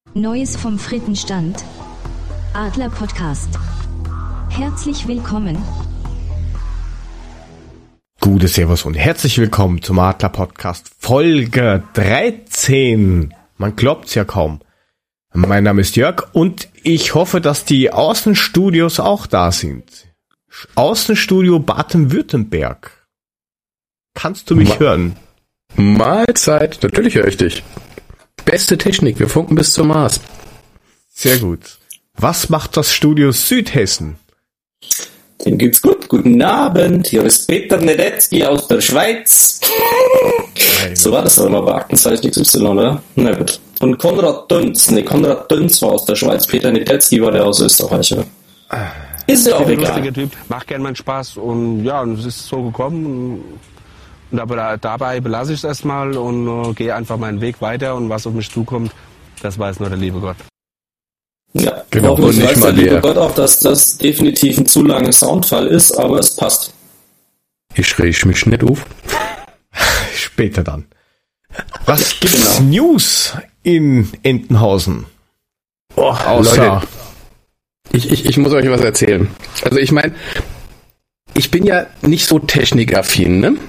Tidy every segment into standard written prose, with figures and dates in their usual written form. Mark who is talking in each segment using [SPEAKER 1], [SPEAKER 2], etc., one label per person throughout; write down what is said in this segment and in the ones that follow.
[SPEAKER 1] Neues vom Frittenstand. Adler Podcast. Herzlich willkommen.
[SPEAKER 2] Gute Servus und herzlich willkommen zum Adler Podcast Folge 13. Man glaubt's ja kaum. Mein Name ist Jörg und ich hoffe, dass die Außenstudios auch da sind. Außenstudio Baden-Württemberg. Kannst du mich hören?
[SPEAKER 3] Mahlzeit, natürlich höre ich dich. Beste Technik, wir funken bis zum Mars.
[SPEAKER 2] Sehr gut. Was macht das Studio Südhessen?
[SPEAKER 4] Dem geht's gut. Guten Abend. Hier ist Peter Nedetzky aus der Schweiz. So war das doch immer bei Aktenzeichen XY, oder? Na gut. Und Konrad Dünz. Konrad Dünz war aus der Schweiz. Peter Nedetzky war der aus Österreich. Oder? Ist ja auch egal.
[SPEAKER 5] Lustiger Typ, macht gern meinen Spaß und ja, und es ist so gekommen. Und aber dabei belasse ich es erstmal und gehe einfach meinen Weg weiter und was auf mich zukommt, das weiß nur der liebe Gott.
[SPEAKER 4] Ja,
[SPEAKER 3] genau.
[SPEAKER 4] Und nicht weiß der liebe Gott auch, dass das definitiv ein zu langer Soundfall ist, aber es passt.
[SPEAKER 3] Ich reg mich nicht auf.
[SPEAKER 2] Später dann. Was gibt's News in Entenhausen? Außer...
[SPEAKER 3] Leute, ich muss euch was erzählen. Also ich meine, ich bin ja nicht so technikaffin, ne?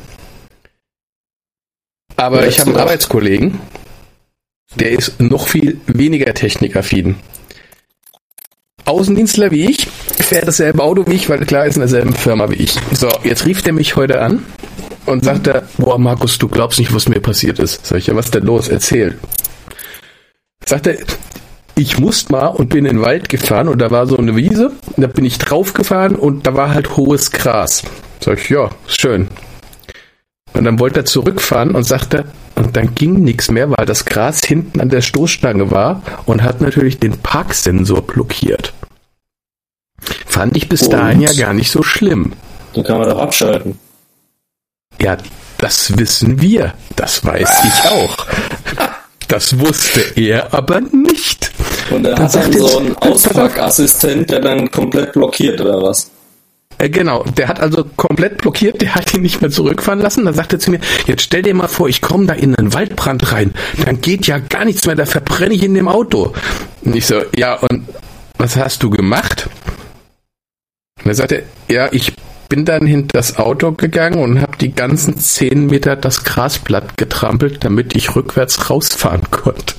[SPEAKER 3] Aber ich habe einen Arbeitskollegen, der ist noch viel weniger technikaffin. Außendienstler wie ich, fährt dasselbe Auto wie ich, weil klar ist in derselben Firma wie ich. So, jetzt rief der mich heute an und sagte, boah Markus, du glaubst nicht, was mir passiert ist. Sag ich, ja, was ist denn los? Erzähl. Sagt er, ich musste mal und bin in den Wald gefahren und da war so eine Wiese, da bin ich draufgefahren und da war halt hohes Gras. Sag ich, ja, schön. Und dann wollte er zurückfahren und sagte, und dann ging nichts mehr, weil das Gras hinten an der Stoßstange war und hat natürlich den Parksensor blockiert. Fand ich bis dahin ja gar nicht so schlimm.
[SPEAKER 4] Dann kann man doch abschalten.
[SPEAKER 3] Ja, das wissen wir. Das weiß ich auch. Das wusste er aber nicht.
[SPEAKER 4] Und er hat dann so einen Ausparkassistent, der dann komplett blockiert, oder was?
[SPEAKER 3] Genau, der hat also komplett blockiert, der hat ihn nicht mehr zurückfahren lassen. Dann sagt er zu mir, jetzt stell dir mal vor, ich komme da in einen Waldbrand rein. Dann geht ja gar nichts mehr, da verbrenne ich in dem Auto. Und ich so, ja, und was hast du gemacht? Und er sagte, ja, ich bin dann hinter das Auto gegangen und habe die ganzen 10 Meter das Grasblatt getrampelt, damit ich rückwärts rausfahren konnte.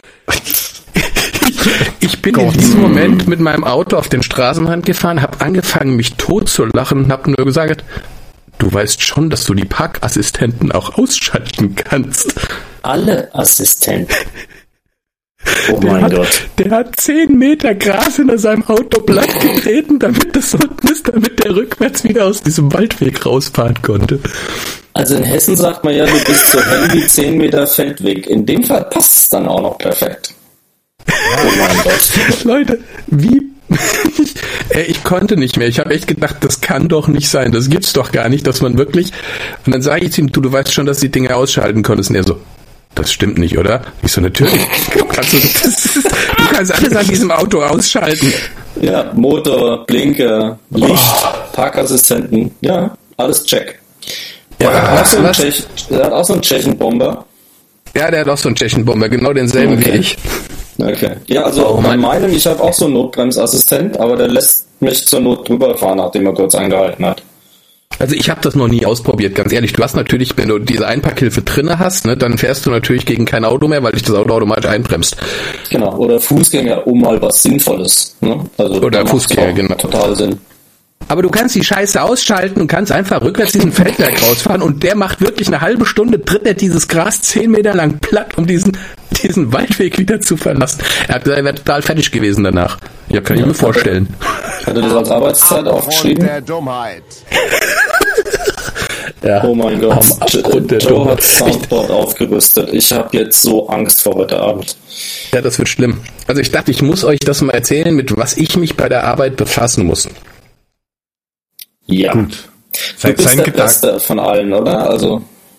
[SPEAKER 3] Ich bin in diesem Moment mit meinem Auto auf den Straßenrand gefahren, habe angefangen, mich totzulachen und habe nur gesagt, du weißt schon, dass du die Parkassistenten auch ausschalten kannst.
[SPEAKER 4] Alle Assistenten? Oh mein Gott.
[SPEAKER 3] Der hat 10 Meter Gras hinter seinem Auto platt getreten, damit das unten ist, damit der rückwärts wieder aus diesem Waldweg rausfahren konnte.
[SPEAKER 4] Also in Hessen sagt man ja, du bist so hell wie 10 Meter Feldweg. In dem Fall passt es dann auch noch perfekt. Oh mein Gott.
[SPEAKER 3] Leute, wie... ich konnte nicht mehr. Ich habe echt gedacht, das kann doch nicht sein. Das gibt's doch gar nicht, dass man wirklich... Und dann sage ich zu ihm, du weißt schon, dass die Dinge ausschalten konntest. Und er so, das stimmt nicht, oder? Ich so, natürlich. Du kannst alles an diesem Auto ausschalten.
[SPEAKER 4] Ja, Motor, Blinker, Licht, Parkassistenten. Ja, alles check. Ja, er hat auch so einen Tschechenbomber.
[SPEAKER 3] Ja, der hat auch so einen Tschechenbomber, genau denselben wie ich.
[SPEAKER 4] Okay. Ja, also bei meinem, ich habe auch so einen Notbremsassistent, aber der lässt mich zur Not drüber fahren, nachdem er kurz angehalten hat.
[SPEAKER 3] Also ich habe das noch nie ausprobiert, ganz ehrlich. Du hast natürlich, wenn du diese Einparkhilfe drinne hast, ne, dann fährst du natürlich gegen kein Auto mehr, weil dich das Auto automatisch einbremst.
[SPEAKER 4] Genau, oder Fußgänger, um mal was Sinnvolles. Ne? Also
[SPEAKER 3] oder Fußgänger, genau.
[SPEAKER 4] Total Sinn.
[SPEAKER 3] Aber du kannst die Scheiße ausschalten und kannst einfach rückwärts diesen Feldberg rausfahren und der macht wirklich eine halbe Stunde, tritt er dieses Gras 10 Meter lang platt, um diesen Waldweg wieder zu verlassen. Er wäre total fertig gewesen danach. Ja, kann ich mir vorstellen.
[SPEAKER 4] Hat er das als Arbeitszeit aufgeschrieben?
[SPEAKER 6] Der Dummheit.
[SPEAKER 3] Ja.
[SPEAKER 4] Oh mein Gott, Joe hat Soundboard aufgerüstet. Ich habe jetzt so Angst vor heute Abend.
[SPEAKER 3] Ja, das wird schlimm. Also ich dachte, ich muss euch das mal erzählen, mit was ich mich bei der Arbeit befassen muss.
[SPEAKER 4] Ja. Gut. Du bist der Beste von allen, oder? Also.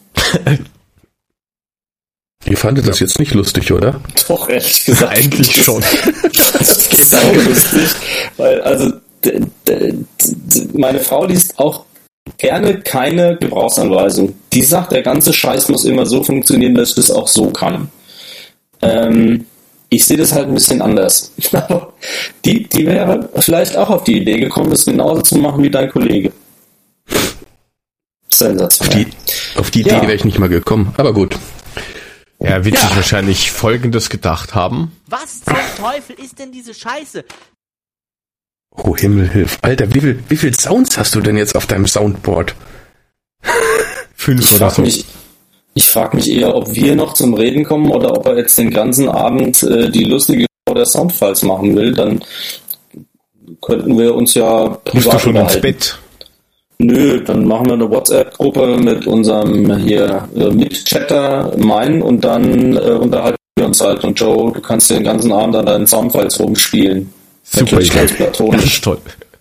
[SPEAKER 3] Ihr fandet das jetzt nicht lustig, oder?
[SPEAKER 4] Doch, ehrlich gesagt.
[SPEAKER 2] Eigentlich schon.
[SPEAKER 4] Das geht dann lustig, weil, also, meine Frau liest auch gerne keine Gebrauchsanweisung. Die sagt, der ganze Scheiß muss immer so funktionieren, dass ich das auch so kann. Ich sehe das halt ein bisschen anders. Die wäre vielleicht auch auf die Idee gekommen, das genauso zu machen wie dein Kollege. Sensationell.
[SPEAKER 3] Auf die Idee wäre ich nicht mal gekommen, aber gut.
[SPEAKER 2] Er wird sich wahrscheinlich Folgendes gedacht haben.
[SPEAKER 6] Was zum Teufel ist denn diese Scheiße?
[SPEAKER 3] Oh, Himmel, hilf. Alter, wie viel Sounds hast du denn jetzt auf deinem Soundboard?
[SPEAKER 2] 5 oder so.
[SPEAKER 4] Ich frage mich eher, ob wir noch zum Reden kommen oder ob er jetzt den ganzen Abend die lustige der Soundfiles machen will. Dann könnten wir uns ja privat
[SPEAKER 2] Musst du schon ins
[SPEAKER 4] unterhalten.
[SPEAKER 2] Bett?
[SPEAKER 4] Nö, dann machen wir eine WhatsApp-Gruppe mit unserem hier Mitchatter meinen und dann unterhalten wir uns halt. Und Joe, du kannst den ganzen Abend an deinen Soundfiles rumspielen.
[SPEAKER 2] Super,
[SPEAKER 4] Natürlich ganz platonisch.
[SPEAKER 2] ganz toll.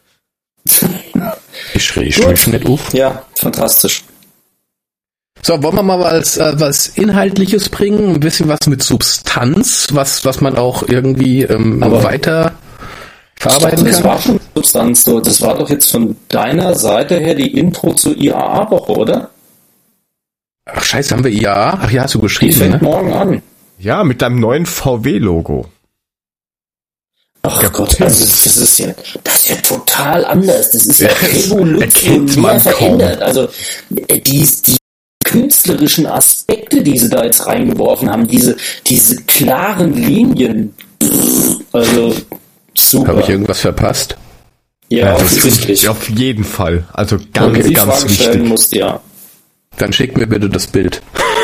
[SPEAKER 3] Ich schreibe nicht auf.
[SPEAKER 4] Ja, fantastisch.
[SPEAKER 3] So, wollen wir mal was Inhaltliches bringen? Ein bisschen was mit Substanz, was man auch irgendwie weiter verarbeiten
[SPEAKER 4] Das
[SPEAKER 3] kann?
[SPEAKER 4] war schon Substanz. Das war doch jetzt von deiner Seite her die Intro zur IAA-Woche, oder?
[SPEAKER 3] Ach scheiße, haben wir IAA? Ach ja, hast du
[SPEAKER 4] Die
[SPEAKER 3] geschrieben,
[SPEAKER 4] fängt
[SPEAKER 3] ne?
[SPEAKER 4] morgen an.
[SPEAKER 2] Ja, mit deinem neuen VW-Logo.
[SPEAKER 4] Ach Gott, also das ist ja total anders. Das ist ja
[SPEAKER 2] erkennt man
[SPEAKER 4] revolutionär verändert. Also die künstlerischen Aspekte, die sie da jetzt reingeworfen haben, diese klaren Linien, also super.
[SPEAKER 3] Habe ich irgendwas verpasst?
[SPEAKER 4] Ja,
[SPEAKER 2] das
[SPEAKER 4] offensichtlich.
[SPEAKER 2] ist auf jeden Fall. Also ganz,
[SPEAKER 4] Wenn du die
[SPEAKER 2] ganz
[SPEAKER 4] Frage stellen
[SPEAKER 2] wichtig.
[SPEAKER 4] musst, ja.
[SPEAKER 3] Dann schick mir bitte das Bild.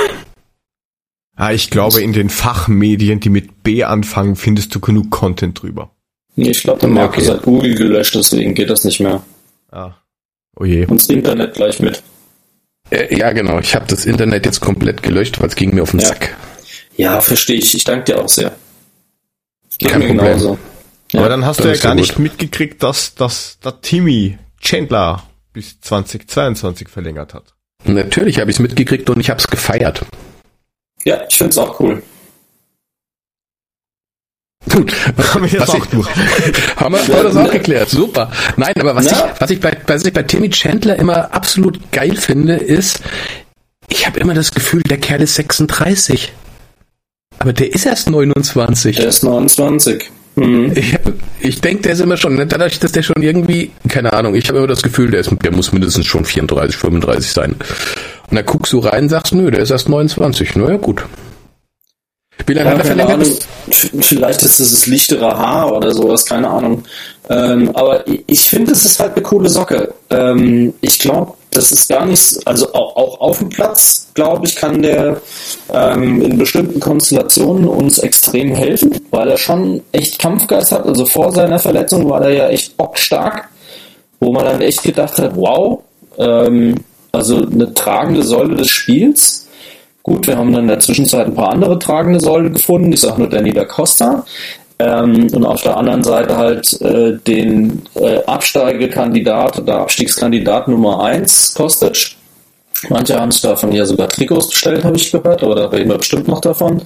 [SPEAKER 2] Ich glaube, in den Fachmedien, die mit B anfangen, findest du genug Content drüber.
[SPEAKER 4] Nee, ich glaube, der Markus hat Google gelöscht, deswegen geht das nicht mehr.
[SPEAKER 2] Oh je.
[SPEAKER 4] Und das Internet gleich mit.
[SPEAKER 3] Ja, genau. Ich habe das Internet jetzt komplett gelöscht, weil es ging mir auf den Sack.
[SPEAKER 4] Ja, verstehe ich. Ich danke dir auch sehr. Geht
[SPEAKER 3] Kein
[SPEAKER 4] mir
[SPEAKER 3] Problem.
[SPEAKER 4] genauso.
[SPEAKER 2] Aber dann hast
[SPEAKER 3] das
[SPEAKER 2] du ja
[SPEAKER 3] ist
[SPEAKER 2] gar
[SPEAKER 3] so
[SPEAKER 2] nicht
[SPEAKER 3] gut.
[SPEAKER 2] mitgekriegt, dass der Timmy Chandler bis 2022 verlängert hat.
[SPEAKER 3] Natürlich habe ich es mitgekriegt und ich habe es gefeiert.
[SPEAKER 4] Ja, ich finde es auch cool.
[SPEAKER 3] Gut,
[SPEAKER 2] Haben wir jetzt auch durch.
[SPEAKER 3] haben wir das auch geklärt. Super. Nein, aber was ich bei Timmy Chandler immer absolut geil finde, ist, ich habe immer das Gefühl, der Kerl ist 36. Aber der ist erst 29.
[SPEAKER 4] Der ist 29. Mhm.
[SPEAKER 3] Ich denke, der ist immer schon, dadurch, dass der schon irgendwie, keine Ahnung, ich habe immer das Gefühl, der muss mindestens schon 34, 35 sein. Und dann guckst du rein und sagst, nö, der ist erst 29. Naja, gut. Wie lange hat er
[SPEAKER 4] keine
[SPEAKER 3] verlängert?
[SPEAKER 4] Ahnung. Vielleicht ist es das lichtere Haar oder sowas, keine Ahnung. Aber ich finde, es ist halt eine coole Socke. Ich glaube, das ist gar nicht, also auch auf dem Platz, glaube ich, kann der in bestimmten Konstellationen uns extrem helfen, weil er schon echt Kampfgeist hat. Also vor seiner Verletzung war er ja echt bockstark, wo man dann echt gedacht hat, wow, also eine tragende Säule des Spiels. Gut, wir haben dann in der Zwischenzeit ein paar andere tragende Säulen gefunden. Ich sage nur Danny da Costa. Und auf der anderen Seite halt den Absteigekandidat oder Abstiegskandidat Nummer 1, Kostic. Manche haben sich davon ja sogar Trikots bestellt, habe ich gehört, aber da reden wir bestimmt noch davon.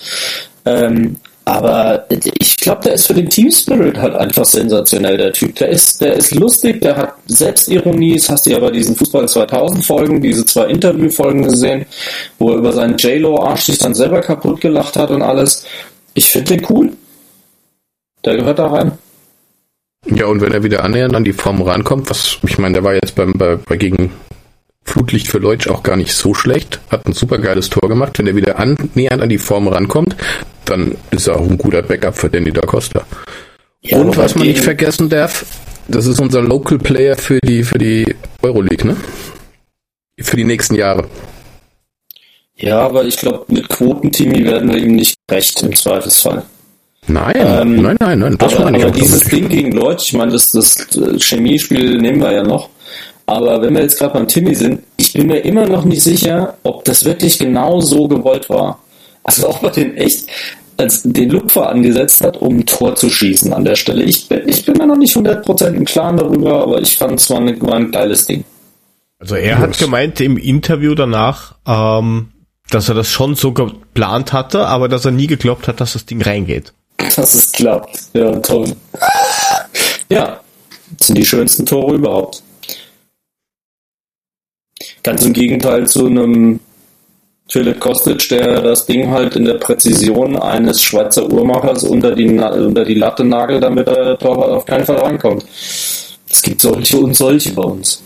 [SPEAKER 4] Aber ich glaube, der ist für den Team Spirit halt einfach sensationell, der Typ. Der ist lustig, der hat Selbstironie. Das hast du ja bei diesen Fußball 2000 Folgen, diese 2 Interviewfolgen gesehen, wo er über seinen J-Lo-Arsch sich dann selber kaputt gelacht hat und alles. Ich finde den cool. Der gehört da rein.
[SPEAKER 3] Ja, und wenn er wieder annähernd an die Form rankommt, ich meine, der war jetzt bei gegen Flutlicht für Leutsch auch gar nicht so schlecht, hat ein super geiles Tor gemacht. Wenn er wieder annähernd an die Form rankommt, dann ist er auch ein guter Backup für Danny da Costa.
[SPEAKER 4] Ja,
[SPEAKER 3] und was man nicht vergessen darf, das ist unser Local Player für die Euroleague, ne? Für die nächsten Jahre.
[SPEAKER 4] Ja, aber ich glaube, mit Quotenteam werden wir ihm nicht recht im Zweifelsfall.
[SPEAKER 3] Nein. Das meine ich
[SPEAKER 4] aber
[SPEAKER 3] auch
[SPEAKER 4] dieses
[SPEAKER 3] damit.
[SPEAKER 4] Ding gegen Leutsch, ich meine, das Chemiespiel nehmen wir ja noch. Aber wenn wir jetzt gerade beim Timmy sind, ich bin mir immer noch nicht sicher, ob das wirklich genau so gewollt war. Also ob er den echt als den Lupfer angesetzt hat, um ein Tor zu schießen an der Stelle. Ich bin mir noch nicht 100% im Klaren darüber, aber ich fand es war ein geiles Ding.
[SPEAKER 2] Also er hat gemeint im Interview danach, dass er das schon so geplant hatte, aber dass er nie geglaubt hat, dass das Ding reingeht.
[SPEAKER 4] Dass es klappt. Ja, toll. Ja, das sind die schönsten Tore überhaupt. Ganz im Gegenteil zu einem Philipp Kostic, der das Ding halt in der Präzision eines Schweizer Uhrmachers unter die Latte nagelt, damit der Torwart auf keinen Fall reinkommt. Es gibt solche und solche bei uns.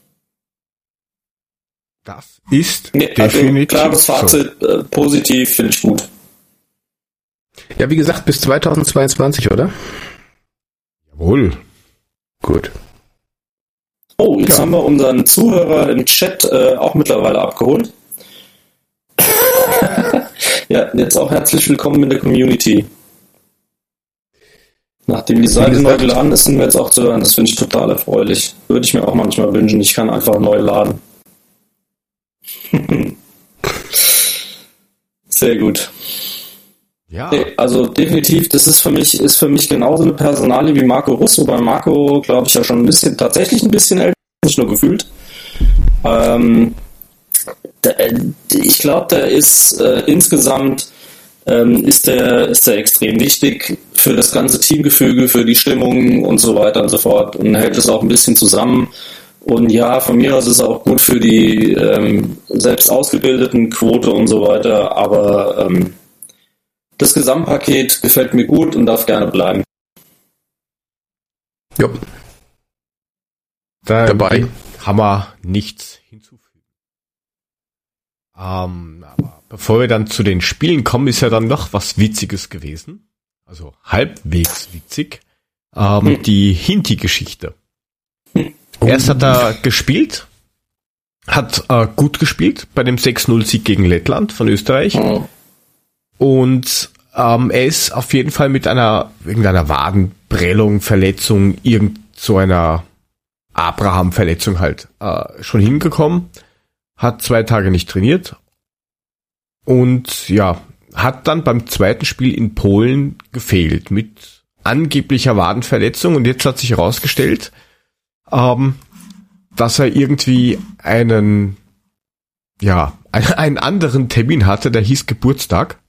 [SPEAKER 2] Das ist
[SPEAKER 4] definitiv klares Fazit, so. Positiv, finde ich gut.
[SPEAKER 3] Ja, wie gesagt, bis 2022, oder?
[SPEAKER 2] Jawohl.
[SPEAKER 3] Gut.
[SPEAKER 4] Oh, jetzt haben wir unseren Zuhörer im Chat auch mittlerweile abgeholt. Ja, jetzt auch herzlich willkommen in der Community. Nachdem die Seite neu geladen ist, sind wir jetzt auch zu hören. Das finde ich total erfreulich. Würde ich mir auch manchmal wünschen. Ich kann einfach neu laden. Sehr gut.
[SPEAKER 2] Ja.
[SPEAKER 4] Also definitiv, das ist für mich genauso eine Personalie wie Marco Russ, wobei Marco, glaube ich, ja schon tatsächlich ein bisschen älter, nicht nur gefühlt. Ich glaube, der ist insgesamt ist der extrem wichtig für das ganze Teamgefüge, für die Stimmung und so weiter und so fort und hält es auch ein bisschen zusammen. Und ja, von mir aus ist es auch gut für die selbst ausgebildeten Quote und so weiter, aber das Gesamtpaket gefällt mir gut und darf gerne bleiben.
[SPEAKER 3] Ja.
[SPEAKER 2] Dabei haben wir nichts hinzufügen. Aber bevor wir dann zu den Spielen kommen, ist ja dann noch was Witziges gewesen. Also halbwegs witzig. Die Hinti-Geschichte. Erst hat er gespielt, hat gut gespielt bei dem 6-0-Sieg gegen Lettland von Österreich. Und er ist auf jeden Fall mit irgendeiner Wadenprellung, Verletzung, irgend so einer Abraham-Verletzung halt schon hingekommen, hat 2 Tage nicht trainiert und ja, hat dann beim zweiten Spiel in Polen gefehlt mit angeblicher Wadenverletzung und jetzt hat sich herausgestellt, dass er irgendwie einen anderen Termin hatte, der hieß Geburtstag.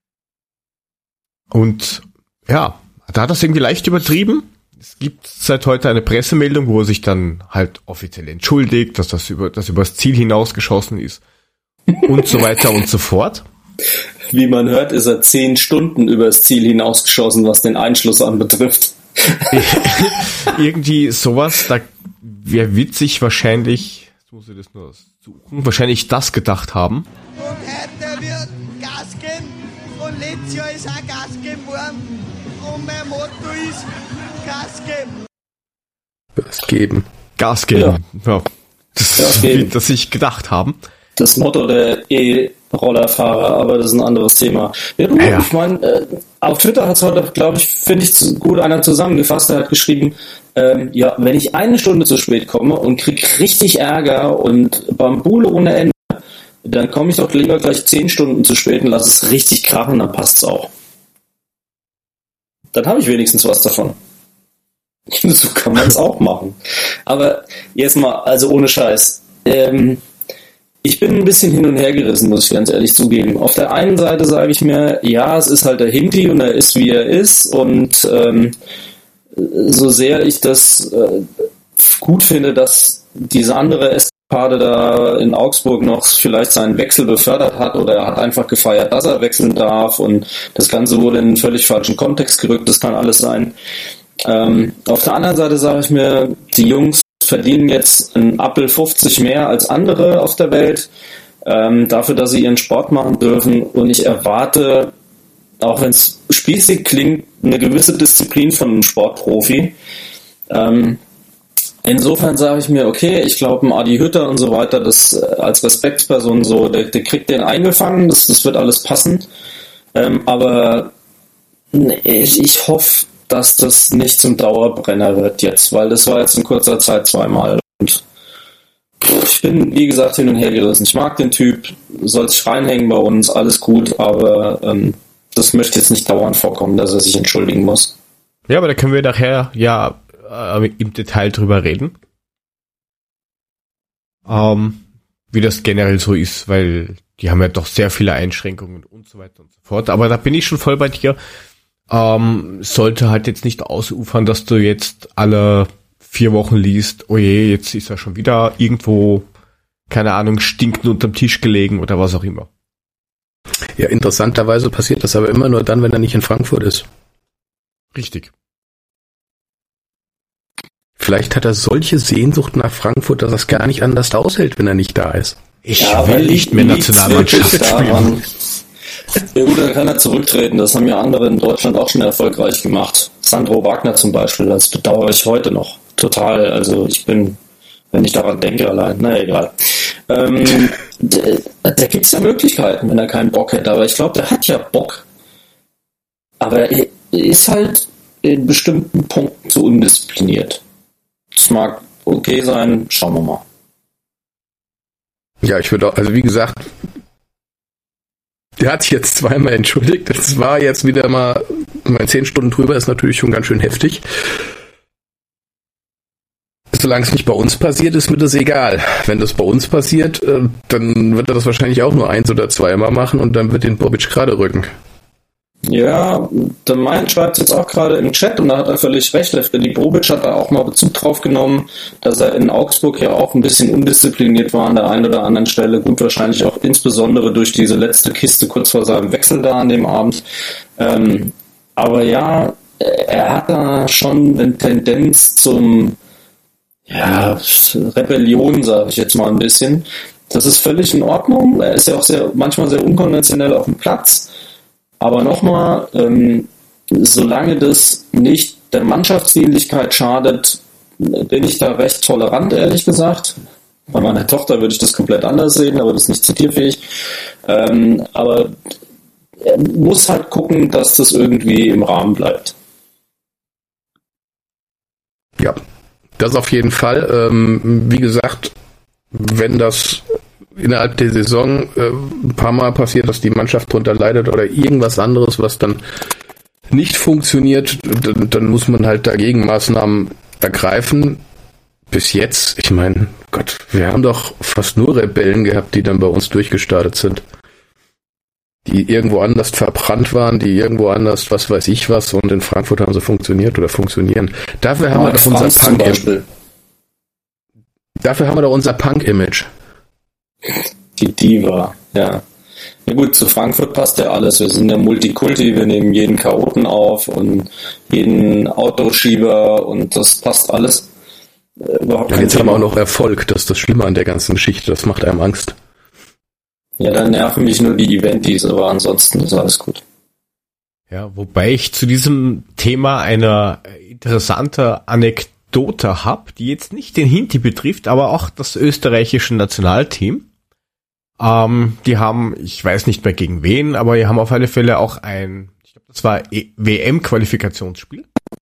[SPEAKER 2] Und ja, da hat er es irgendwie leicht übertrieben. Es gibt seit heute eine Pressemeldung, wo er sich dann halt offiziell entschuldigt, dass das übers Ziel hinausgeschossen ist und so weiter und so fort.
[SPEAKER 4] Wie man hört, ist er 10 Stunden übers Ziel hinausgeschossen, was den Einschluss anbetrifft.
[SPEAKER 2] Irgendwie sowas, da wäre witzig wahrscheinlich, jetzt muss ich das nur suchen, wahrscheinlich das gedacht haben.
[SPEAKER 7] Und heute wird Gas geben und letztes Jahr ist auch Gas geben worden und mein Motto ist Gas geben.
[SPEAKER 2] Gas geben. Ja. Das ist wie das sich gedacht haben.
[SPEAKER 4] Das Motto der E-Rollerfahrer, aber das ist ein anderes Thema. Ja. Ich meine, auf Twitter hat es heute, glaube ich, finde ich gut einer zusammengefasst, der hat geschrieben, wenn ich 1 Stunde zu spät komme und krieg richtig Ärger und Bambule ohne Ende, dann komme ich doch lieber gleich 10 Stunden zu spät und lasse es richtig krachen, dann passt es auch. Dann habe ich wenigstens was davon. So kann man es auch machen. Aber jetzt mal, also ohne Scheiß. Ich bin ein bisschen hin und her gerissen, muss ich ganz ehrlich zugeben. Auf der einen Seite sage ich mir, ja, es ist halt der Hinti und er ist, wie er ist. Und so sehr ich das gut finde, dass diese andere Eskapade da in Augsburg noch vielleicht seinen Wechsel befördert hat oder er hat einfach gefeiert, dass er wechseln darf und das Ganze wurde in einen völlig falschen Kontext gerückt, das kann alles sein. Auf der anderen Seite sage ich mir, die Jungs verdienen jetzt einen Appel 50 mehr als andere auf der Welt, dafür, dass sie ihren Sport machen dürfen und ich erwarte, auch wenn es spießig klingt, eine gewisse Disziplin von einem Sportprofi. Insofern sage ich mir, okay, ich glaube, ein Adi Hütter und so weiter, das als Respektsperson so, der kriegt den eingefangen, das wird alles passen. Aber ich hoffe, dass das nicht zum Dauerbrenner wird jetzt, weil das war jetzt in kurzer Zeit 2-mal. Und ich bin, wie gesagt, hin und her gerissen. Ich mag den Typ, soll sich reinhängen bei uns, alles gut, aber das möchte jetzt nicht dauernd vorkommen, dass er sich entschuldigen muss.
[SPEAKER 2] Ja, aber da können wir nachher im Detail drüber reden. Wie das generell so ist, weil die haben ja doch sehr viele Einschränkungen und so weiter und so fort. Aber da bin ich schon voll bei dir. Sollte halt jetzt nicht ausufern, dass du jetzt alle 4 Wochen liest, oh je, jetzt ist er schon wieder irgendwo, keine Ahnung, stinkend unterm Tisch gelegen oder was auch immer.
[SPEAKER 3] Ja, interessanterweise passiert das aber immer nur dann, wenn er nicht in Frankfurt ist.
[SPEAKER 2] Richtig.
[SPEAKER 3] Vielleicht hat er solche Sehnsucht nach Frankfurt, dass er es gar nicht anders aushält, wenn er nicht da ist.
[SPEAKER 2] Ich will nicht mehr Nationalmannschaft spielen.
[SPEAKER 4] Ja gut, dann kann er zurücktreten. Das haben ja andere in Deutschland auch schon erfolgreich gemacht. Sandro Wagner zum Beispiel, das bedauere ich heute noch total. Also wenn ich daran denke allein, na egal. Da gibt's ja Möglichkeiten, wenn er keinen Bock hätte. Aber ich glaube, der hat ja Bock. Aber er ist halt in bestimmten Punkten zu undiszipliniert. Das mag okay sein, schauen wir mal.
[SPEAKER 3] Ja, ich würde auch, also wie gesagt, der hat sich jetzt zweimal entschuldigt. Das war jetzt wieder mal, 10 Stunden drüber ist natürlich schon ganz schön heftig. Solange es nicht bei uns passiert, ist mir das egal. Wenn das bei uns passiert, dann wird er das wahrscheinlich auch nur 1 oder 2 Mal machen und dann wird den Bobic gerade rücken.
[SPEAKER 4] Ja, der Main schreibt jetzt auch gerade im Chat und da hat er völlig recht. Der Freddy Bobic hat da auch mal Bezug drauf genommen, dass er in Augsburg ja auch ein bisschen undiszipliniert war an der einen oder anderen Stelle. Gut, wahrscheinlich auch insbesondere durch diese letzte Kiste kurz vor seinem Wechsel da an dem Abend. Aber ja, er hat da schon eine Tendenz zum Rebellion, sage ich jetzt mal ein bisschen. Das ist völlig in Ordnung. Er ist ja auch manchmal sehr unkonventionell auf dem Platz. Aber nochmal, solange das nicht der Mannschaftsdienlichkeit schadet, bin ich da recht tolerant, ehrlich gesagt. Bei meiner Tochter würde ich das komplett anders sehen, aber das ist nicht zitierfähig. Aber er muss halt gucken, dass das irgendwie im Rahmen bleibt.
[SPEAKER 3] Ja, das auf jeden Fall. Wie gesagt, wenn das innerhalb der Saison ein paar Mal passiert, dass die Mannschaft drunter leidet oder irgendwas anderes, was dann nicht funktioniert, dann muss man halt dagegen Maßnahmen ergreifen. Bis jetzt, ich meine, Gott, wir haben doch fast nur Rebellen gehabt, die dann bei uns durchgestartet sind. Die irgendwo anders verbrannt waren, die irgendwo anders, was weiß ich was, und in Frankfurt haben sie funktioniert oder funktionieren. Dafür haben wir doch unser Punk-Image.
[SPEAKER 4] Die Diva, ja. Ja gut, zu Frankfurt passt ja alles. Wir sind ja Multikulti, wir nehmen jeden Chaoten auf und jeden Autoschieber und das passt alles.
[SPEAKER 3] Überhaupt ja, jetzt haben wir auch noch Erfolg, das ist das Schlimme an der ganzen Geschichte, das macht einem Angst.
[SPEAKER 4] Ja, dann nerven mich nur die Eventis, aber ansonsten ist alles gut.
[SPEAKER 2] Ja, wobei ich zu diesem Thema eine interessante Anekdote habe, die jetzt nicht den Hinti betrifft, aber auch das österreichische Nationalteam. Die haben, ich weiß nicht mehr gegen wen, aber die haben auf alle Fälle auch ich glaube, das war WM-Qualifikationsspiel.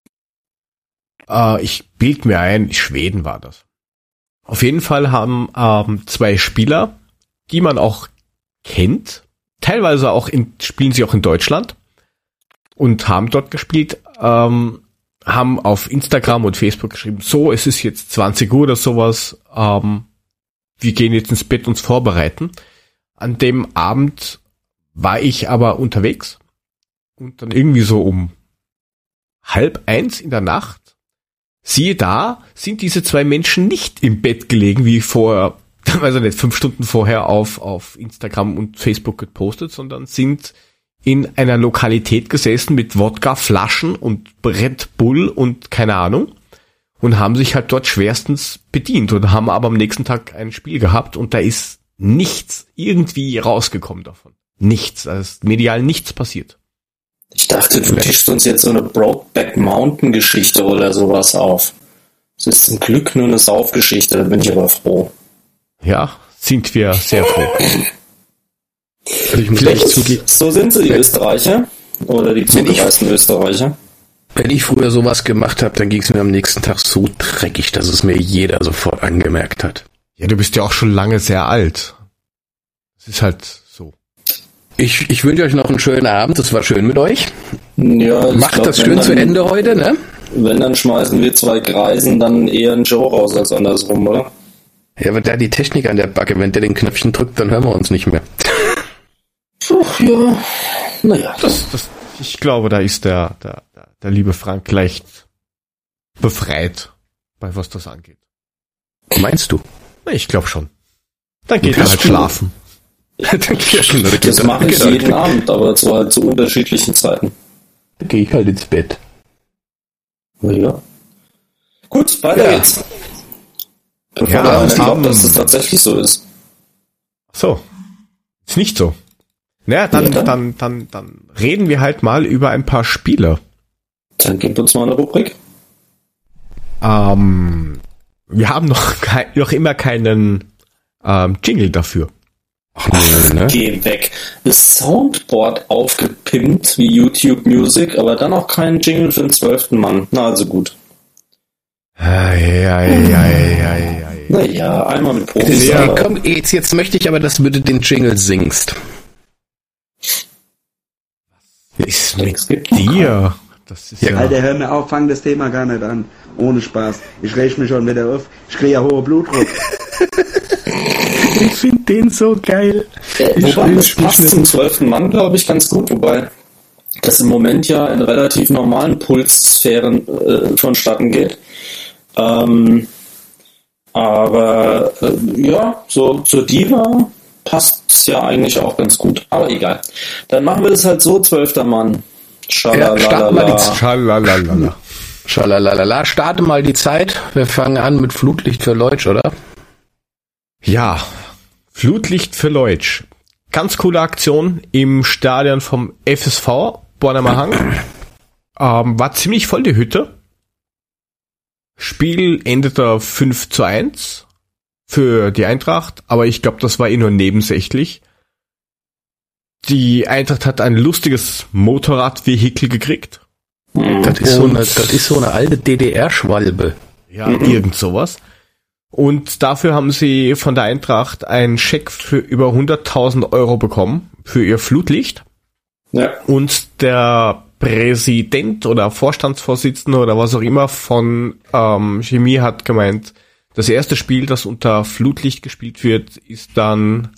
[SPEAKER 2] Ich bild mir ein, Schweden war das. Auf jeden Fall haben 2 Spieler, die man auch kennt, teilweise auch spielen sie auch in Deutschland und haben dort gespielt, haben auf Instagram und Facebook geschrieben, so, es ist jetzt 20 Uhr oder sowas, wir gehen jetzt ins Bett uns vorbereiten. An dem Abend war ich aber unterwegs und dann irgendwie so um 12:30 in der Nacht, siehe da, sind diese 2 Menschen nicht im Bett gelegen, wie vorher, also nicht 5 Stunden vorher auf Instagram und Facebook gepostet, sondern sind in einer Lokalität gesessen mit Wodka-Flaschen und Red Bull und keine Ahnung und haben sich halt dort schwerstens bedient und haben aber am nächsten Tag ein Spiel gehabt und da ist nichts irgendwie rausgekommen davon. Nichts, also ist medial nichts passiert.
[SPEAKER 4] Ich dachte, du tischst uns jetzt so eine Brokeback Mountain Geschichte oder sowas auf. Es ist zum Glück nur eine Saufgeschichte, da bin ich aber froh.
[SPEAKER 2] Ja, sind wir sehr froh.
[SPEAKER 3] Also ich muss echt zugeben.
[SPEAKER 4] So sind sie, die Österreicher. Oder die zugereisten Österreicher.
[SPEAKER 3] Wenn ich früher sowas gemacht habe, dann ging es mir am nächsten Tag so dreckig, dass es mir jeder sofort angemerkt hat.
[SPEAKER 2] Ja, du bist ja auch schon lange sehr alt. Es ist halt so.
[SPEAKER 3] Ich wünsche euch noch einen schönen Abend. Es war schön mit euch.
[SPEAKER 4] Ja,
[SPEAKER 3] macht das schön zu Ende heute, ne?
[SPEAKER 4] Wenn, dann schmeißen wir 2 Greisen dann eher einen Joe raus als andersrum, oder?
[SPEAKER 3] Ja, aber da die Technik an der Backe, wenn der den Knöpfchen drückt, dann hören wir uns nicht mehr.
[SPEAKER 4] Ach ja, naja.
[SPEAKER 2] Ich glaube, da ist der liebe Frank leicht befreit, bei was das angeht.
[SPEAKER 3] Meinst du?
[SPEAKER 2] Ich glaube schon. Dann geht er halt schlafen.
[SPEAKER 4] Das mache ich jeden Abend, aber zu unterschiedlichen Zeiten.
[SPEAKER 3] Da gehe ich halt ins Bett.
[SPEAKER 4] Ja. Gut, weiter geht's. Bevor
[SPEAKER 2] Ja,
[SPEAKER 4] ich glaube, dass es tatsächlich so ist.
[SPEAKER 2] So. Ist nicht so. Naja, dann reden wir halt mal über ein paar Spiele.
[SPEAKER 4] Dann gib uns mal eine Rubrik.
[SPEAKER 2] Wir haben noch immer keinen Jingle dafür.
[SPEAKER 3] Ach, ne?
[SPEAKER 4] Geh weg. Das Soundboard aufgepimpt wie YouTube Music, aber dann auch keinen Jingle für den 12. Mann. Na, also gut.
[SPEAKER 2] Naja,
[SPEAKER 4] Einmal mit Profis.
[SPEAKER 3] Ja, komm, jetzt möchte ich aber, dass du bitte den Jingle singst.
[SPEAKER 2] ist mit dir. Das ist ja.
[SPEAKER 8] Alter, hör mir auf, fang das Thema gar nicht an. Ohne Spaß. Ich reg mich schon wieder auf. Ich kriege ja hohe Blutdruck.
[SPEAKER 3] Ich finde den so geil.
[SPEAKER 4] Wobei, das passt zum 12. Mann, glaube ich, ganz gut. Wobei das im Moment ja in relativ normalen Pulssphären vonstatten geht. Aber so zur Diva passt es ja eigentlich auch ganz gut. Aber egal. Dann machen wir das halt so, 12. Mann.
[SPEAKER 2] Schalalala.
[SPEAKER 3] Schalalala. Starte mal die Zeit. Wir fangen an mit Flutlicht für Leutsch, oder?
[SPEAKER 2] Ja, Flutlicht für Leutsch. Ganz coole Aktion im Stadion vom FSV, Bornheimer Hang. War ziemlich voll die Hütte. Spiel endete 5:1 für die Eintracht, aber ich glaube, das war nur nebensächlich. Die Eintracht hat ein lustiges Motorradvehikel gekriegt.
[SPEAKER 3] Das ist so eine alte DDR-Schwalbe.
[SPEAKER 2] Ja, irgend sowas. Und dafür haben sie von der Eintracht einen Scheck für über 100.000 Euro bekommen für ihr Flutlicht.
[SPEAKER 4] Ja.
[SPEAKER 2] Und der Präsident oder Vorstandsvorsitzende oder was auch immer von Chemie hat gemeint, das erste Spiel, das unter Flutlicht gespielt wird, ist dann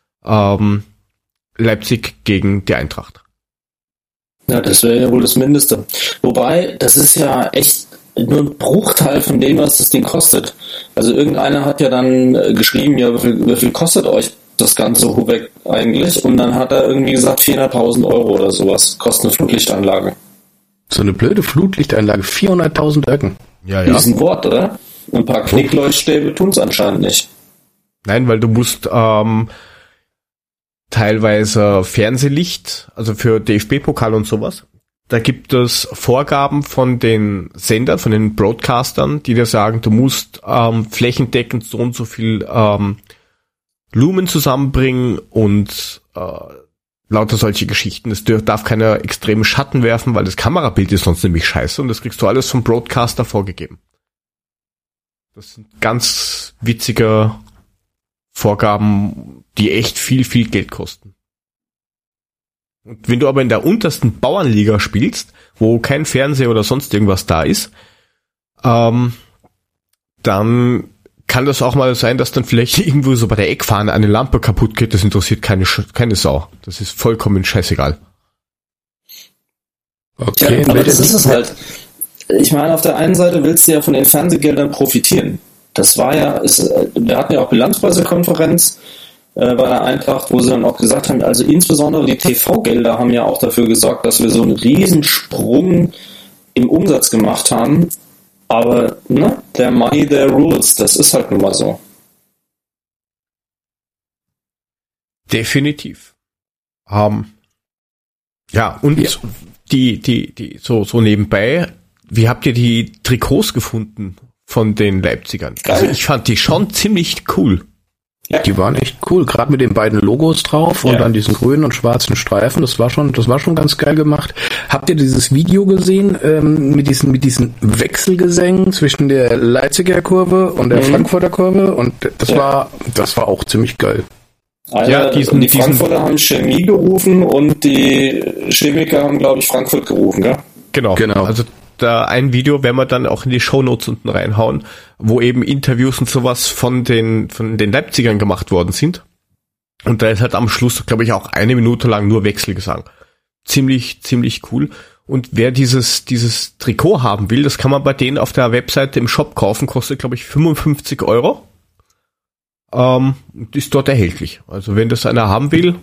[SPEAKER 2] Leipzig gegen die Eintracht.
[SPEAKER 4] Ja, das wäre ja wohl das Mindeste. Wobei, das ist ja echt nur ein Bruchteil von dem, was das Ding kostet. Also irgendeiner hat ja dann geschrieben, ja, wie viel kostet euch das ganze Hubeck eigentlich? Und dann hat er irgendwie gesagt, 400.000 Euro oder sowas kostet eine Flutlichtanlage.
[SPEAKER 3] So eine blöde Flutlichtanlage, 400.000 Öcken.
[SPEAKER 2] Ja.
[SPEAKER 4] Ist ein Wort, oder? Ein paar Knickleuchtstäbe tun es anscheinend nicht.
[SPEAKER 2] Nein, weil du musst teilweise Fernsehlicht, also für DFB-Pokal und sowas. Da gibt es Vorgaben von den Sendern, von den Broadcastern, die dir sagen, du musst flächendeckend so und so viel Lumen zusammenbringen und lauter solche Geschichten. Es darf keine extremen Schatten werfen, weil das Kamerabild ist sonst nämlich scheiße und das kriegst du alles vom Broadcaster vorgegeben. Das sind ganz witzige Vorgaben, die echt viel, viel Geld kosten. Und wenn du aber in der untersten Bauernliga spielst, wo kein Fernseher oder sonst irgendwas da ist, dann kann das auch mal sein, dass dann vielleicht irgendwo so bei der Eckfahne eine Lampe kaputt geht. Das interessiert keine Sau. Das ist vollkommen scheißegal.
[SPEAKER 3] Okay,
[SPEAKER 4] ja, aber das ist es halt. Ich meine, auf der einen Seite willst du ja von den Fernsehgeldern profitieren. Das war ja, wir hatten ja auch Bilanzpressekonferenz bei der Eintracht, wo sie dann auch gesagt haben, also insbesondere die TV-Gelder haben ja auch dafür gesorgt, dass wir so einen Riesensprung im Umsatz gemacht haben. Aber der Money, der rules, das ist halt nun mal so.
[SPEAKER 2] Definitiv. Ja, und ja. Die so nebenbei, wie habt ihr die Trikots gefunden von den Leipzigern?
[SPEAKER 4] Geil.
[SPEAKER 2] Also ich fand die schon ziemlich cool.
[SPEAKER 3] Ja. Die waren echt cool, gerade mit den beiden Logos drauf und dann diesen grünen und schwarzen Streifen, das war schon ganz geil gemacht. Habt ihr dieses Video gesehen mit diesen Wechselgesängen zwischen der Leipziger Kurve und der Frankfurter Kurve? Und das war auch ziemlich geil.
[SPEAKER 4] Die Frankfurter haben Chemie gerufen und die Chemiker haben, glaube ich, Frankfurt gerufen, gell?
[SPEAKER 2] Genau. Also da ein Video werden wir dann auch in die Shownotes unten reinhauen, wo eben Interviews und sowas von den Leipzigern gemacht worden sind. Und da ist halt am Schluss, glaube ich, auch 1 Minute lang nur Wechselgesang. Ziemlich cool. Und wer dieses Trikot haben will, das kann man bei denen auf der Webseite im Shop kaufen, kostet, glaube ich, 55 Euro. ist dort erhältlich. Also wenn das einer haben will,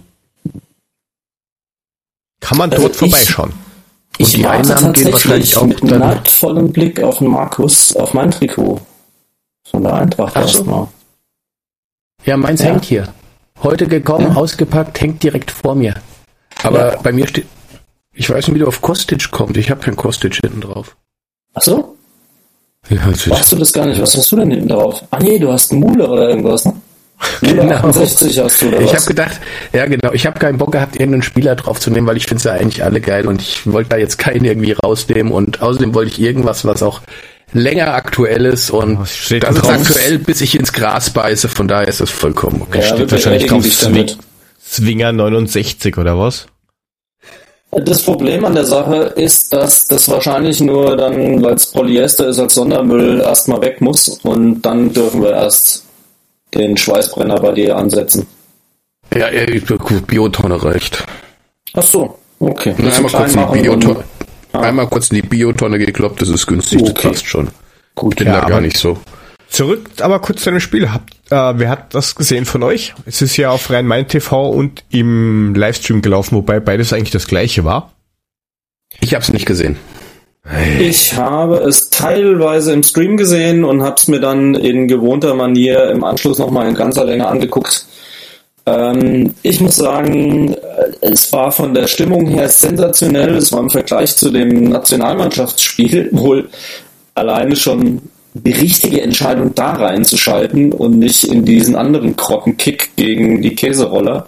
[SPEAKER 2] kann man dort vorbeischauen.
[SPEAKER 4] Ich
[SPEAKER 3] die
[SPEAKER 4] warte
[SPEAKER 3] Einnahmen gehen wahrscheinlich
[SPEAKER 4] tatsächlich
[SPEAKER 3] auch
[SPEAKER 4] mit
[SPEAKER 3] dann-
[SPEAKER 4] neidvollem Blick auf den Markus, auf mein Trikot. Von der Eintracht
[SPEAKER 3] Ach so.
[SPEAKER 4] erstmal.
[SPEAKER 3] Ja, meins
[SPEAKER 4] Ja.
[SPEAKER 3] hängt hier. Heute gekommen,
[SPEAKER 4] Ja.
[SPEAKER 3] ausgepackt, hängt direkt vor mir. Aber
[SPEAKER 4] Ja.
[SPEAKER 3] bei mir steht, ich weiß nicht, wie du auf Kostic kommt. Ich habe kein Kostic hinten drauf.
[SPEAKER 4] Ach so?
[SPEAKER 3] Ja, das
[SPEAKER 4] Weißt du das gar nicht? Was hast du denn hinten drauf? Ah nee, du hast einen Mule oder irgendwas, ne? Mule
[SPEAKER 3] Genau.
[SPEAKER 4] 68 hast du oder
[SPEAKER 3] Ich
[SPEAKER 4] was?
[SPEAKER 3] habe gedacht, ja genau, ich habe keinen Bock gehabt, irgendeinen Spieler drauf zu nehmen, weil ich finde sie eigentlich alle geil und ich wollte da jetzt keinen irgendwie rausnehmen und außerdem wollte ich irgendwas, was auch länger aktuell ist und
[SPEAKER 2] Was steht
[SPEAKER 3] das ist
[SPEAKER 2] drauf?
[SPEAKER 3] aktuell, bis ich ins Gras beiße, von daher ist das vollkommen okay.
[SPEAKER 4] Ja,
[SPEAKER 2] Steht
[SPEAKER 4] wir
[SPEAKER 2] wahrscheinlich
[SPEAKER 4] beerdigen
[SPEAKER 2] drauf
[SPEAKER 4] dich damit.
[SPEAKER 2] Swinger 69 oder was?
[SPEAKER 4] Das Problem an der Sache ist, dass das wahrscheinlich nur dann, weil es Polyester ist, als Sondermüll erstmal weg muss und dann dürfen wir erst den Schweißbrenner bei dir ansetzen.
[SPEAKER 3] Ja, Biotonne reicht.
[SPEAKER 4] Ach so, okay.
[SPEAKER 3] Einmal kurz in die Biotonne gekloppt, das ist günstig,
[SPEAKER 4] Okay.
[SPEAKER 3] das passt schon.
[SPEAKER 4] Gut,
[SPEAKER 3] Bin
[SPEAKER 2] ja,
[SPEAKER 3] da
[SPEAKER 2] aber-
[SPEAKER 3] gar nicht so.
[SPEAKER 2] Zurück aber kurz zu dem Spiel. Wer hat das gesehen von euch? Es ist ja auf Rhein-Main-TV und im Livestream gelaufen, wobei beides eigentlich das gleiche war.
[SPEAKER 3] Ich habe es nicht gesehen.
[SPEAKER 4] Ich habe es teilweise im Stream gesehen und habe es mir dann in gewohnter Manier im Anschluss nochmal in ganzer Länge angeguckt. Ich muss sagen, es war von der Stimmung her sensationell. Es war im Vergleich zu dem Nationalmannschaftsspiel wohl alleine schon die richtige Entscheidung, da reinzuschalten und nicht in diesen anderen Grottenkick gegen die Käseroller.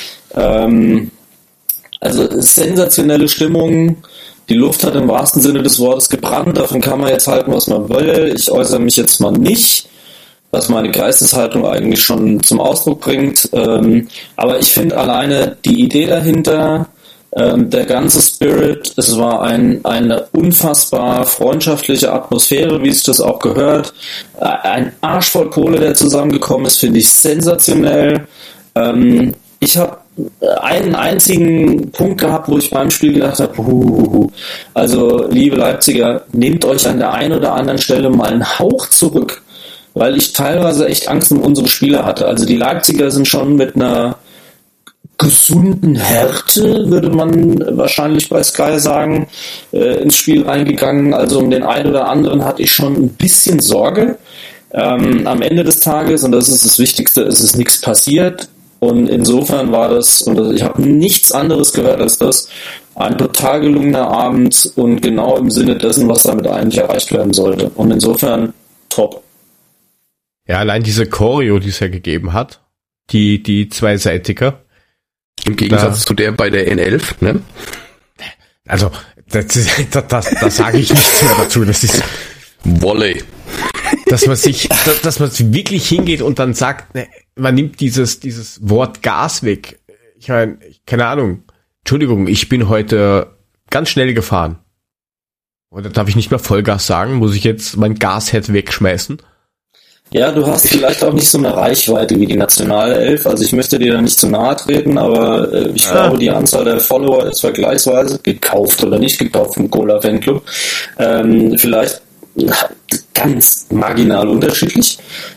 [SPEAKER 4] Also sensationelle Stimmung. Die Luft hat im wahrsten Sinne des Wortes gebrannt. Davon kann man jetzt halten, was man will. Ich äußere mich jetzt mal nicht, was meine Geisteshaltung eigentlich schon zum Ausdruck bringt. Aber ich finde alleine die Idee dahinter, der ganze Spirit, es war eine unfassbar freundschaftliche Atmosphäre, wie es das auch gehört. Ein Arsch voll Kohle, der zusammengekommen ist, finde ich sensationell. Ich habe einen einzigen Punkt gehabt, wo ich beim Spiel gedacht habe, also liebe Leipziger, nehmt euch an der einen oder anderen Stelle mal einen Hauch zurück, weil ich teilweise echt Angst um unsere Spieler hatte. Also die Leipziger sind schon mit einer gesunden Härte, würde man wahrscheinlich bei Sky sagen, ins Spiel reingegangen. Also um den einen oder anderen hatte ich schon ein bisschen Sorge. Am Ende des Tages, und das ist das Wichtigste, ist es nichts passiert. Und insofern war das, und ich habe nichts anderes gehört als das, ein total gelungener Abend und genau im Sinne dessen, was damit eigentlich erreicht werden sollte. Und insofern top.
[SPEAKER 2] Ja, allein diese Choreo, die es ja gegeben hat, die zweiseitige.
[SPEAKER 3] Im Gegensatz zu der bei der N11, ne?
[SPEAKER 2] Also, da sage ich nichts mehr dazu. Das ist,
[SPEAKER 3] Volley.
[SPEAKER 2] dass man wirklich hingeht und dann sagt, ne, man nimmt dieses Wort Gas weg. Ich meine, keine Ahnung. Entschuldigung, ich bin heute ganz schnell gefahren. Oder darf ich nicht mehr Vollgas sagen? Muss ich jetzt mein Gashead wegschmeißen?
[SPEAKER 4] Ja, du hast vielleicht auch nicht so eine Reichweite wie die Nationalelf. Also ich möchte dir da nicht zu nahe treten, aber ich glaube, die Anzahl der Follower ist vergleichsweise gekauft oder nicht gekauft vom Cola Fanclub. Vielleicht ganz marginal unterschiedlich.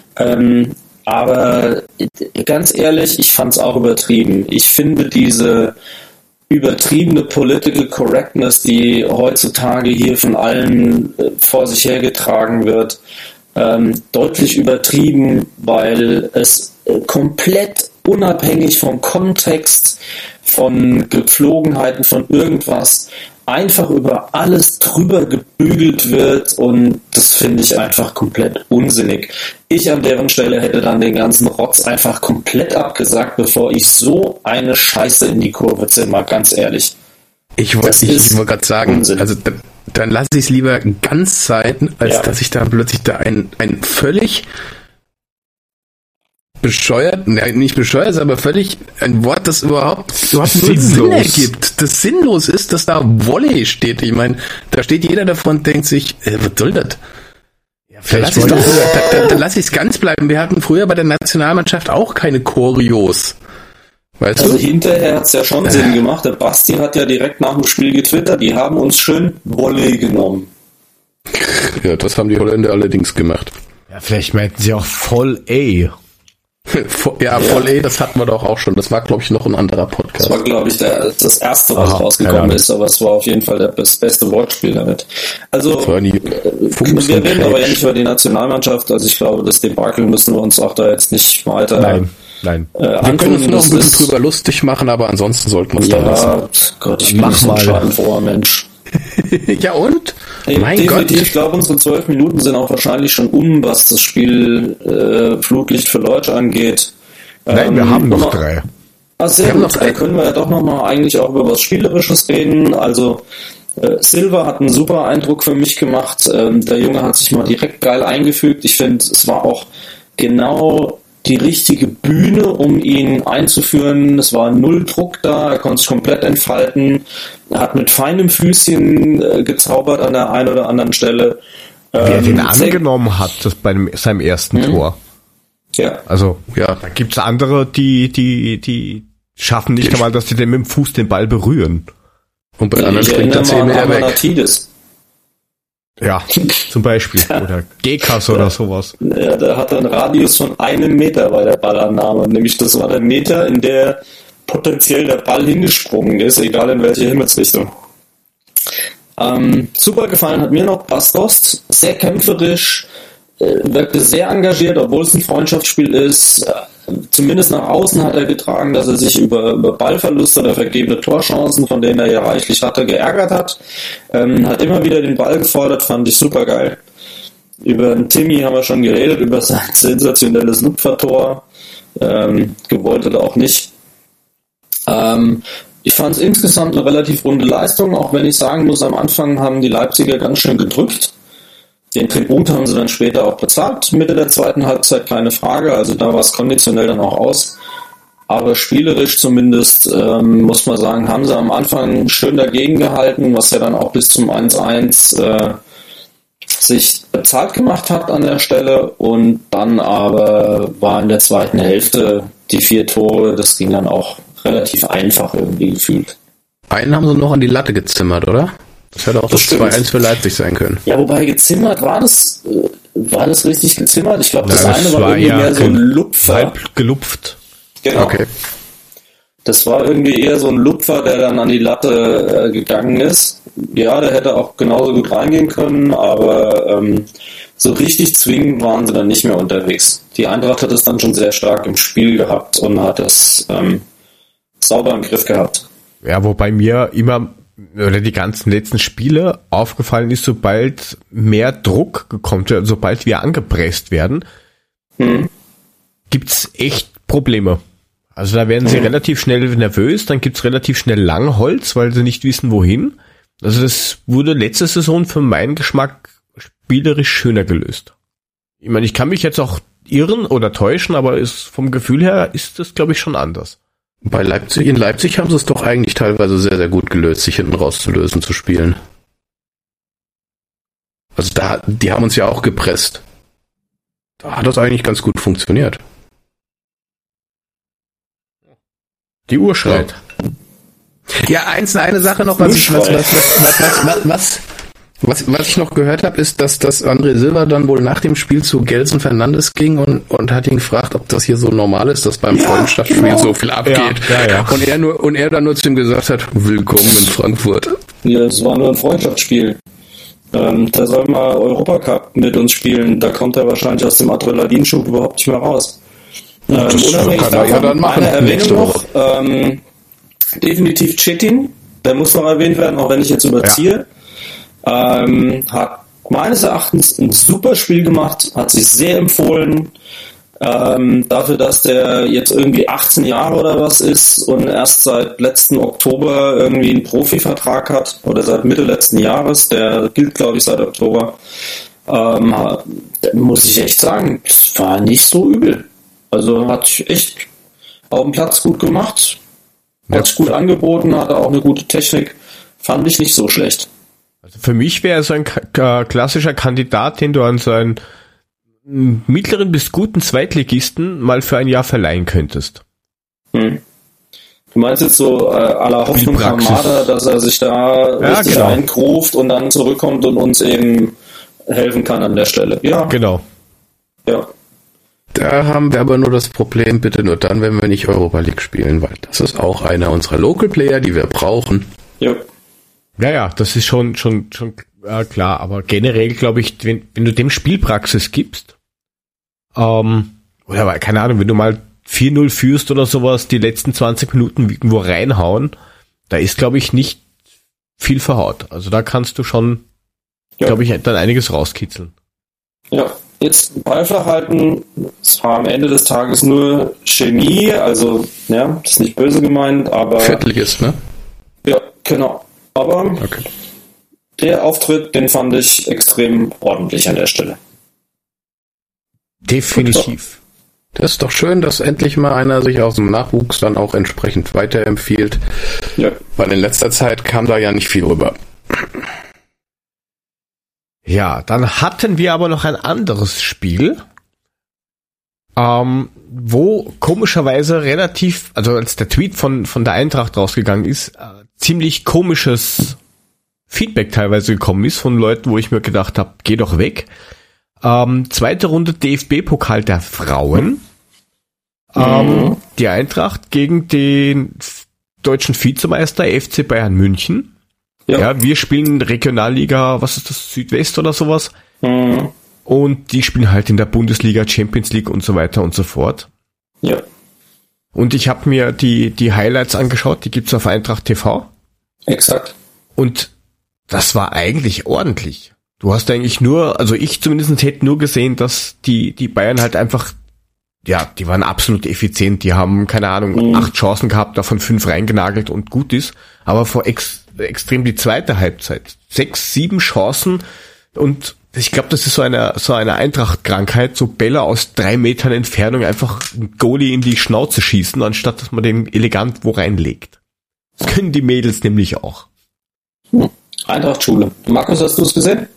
[SPEAKER 4] Aber ganz ehrlich, ich fand es auch übertrieben. Ich finde diese übertriebene Political Correctness, die heutzutage hier von allen vor sich hergetragen wird, deutlich übertrieben, weil es komplett unabhängig vom Kontext, von Gepflogenheiten, von irgendwas einfach über alles drüber gebügelt wird und das finde ich einfach komplett unsinnig. Ich an deren Stelle hätte dann den ganzen Rotz einfach komplett abgesagt, bevor ich so eine Scheiße in die Kurve ziehe, mal ganz ehrlich.
[SPEAKER 3] Ich wollte gerade sagen,
[SPEAKER 4] Unsinn.
[SPEAKER 3] also dann lasse ich es lieber ganz sein, als dass ich da plötzlich da ein völlig bescheuert, nicht bescheuert, aber völlig ein Wort, das überhaupt nur Sinn ergibt, das sinnlos ist, dass da Volley steht. Ich meine, da steht jeder davon und denkt sich, was soll das? Ja, dann lass ich es ganz bleiben. Wir hatten früher bei der Nationalmannschaft auch keine Choreos. Weißt
[SPEAKER 4] also
[SPEAKER 3] du?
[SPEAKER 4] hinterher hat es ja schon Sinn gemacht. Der Basti hat ja direkt nach dem Spiel getwittert, die haben uns schön Volley genommen.
[SPEAKER 3] Ja, das haben die Holländer allerdings gemacht.
[SPEAKER 2] Ja, vielleicht meinten sie auch voll A.
[SPEAKER 3] Ja, Volley, das hatten wir doch auch schon. Das war, glaube ich, noch ein anderer Podcast.
[SPEAKER 4] Das war, glaube ich, das erste, was rausgekommen ist, aber es war auf jeden Fall das beste Wortspiel damit. Also, wir reden aber ja nicht über die Nationalmannschaft, also ich glaube, das Debakel müssen wir uns auch da jetzt nicht weiter...
[SPEAKER 3] Nein. Wir können uns noch ein bisschen drüber lustig machen, aber ansonsten sollten wir es da lassen.
[SPEAKER 4] Gott, ich bin so ein schadenfroher Mensch.
[SPEAKER 3] Ja und?
[SPEAKER 4] Mein Gott. Ich glaube, unsere 12 Minuten sind auch wahrscheinlich schon was das Spiel Flutlicht für Leute angeht.
[SPEAKER 2] Nein, wir haben noch 3.
[SPEAKER 4] Ach, sehr gut. Da können wir ja doch nochmal eigentlich auch über was Spielerisches reden. Also Silva hat einen super Eindruck für mich gemacht. Der Junge hat sich mal direkt geil eingefügt. Ich finde, es war auch genau die richtige Bühne, um ihn einzuführen. Es war null Druck da, er konnte sich komplett entfalten. Er hat mit feinem Füßchen gezaubert an der einen oder anderen Stelle.
[SPEAKER 2] Wie er den angenommen hat, das bei seinem ersten Tor.
[SPEAKER 4] Ja.
[SPEAKER 2] Also, da gibt's andere, die schaffen nicht einmal, dass sie mit dem Fuß den Ball berühren.
[SPEAKER 3] Und bei anderen springt der 10 Meter weg.
[SPEAKER 2] Ja, zum Beispiel. Oder Gekas oder sowas.
[SPEAKER 4] Ja, da hat er einen Radius von 1 Meter bei der Ballannahme. Nämlich das war der Meter, in der potenziell der Ball hingesprungen ist, egal in welche Himmelsrichtung. Super gefallen hat mir noch Bastos. Sehr kämpferisch, wirkte sehr engagiert, obwohl es ein Freundschaftsspiel ist. Zumindest nach außen hat er getragen, dass er sich über Ballverluste oder vergebene Torchancen, von denen er ja reichlich hatte, geärgert hat. Hat immer wieder den Ball gefordert, fand ich super geil. Über den Timmy haben wir schon geredet, über sein sensationelles Lupfertor. Gewollt oder auch nicht. Ich fand es insgesamt eine relativ runde Leistung, auch wenn ich sagen muss, am Anfang haben die Leipziger ganz schön gedrückt. Den Tribut haben sie dann später auch bezahlt, Mitte der zweiten Halbzeit, keine Frage. Also da war es konditionell dann auch aus. Aber spielerisch zumindest, muss man sagen, haben sie am Anfang schön dagegen gehalten, was ja dann auch bis zum 1-1 sich bezahlt gemacht hat an der Stelle. Und dann aber war in der zweiten Hälfte die 4 Tore, das ging dann auch relativ einfach irgendwie gefühlt.
[SPEAKER 3] Einen haben sie noch an die Latte gezimmert, oder? Das hätte auch das 2-1 für Leipzig sein können.
[SPEAKER 4] Ja, wobei gezimmert war das richtig gezimmert? Ich glaube, das eine war irgendwie mehr so ein Lupfer.
[SPEAKER 2] Halb gelupft.
[SPEAKER 4] Genau.
[SPEAKER 3] Okay.
[SPEAKER 4] Das war irgendwie eher so ein Lupfer, der dann an die Latte gegangen ist. Ja, der hätte auch genauso gut reingehen können, aber so richtig zwingend waren sie dann nicht mehr unterwegs. Die Eintracht hat es dann schon sehr stark im Spiel gehabt und hat das sauber im Griff gehabt.
[SPEAKER 2] Ja, wobei mir immer oder die ganzen letzten Spiele aufgefallen ist, sobald mehr Druck gekommen wird, sobald wir angepresst werden, gibt's echt Probleme. Also da werden sie relativ schnell nervös, dann gibt's relativ schnell Langholz, weil sie nicht wissen, wohin. Also das wurde letzte Saison für meinen Geschmack spielerisch schöner gelöst. Ich meine, ich kann mich jetzt auch irren oder täuschen, aber vom Gefühl her ist das, glaube ich, schon anders.
[SPEAKER 3] In Leipzig haben sie es doch eigentlich teilweise sehr, sehr gut gelöst, sich hinten rauszulösen, zu spielen. Also die haben uns ja auch gepresst. Da hat das eigentlich ganz gut funktioniert.
[SPEAKER 2] Die Uhr schreit.
[SPEAKER 3] Ja, eine Sache noch, was ich noch gehört habe, ist, dass André Silva dann wohl nach dem Spiel zu Gelson Fernandes ging und hat ihn gefragt, ob das hier so normal ist, dass beim Freundschaftsspiel so viel abgeht.
[SPEAKER 2] Ja.
[SPEAKER 3] Und er dann nur zu ihm gesagt hat, willkommen in Frankfurt.
[SPEAKER 4] Ja, es war nur ein Freundschaftsspiel. Da soll mal Europacup mit uns spielen. Da kommt er wahrscheinlich aus dem Adrenalinschub überhaupt nicht mehr raus.
[SPEAKER 3] Das kann er ja dann machen.
[SPEAKER 4] Eine Erwähnung noch. Definitiv Cetin. Der muss noch erwähnt werden, auch wenn ich jetzt überziehe. Hat meines Erachtens ein super Spiel gemacht, hat sich sehr empfohlen. Dafür, dass der jetzt irgendwie 18 Jahre oder was ist und erst seit letzten Oktober irgendwie einen Profivertrag hat, oder seit Mitte letzten Jahres, der gilt, glaube ich, seit Oktober, muss ich echt sagen, es war nicht so übel. Also hat echt auf dem Platz gut gemacht, hat es gut angeboten, hatte auch eine gute Technik, fand ich nicht so schlecht.
[SPEAKER 2] Also für mich wäre er so ein klassischer Kandidat, den du an so einen mittleren bis guten Zweitligisten mal für ein Jahr verleihen könntest.
[SPEAKER 4] Du meinst jetzt so à la Hoffnung Kamada, dass er sich da richtig eingruft und dann zurückkommt und uns eben helfen kann an der Stelle. Ja.
[SPEAKER 2] Genau.
[SPEAKER 4] Ja.
[SPEAKER 3] Da haben wir aber nur das Problem, bitte nur dann, wenn wir nicht Europa League spielen, weil das ist auch einer unserer Local Player, die wir brauchen.
[SPEAKER 4] Ja.
[SPEAKER 2] Ja, das ist schon klar, aber generell glaube ich, wenn du dem Spielpraxis gibst, oder keine Ahnung, wenn du mal 4-0 führst oder sowas, die letzten 20 Minuten irgendwo reinhauen, da ist, glaube ich, nicht viel verhaut. Also da kannst du schon, glaube ich, dann einiges rauskitzeln.
[SPEAKER 4] Ja, jetzt Ballflach halten, es war am Ende des Tages nur Chemie, also, ja, das ist nicht böse gemeint, aber...
[SPEAKER 3] Viertliges, ne?
[SPEAKER 4] Ja, genau. Aber
[SPEAKER 3] okay.
[SPEAKER 4] Der Auftritt, den fand ich extrem ordentlich an der Stelle.
[SPEAKER 2] Definitiv.
[SPEAKER 3] Das ist doch schön, dass endlich mal einer sich aus dem Nachwuchs dann auch entsprechend weiterempfiehlt.
[SPEAKER 4] Ja.
[SPEAKER 3] Weil in letzter Zeit kam da ja nicht viel rüber.
[SPEAKER 2] Ja, dann hatten wir aber noch ein anderes Spiel, wo komischerweise relativ, also als der Tweet von der Eintracht rausgegangen ist, ziemlich komisches Feedback teilweise gekommen ist von Leuten, wo ich mir gedacht habe, geh doch weg. Zweite Runde DFB-Pokal der Frauen. Die Eintracht gegen den deutschen Vizemeister FC Bayern München. Ja, wir spielen Regionalliga, was ist das, Südwest oder sowas. Und die spielen halt in der Bundesliga, Champions League und so weiter und so fort.
[SPEAKER 4] Ja.
[SPEAKER 2] Und ich habe mir die Highlights angeschaut, die gibt's auf Eintracht TV.
[SPEAKER 4] Exakt.
[SPEAKER 2] Und das war eigentlich ordentlich. Du hast eigentlich nur, also ich zumindest hätte nur gesehen, dass die Bayern halt einfach, ja, die waren absolut effizient. Die haben, keine Ahnung, 8 Chancen gehabt, davon 5 reingenagelt und gut ist. Aber vor extrem die zweite Halbzeit. 6, 7 Chancen und ich glaube, das ist so eine Eintracht-Krankheit, so Bälle aus 3 Metern Entfernung einfach ein Goalie in die Schnauze schießen, anstatt dass man den elegant wo reinlegt. Das können die Mädels nämlich auch.
[SPEAKER 4] Eintracht-Schule. Markus, hast du es gesehen?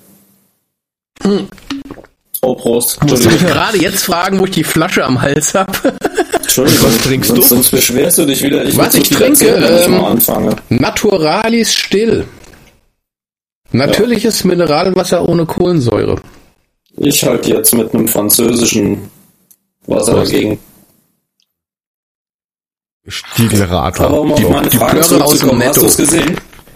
[SPEAKER 4] Oh, Prost.
[SPEAKER 3] Musst du mich gerade jetzt fragen, wo ich die Flasche am Hals habe?
[SPEAKER 4] Entschuldigung, was trinkst du? Sonst beschwerst du dich wieder.
[SPEAKER 3] Was ich trinke? Naturalis Still. Natürliches Mineralwasser ohne Kohlensäure.
[SPEAKER 4] Ich halte jetzt mit einem französischen Wasser dagegen.
[SPEAKER 2] Stiegelradler.
[SPEAKER 4] Aber um auf meine Frage zurückzukommen, hast du es gesehen?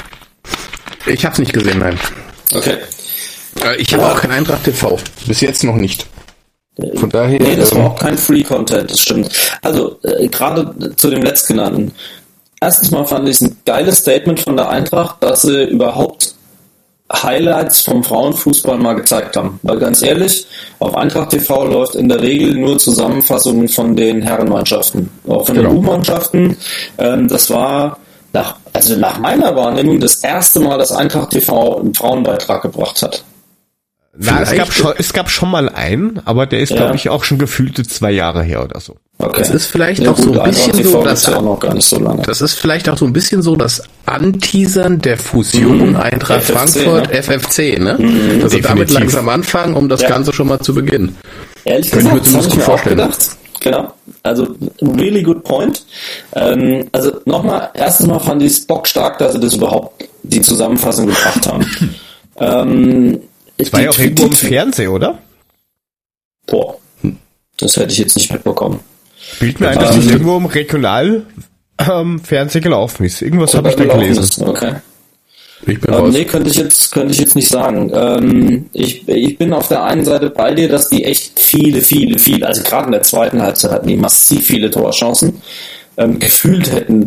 [SPEAKER 3] Ich habe es nicht gesehen, nein.
[SPEAKER 4] Okay.
[SPEAKER 3] Ich habe auch kein Eintracht TV. Bis jetzt noch nicht. Von daher.
[SPEAKER 4] Nee, das war auch kein Free-Content, das stimmt. Also, gerade zu dem Letztgenannten. Erstens mal fand ich es ein geiles Statement von der Eintracht, dass sie überhaupt Highlights vom Frauenfußball mal gezeigt haben. Weil ganz ehrlich, auf Eintracht TV läuft in der Regel nur Zusammenfassungen von den Herrenmannschaften. Auch von den U-Mannschaften. Das war nach meiner Wahrnehmung das erste Mal, dass Eintracht TV einen Frauenbeitrag gebracht hat.
[SPEAKER 2] Na, es gab schon mal einen, aber der ist, glaube ich, auch schon gefühlte 2 Jahre her oder so.
[SPEAKER 3] Okay. Das ist vielleicht auch so ein bisschen so,
[SPEAKER 4] das ja auch noch gar nicht so lange.
[SPEAKER 3] Das ist vielleicht auch so ein bisschen so das Anteasern der Fusion Eintracht Frankfurt, FFC, ne? Also damit langsam anfangen, um das Ganze schon mal zu beginnen.
[SPEAKER 4] Ehrlich gesagt, das habe ich mir auch gedacht. Genau. Also, really good point. Also, nochmal, erstens mal fand ich es bockstark, dass sie das überhaupt, die Zusammenfassung gebracht haben.
[SPEAKER 2] Es war ja auch irgendwo im Fernsehen, oder?
[SPEAKER 4] Boah, das hätte ich jetzt nicht mitbekommen.
[SPEAKER 2] Bild mir ein, dass es irgendwo im Regionalfernsehen gelaufen ist. Irgendwas habe ich da gelesen.
[SPEAKER 4] Okay.
[SPEAKER 3] Ich bin raus.
[SPEAKER 4] Nee, könnte ich jetzt nicht sagen. Ich bin auf der einen Seite bei dir, dass die echt viele, also gerade in der zweiten Halbzeit hatten die massiv viele Torchancen. Gefühlt hätte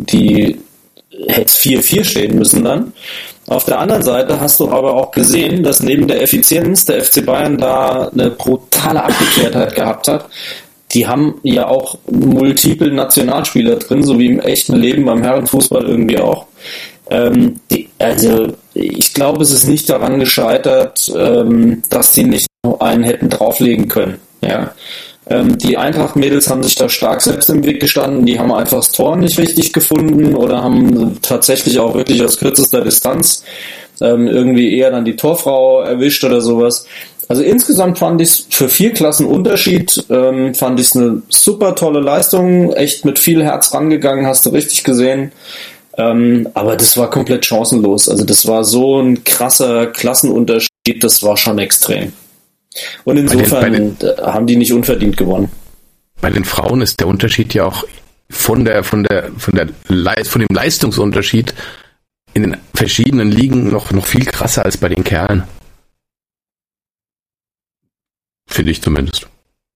[SPEAKER 4] es 4-4 stehen müssen dann. Auf der anderen Seite hast du aber auch gesehen, dass neben der Effizienz der FC Bayern da eine brutale Abgeklärtheit gehabt hat. Die haben ja auch multiple Nationalspieler drin, so wie im echten Leben beim Herrenfußball irgendwie auch. Also ich glaube, es ist nicht daran gescheitert, dass sie nicht noch einen hätten drauflegen können. Ja. Die Eintracht-Mädels haben sich da stark selbst im Weg gestanden, die haben einfach das Tor nicht richtig gefunden oder haben tatsächlich auch wirklich aus kürzester Distanz irgendwie eher dann die Torfrau erwischt oder sowas. Also insgesamt fand ich es für 4 Klassen Unterschied, fand ich es eine super tolle Leistung, echt mit viel Herz rangegangen, hast du richtig gesehen. Aber das war komplett chancenlos. Also das war so ein krasser Klassenunterschied, das war schon extrem. Und insofern haben die nicht unverdient gewonnen.
[SPEAKER 3] Bei den Frauen ist der Unterschied ja auch von dem Leistungsunterschied in den verschiedenen Ligen noch viel krasser als bei den Kerlen. Finde ich zumindest.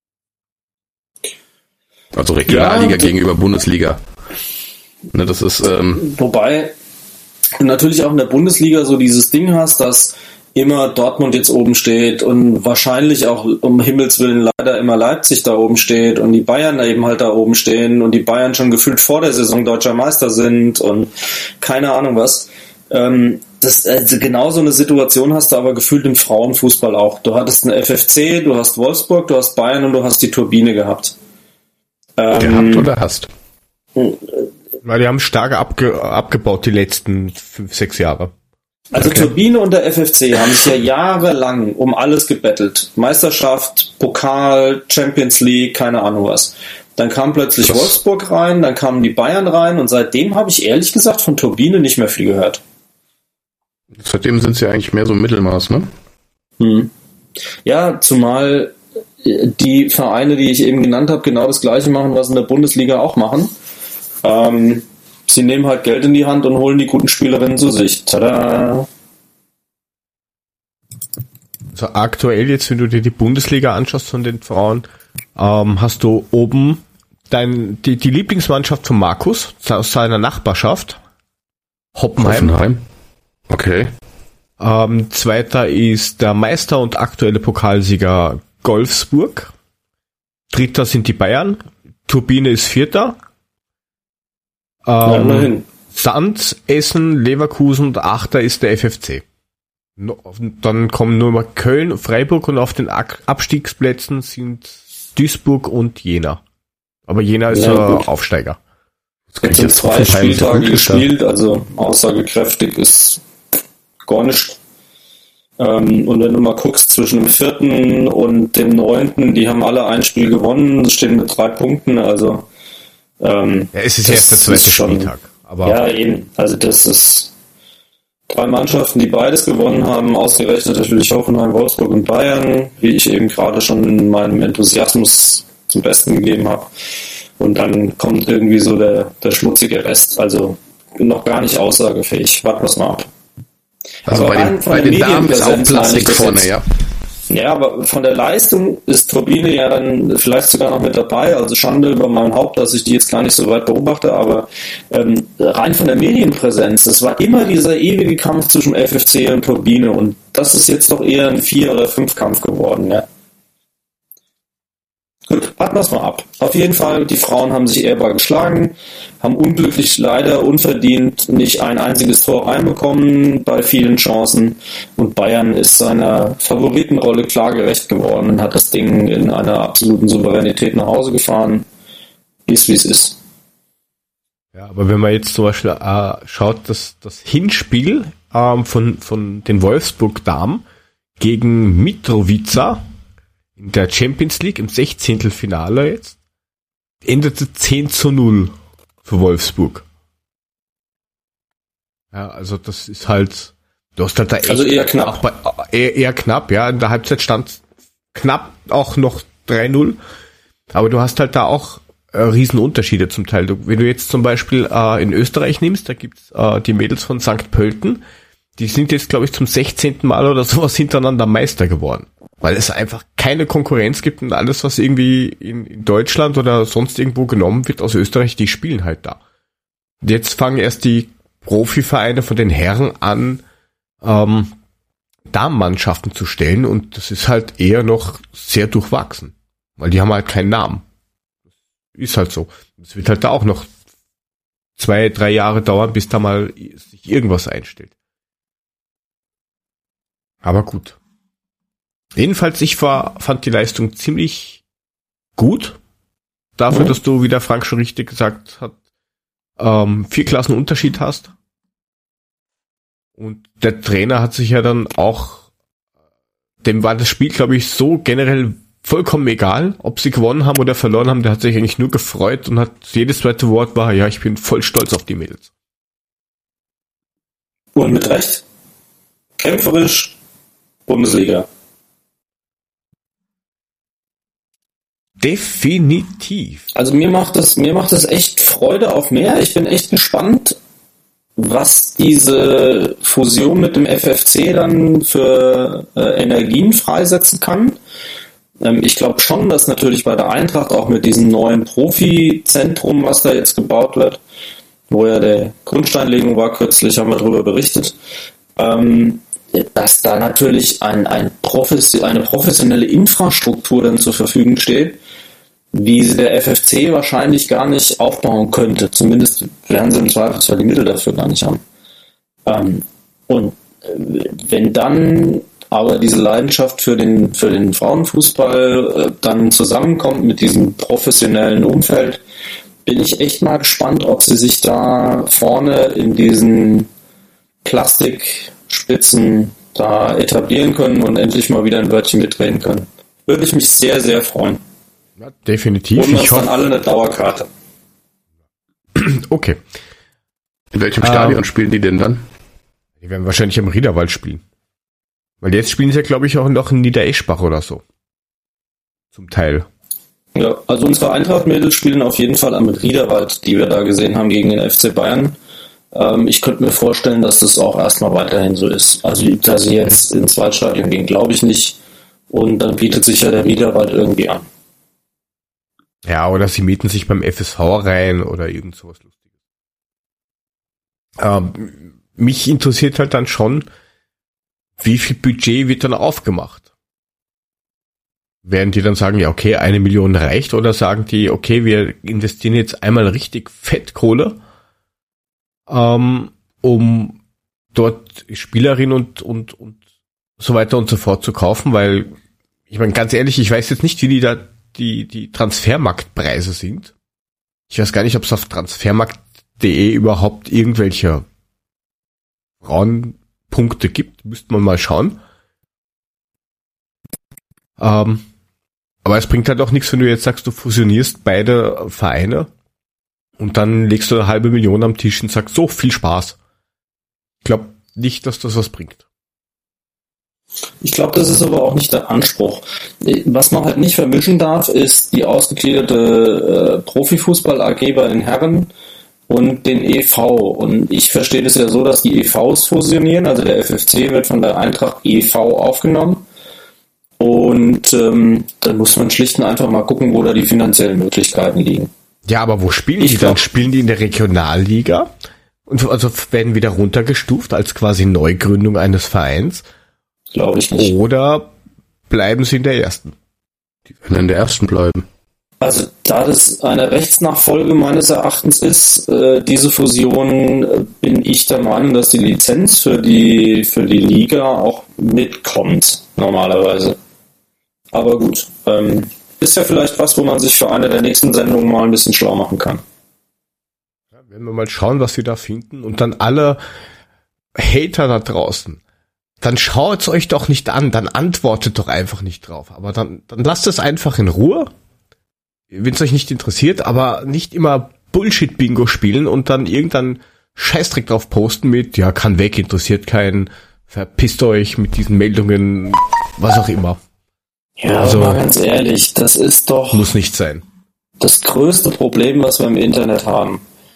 [SPEAKER 3] Also Regionalliga gegenüber Bundesliga. Ne, das ist,
[SPEAKER 4] wobei du natürlich auch in der Bundesliga so dieses Ding hast, dass immer Dortmund jetzt oben steht und wahrscheinlich auch um Himmels Willen leider immer Leipzig da oben steht und die Bayern da eben halt da oben stehen und die Bayern schon gefühlt vor der Saison deutscher Meister sind und keine Ahnung was. Also genau so eine Situation hast du aber gefühlt im Frauenfußball auch. Du hattest eine FFC, du hast Wolfsburg, du hast Bayern und du hast die Turbine gehabt.
[SPEAKER 3] Gehabt oder hast?
[SPEAKER 2] Weil die haben stark abgebaut die letzten 5-6 Jahre.
[SPEAKER 4] Also okay. Turbine und der FFC haben sich ja jahrelang um alles gebettelt. Meisterschaft, Pokal, Champions League, keine Ahnung was. Dann kam plötzlich Wolfsburg rein, dann kamen die Bayern rein und seitdem habe ich ehrlich gesagt von Turbine nicht mehr viel gehört.
[SPEAKER 3] Seitdem sind sie ja eigentlich mehr so im Mittelmaß, ne?
[SPEAKER 4] Ja, zumal die Vereine, die ich eben genannt habe, genau das Gleiche machen, was in der Bundesliga auch machen. Sie nehmen halt Geld in die Hand und holen die guten Spielerinnen zu sich. Tada!
[SPEAKER 2] Also aktuell jetzt, wenn du dir die Bundesliga anschaust von den Frauen, hast du oben die Lieblingsmannschaft von Markus aus seiner Nachbarschaft, Hoppenheim.
[SPEAKER 3] Okay.
[SPEAKER 2] Zweiter ist der Meister und aktuelle Pokalsieger Wolfsburg. Dritter sind die Bayern. Turbine ist Vierter. Sand, Essen, Leverkusen und Achter ist der FFC. Dann kommen nur mal Köln, Freiburg und auf den Abstiegsplätzen sind Duisburg und Jena. Aber Jena ist Aufsteiger.
[SPEAKER 4] Es sind 2 Spieltage gespielt, also aussagekräftig ist gar nicht. Und wenn du mal guckst, zwischen dem 4. und dem 9., die haben alle ein Spiel gewonnen, stehen mit 3 Punkten, also
[SPEAKER 2] es ist erst der zweite Spieltag. Aber
[SPEAKER 4] ja, eben. Also das ist 3 Mannschaften, die beides gewonnen haben, ausgerechnet natürlich Hoffenheim, Wolfsburg und Bayern, wie ich eben gerade schon in meinem Enthusiasmus zum Besten gegeben habe. Und dann kommt irgendwie so der schmutzige Rest. Also noch gar nicht aussagefähig. Warten wir es mal ab.
[SPEAKER 3] Also bei den Damen ist auch Plastik vorne, ja.
[SPEAKER 4] Ja, aber von der Leistung ist Turbine ja dann vielleicht sogar noch mit dabei. Also Schande über mein Haupt, dass ich die jetzt gar nicht so weit beobachte, aber rein von der Medienpräsenz, das war immer dieser ewige Kampf zwischen FFC und Turbine und das ist jetzt doch eher ein 4- oder 5-Kampf geworden, ja. Gut, warten wir es mal ab. Auf jeden Fall, die Frauen haben sich ehrbar geschlagen, haben unglücklich leider unverdient nicht ein einziges Tor reinbekommen bei vielen Chancen und Bayern ist seiner Favoritenrolle klar gerecht geworden und hat das Ding in einer absoluten Souveränität nach Hause gefahren. Ist wie es ist.
[SPEAKER 2] Ja, aber wenn man jetzt zum Beispiel schaut, das Hinspiel von den Wolfsburg-Damen gegen Mitrovica in der Champions League im 16. Finale jetzt endete 10:0 für Wolfsburg. Ja, also das ist halt, du hast halt da echt,
[SPEAKER 4] also eher knapp.
[SPEAKER 2] Eher knapp, ja, in der Halbzeit stand knapp auch noch 3:0, aber du hast halt da auch Riesenunterschiede zum Teil. Wenn du jetzt zum Beispiel in Österreich nimmst, da gibt's die Mädels von St. Pölten, die sind jetzt, glaube ich, zum 16. Mal oder sowas hintereinander Meister geworden. Weil es einfach keine Konkurrenz gibt und alles, was irgendwie in Deutschland oder sonst irgendwo genommen wird aus Österreich, die spielen halt da. Und jetzt fangen erst die Profivereine von den Herren an, Damenmannschaften zu stellen und das ist halt eher noch sehr durchwachsen. Weil die haben halt keinen Namen. Ist halt so. Es wird halt da auch noch 2-3 Jahre dauern, bis da mal sich irgendwas einstellt. Aber gut. Jedenfalls, ich fand die Leistung ziemlich gut. Dafür, dass du, wie der Frank schon richtig gesagt hat, 4 Klassen Unterschied hast. Und der Trainer hat sich ja dann auch, dem war das Spiel, glaube ich, so generell vollkommen egal, ob sie gewonnen haben oder verloren haben. Der hat sich eigentlich nur gefreut und hat jedes zweite Wort war, ja, ich bin voll stolz auf die Mädels.
[SPEAKER 4] Und mit Recht. Kämpferisch, Bundesliga.
[SPEAKER 2] Definitiv.
[SPEAKER 4] Also mir macht es echt Freude auf mehr. Ich bin echt gespannt, was diese Fusion mit dem FFC dann für Energien freisetzen kann. Ich glaube schon, dass natürlich bei der Eintracht auch mit diesem neuen Profizentrum, was da jetzt gebaut wird, wo ja der Grundsteinlegung war, kürzlich haben wir darüber berichtet, dass da natürlich eine professionelle Infrastruktur dann zur Verfügung steht, wie sie der FFC wahrscheinlich gar nicht aufbauen könnte. Zumindest werden sie im Zweifelsfall die Mittel dafür gar nicht haben. Und wenn dann aber diese Leidenschaft für den Frauenfußball dann zusammenkommt mit diesem professionellen Umfeld, bin ich echt mal gespannt, ob sie sich da vorne in diesen Plastikspitzen da etablieren können und endlich mal wieder ein Wörtchen mitreden können. Würde ich mich sehr, sehr freuen.
[SPEAKER 2] Ja, definitiv.
[SPEAKER 4] Und ich hoffe, dann alle eine Dauerkarte.
[SPEAKER 2] Okay.
[SPEAKER 3] In welchem Stadion spielen die denn dann?
[SPEAKER 2] Die werden wahrscheinlich im Riederwald spielen. Weil jetzt spielen sie ja, glaube ich, auch noch in Niedereschbach oder so. Zum Teil.
[SPEAKER 4] Ja, also unsere Eintracht-Mädels spielen auf jeden Fall am Riederwald, die wir da gesehen haben gegen den FC Bayern. Ich könnte mir vorstellen, dass das auch erstmal weiterhin so ist. Also, dass sie jetzt ins Zweitstadion gehen, glaube ich nicht. Und dann bietet sich ja der Riederwald irgendwie an.
[SPEAKER 2] Ja, oder sie mieten sich beim FSV rein oder irgend sowas Lustiges. Mich interessiert halt dann schon, wie viel Budget wird dann aufgemacht? Werden die dann sagen, ja okay, 1 Million reicht, oder sagen die, okay, wir investieren jetzt einmal richtig Fettkohle, um dort Spielerinnen und so weiter und so fort zu kaufen, weil, ich meine, ganz ehrlich, ich weiß jetzt nicht, wie die Transfermarktpreise sind. Ich weiß gar nicht, ob es auf transfermarkt.de überhaupt irgendwelche Frauenpunkte gibt, müsste man mal schauen. Aber es bringt halt auch nichts, wenn du jetzt sagst, du fusionierst beide Vereine und dann legst du 500.000 am Tisch und sagst, so, viel Spaß. Ich glaube nicht, dass das was bringt.
[SPEAKER 4] Ich glaube, das ist aber auch nicht der Anspruch. Was man halt nicht vermischen darf, ist die ausgegliederte Profifußball AG bei den Herren und den e.V. Und ich verstehe das ja so, dass die e.V.s fusionieren, also der FFC wird von der Eintracht e.V. aufgenommen. Und dann muss man schlicht und einfach mal gucken, wo da die finanziellen Möglichkeiten liegen.
[SPEAKER 2] Ja, aber wo spielen die dann? Spielen die in der Regionalliga? Und also werden wieder runtergestuft als quasi Neugründung eines Vereins?
[SPEAKER 4] Glaube ich nicht.
[SPEAKER 2] Oder bleiben sie in der ersten?
[SPEAKER 3] Die werden in der ersten bleiben.
[SPEAKER 4] Also da das eine Rechtsnachfolge meines Erachtens ist, diese Fusion, bin ich der Meinung, dass die Lizenz für die Liga auch mitkommt, normalerweise. Aber gut, ist ja vielleicht was, wo man sich für eine der nächsten Sendungen mal ein bisschen schlau machen kann.
[SPEAKER 2] Ja, werden wir mal schauen, was wir da finden. Und dann alle Hater da draußen, dann schaut's euch doch nicht an, dann antwortet doch einfach nicht drauf. Aber dann lasst es einfach in Ruhe, wenn es euch nicht interessiert, aber nicht immer Bullshit-Bingo spielen und dann irgendeinen Scheißdreck drauf posten mit, ja, kann weg, interessiert keinen, verpisst euch mit diesen Meldungen, was auch immer.
[SPEAKER 4] Ja, also, aber mal ganz ehrlich, das ist doch...
[SPEAKER 2] Muss nicht sein.
[SPEAKER 4] Das größte Problem, was wir im Internet haben.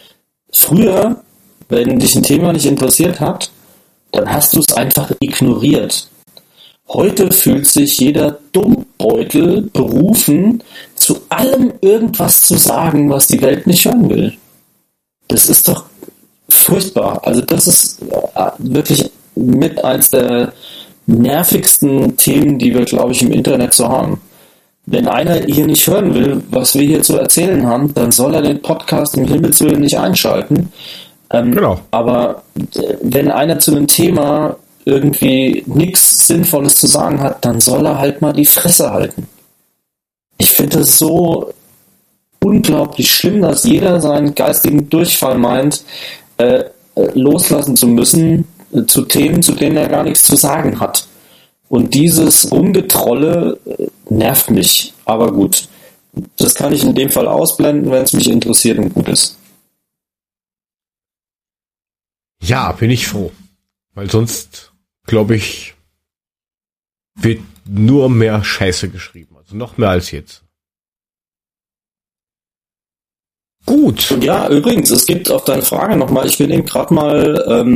[SPEAKER 4] Früher, wenn dich ein Thema nicht interessiert hat, dann hast du es einfach ignoriert. Heute fühlt sich jeder Dummbeutel berufen, zu allem irgendwas zu sagen, was die Welt nicht hören will. Das ist doch furchtbar. Also das ist wirklich mit eins der nervigsten Themen, die wir, glaube ich, im Internet so haben. Wenn einer hier nicht hören will, was wir hier zu erzählen haben, dann soll er den Podcast im Himmels Willen nicht einschalten.
[SPEAKER 2] Genau.
[SPEAKER 4] Aber wenn einer zu einem Thema irgendwie nichts Sinnvolles zu sagen hat, dann soll er halt mal die Fresse halten. Ich finde es so unglaublich schlimm, dass jeder seinen geistigen Durchfall meint, loslassen zu müssen zu Themen, zu denen er gar nichts zu sagen hat. Und dieses Rumgetrolle nervt mich. Aber gut, das kann ich in dem Fall ausblenden, wenn es mich interessiert und gut ist.
[SPEAKER 2] Ja, bin ich froh. Weil sonst, glaube ich, wird nur mehr Scheiße geschrieben. Also noch mehr als jetzt. Gut.
[SPEAKER 4] Und ja, übrigens, es gibt auf deine Frage nochmal, ich bin eben gerade mal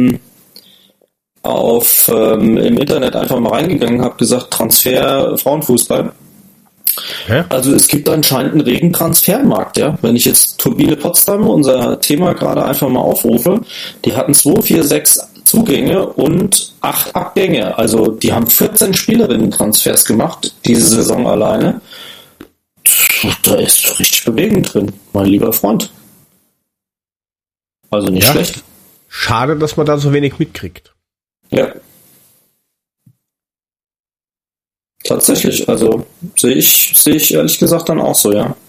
[SPEAKER 4] im Internet einfach mal reingegangen, habe gesagt, Transfer Frauenfußball.
[SPEAKER 2] Hä?
[SPEAKER 4] Also es gibt anscheinend einen regen Transfermarkt, ja. Wenn ich jetzt Turbine Potsdam, unser Thema, gerade einfach mal aufrufe, die hatten 2, 4, 6 Zugänge und 8 Abgänge. Also die haben 14 Spielerinnen-Transfers gemacht, diese Saison alleine. Da ist richtig Bewegung drin, mein lieber Freund. Also nicht schlecht.
[SPEAKER 2] Schade, dass man da so wenig mitkriegt.
[SPEAKER 4] Ja. Tatsächlich, also sehe ich ehrlich gesagt dann auch so, ja.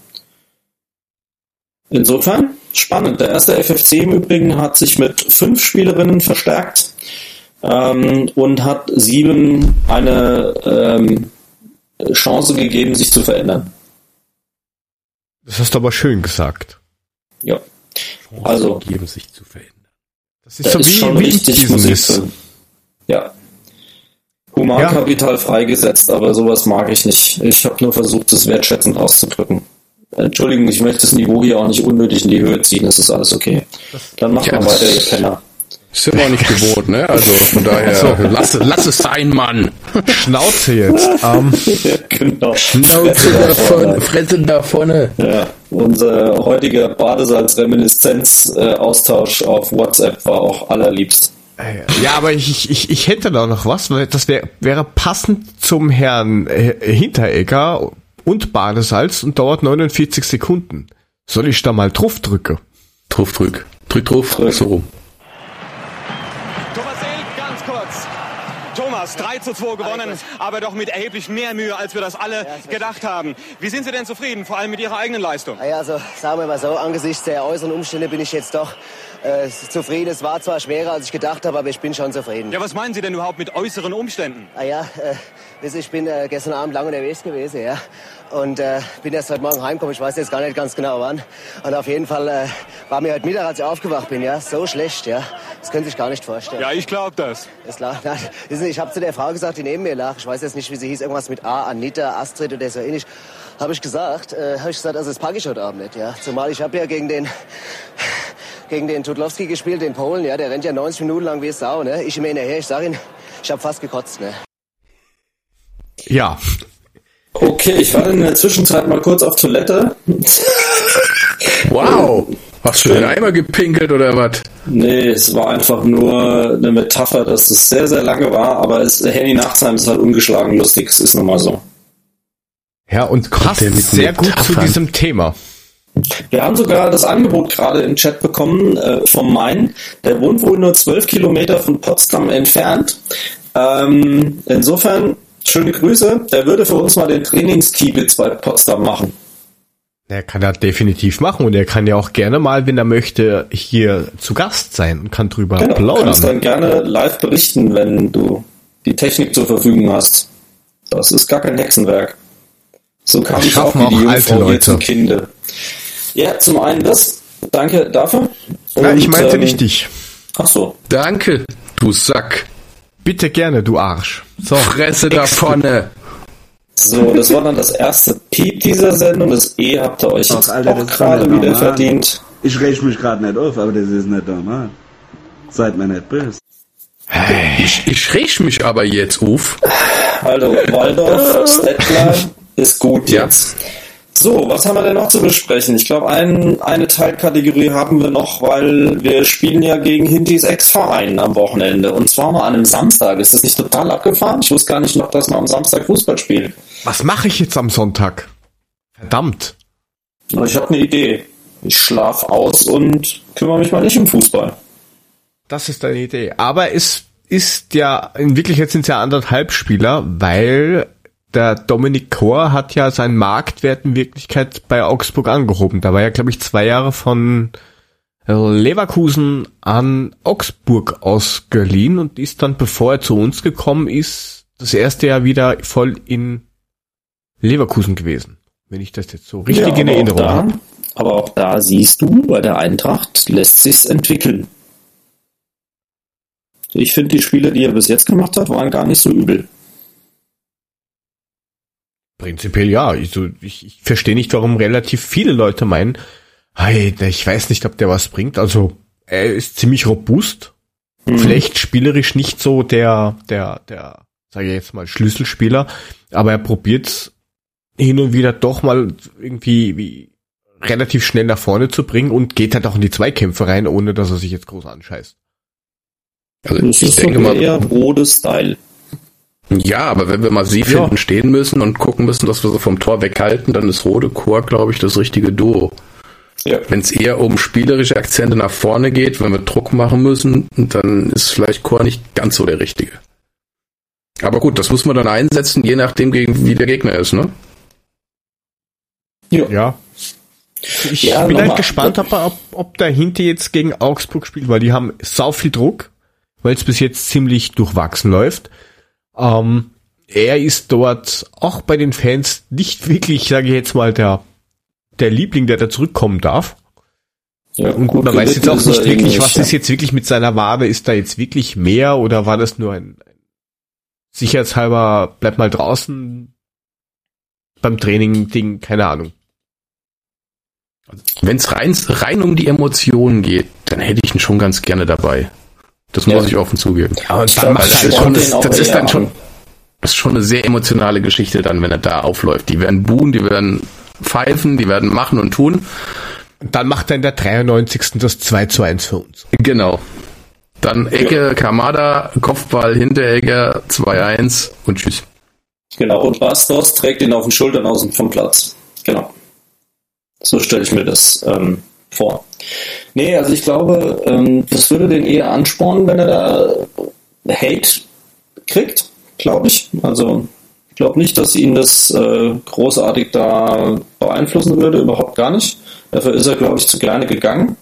[SPEAKER 4] Insofern spannend. Der erste FFC im Übrigen hat sich mit 5 Spielerinnen verstärkt und hat 7 eine Chance gegeben, sich zu verändern.
[SPEAKER 2] Das hast du aber schön gesagt.
[SPEAKER 4] Ja. Also
[SPEAKER 3] Gegeben, sich zu verändern.
[SPEAKER 2] Das ist so wie
[SPEAKER 4] schon richtig Musik drin. Ja. Humankapital freigesetzt, aber sowas mag ich nicht. Ich habe nur versucht, das wertschätzend auszudrücken. Entschuldigung, ich möchte das Niveau hier auch nicht unnötig in die Höhe ziehen, das ist alles okay. Dann machen wir weiter, ihr Penner.
[SPEAKER 3] Sind wir auch nicht gewohnt, ne? Also von daher, lass es sein, Mann.
[SPEAKER 2] Schnauze jetzt.
[SPEAKER 4] Ja, genau.
[SPEAKER 3] Fresse da vorne.
[SPEAKER 4] Ja, unser heutiger Badesalz-Reminiszenz-Austausch auf WhatsApp war auch allerliebst.
[SPEAKER 2] Ja, aber ich hätte da noch was, weil das wäre passend zum Herrn Hinteregger und Badesalz und dauert 49 Sekunden. Soll ich da mal drauf drücken?
[SPEAKER 3] Drück, so rum.
[SPEAKER 9] Thomas Seel, ganz kurz. Thomas, 3:2 gewonnen, aber doch mit erheblich mehr Mühe, als wir das alle gedacht haben. Wie sind Sie denn zufrieden, vor allem mit Ihrer eigenen Leistung?
[SPEAKER 10] Ja, also sagen wir mal so, angesichts der äußeren Umstände bin ich jetzt doch zufrieden. Es war zwar schwerer, als ich gedacht habe, aber ich bin schon zufrieden.
[SPEAKER 9] Ja, was meinen Sie denn überhaupt mit äußeren Umständen?
[SPEAKER 10] Ich bin gestern Abend lang unterwegs gewesen, ja. Und bin erst heute Morgen heimgekommen, ich weiß jetzt gar nicht ganz genau wann. Und auf jeden Fall war mir heute Mittag, als ich aufgewacht bin, ja, so schlecht, ja. Das können Sie sich gar nicht vorstellen.
[SPEAKER 9] Ja, ich glaube das.
[SPEAKER 10] Ist klar. Nein, ich habe zu der Frau gesagt, die neben mir lag, ich weiß jetzt nicht, wie sie hieß, irgendwas mit A, Anita, Astrid oder so ähnlich. Habe ich gesagt, also das packe ich heute Abend nicht, ja. Zumal ich habe ja gegen den Tudlowski gespielt, den Polen, ja, der rennt ja 90 Minuten lang wie Sau, ne. Ich ihm hinterher, ich sag Ihnen, ich habe fast gekotzt, ne.
[SPEAKER 2] Ja.
[SPEAKER 4] Okay, ich war in der Zwischenzeit mal kurz auf Toilette.
[SPEAKER 3] Wow! Hast du den Eimer gepinkelt oder was?
[SPEAKER 4] Nee, es war einfach nur eine Metapher, dass es sehr, sehr lange war, aber Henny Nachtsheim ist halt ungeschlagen lustig, es ist nun mal so.
[SPEAKER 2] Ja, und passt sehr gut zu diesem Thema.
[SPEAKER 4] Wir haben sogar das Angebot gerade im Chat bekommen vom Main. Der wohnt wohl nur 12 Kilometer von Potsdam entfernt. Insofern, schöne Grüße. Der würde für uns mal den Trainingskiebitz bei Potsdam machen.
[SPEAKER 2] Er kann das definitiv machen und er kann ja auch gerne mal, wenn er möchte, hier zu Gast sein und kann drüber plaudern. Du kannst
[SPEAKER 4] dann gerne live berichten, wenn du die Technik zur Verfügung hast. Das ist gar kein Hexenwerk. So kam ich auch wie die Jungfrau hier zum Kinde. Ja, zum einen das. Danke dafür. Und,
[SPEAKER 2] ja, ich meinte nicht dich.
[SPEAKER 4] Ach so.
[SPEAKER 3] Danke, du Sack.
[SPEAKER 2] Bitte gerne, du Arsch.
[SPEAKER 3] So, Fresse da vorne.
[SPEAKER 4] So, das war dann das erste Piep dieser Sendung. Das E habt ihr euch jetzt
[SPEAKER 8] Alter,
[SPEAKER 4] auch gerade wieder normal verdient.
[SPEAKER 8] Ich reg mich gerade nicht auf, aber das ist nicht normal. Seid mir nicht böse.
[SPEAKER 3] Hey. Ich reg mich aber jetzt auf.
[SPEAKER 4] Also, Waldorf, Stettler ist gut jetzt. So, was haben wir denn noch zu besprechen? Ich glaube, eine Teilkategorie haben wir noch, weil wir spielen ja gegen Hintis Ex-Verein am Wochenende. Und zwar mal an einem Samstag. Ist das nicht total abgefahren? Ich wusste gar nicht noch, dass man am Samstag Fußball spielt.
[SPEAKER 2] Was mache ich jetzt am Sonntag? Verdammt.
[SPEAKER 4] Ich habe eine Idee. Ich schlaf aus und kümmere mich mal nicht um Fußball.
[SPEAKER 2] Das ist eine Idee. Aber es ist ja, in Wirklichkeit sind es ja 1,5 Spieler, weil der Dominik Kor hat ja seinen Marktwert in Wirklichkeit bei Augsburg angehoben. Da war ja, glaube ich, 2 Jahre von Leverkusen an Augsburg ausgeliehen und ist dann, bevor er zu uns gekommen ist, das erste Jahr wieder voll in Leverkusen gewesen. Wenn ich das jetzt so richtig in Erinnerung habe.
[SPEAKER 4] Aber auch da siehst du, bei der Eintracht lässt sich's entwickeln. Ich finde, die Spiele, die er bis jetzt gemacht hat, waren gar nicht so übel.
[SPEAKER 2] Prinzipiell ja. Ich verstehe nicht, warum relativ viele Leute meinen, Ich weiß nicht, ob der was bringt. Also, er ist ziemlich robust. Vielleicht spielerisch nicht so der, sage ich jetzt mal, Schlüsselspieler, aber er probiert hin und wieder doch mal irgendwie wie relativ schnell nach vorne zu bringen und geht halt auch in die Zweikämpfe rein, ohne dass er sich jetzt groß anscheißt.
[SPEAKER 4] Also das ist denke mal eher Rode-Style.
[SPEAKER 3] Ja, aber wenn wir mal sie finden stehen müssen und gucken müssen, dass wir sie vom Tor weghalten, dann ist Rode Chor, glaube ich, das richtige Duo. Ja. Wenn es eher um spielerische Akzente nach vorne geht, wenn wir Druck machen müssen, dann ist vielleicht Chor nicht ganz so der Richtige. Aber gut, das muss man dann einsetzen, je nachdem, wie der Gegner ist, ne?
[SPEAKER 2] Ja. Ich bin halt gespannt, ob der Hinti jetzt gegen Augsburg spielt, weil die haben sau viel Druck, weil es bis jetzt ziemlich durchwachsen läuft. Er ist dort auch bei den Fans nicht wirklich, sage ich jetzt mal, der Liebling, der da zurückkommen darf. Ja, und man weiß jetzt auch nicht wirklich, was ist jetzt wirklich mit seiner Wade, ist da jetzt wirklich mehr oder war das nur ein sicherheitshalber, bleib mal draußen beim Training-Ding, keine Ahnung.
[SPEAKER 3] Wenn es rein um die Emotionen geht, dann hätte ich ihn schon ganz gerne dabei. Das muss ich offen zugeben. Ja, und dann das ist schon eine sehr emotionale Geschichte dann, wenn er da aufläuft. Die werden buhen, die werden pfeifen, die werden machen und tun.
[SPEAKER 2] Dann macht er in der 93. das 2:1 für uns.
[SPEAKER 3] Genau. Dann Ecke, Kamada, Kopfball, Hinteregger, 2:1 und tschüss.
[SPEAKER 4] Genau, und Bastos trägt ihn auf den Schultern außen vom Platz. Genau. So stelle ich mir das vor. Nee, also ich glaube, das würde den eher anspornen, wenn er da Hate kriegt, glaube ich. Also ich glaube nicht, dass ihn das großartig da beeinflussen würde, überhaupt gar nicht. Dafür ist er, glaube ich, zu gerne gegangen.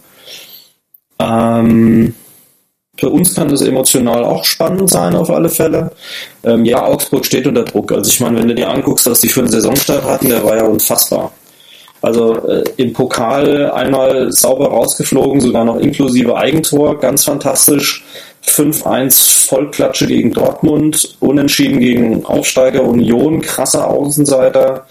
[SPEAKER 4] Für uns kann das emotional auch spannend sein, auf alle Fälle. Ja, Augsburg steht unter Druck. Also ich meine, wenn du dir anguckst, was die für einen Saisonstart hatten, der war ja unfassbar. Also im Pokal einmal sauber rausgeflogen, sogar noch inklusive Eigentor, ganz fantastisch. 5:1 Vollklatsche gegen Dortmund, unentschieden gegen Aufsteiger Union, krasser Außenseiter.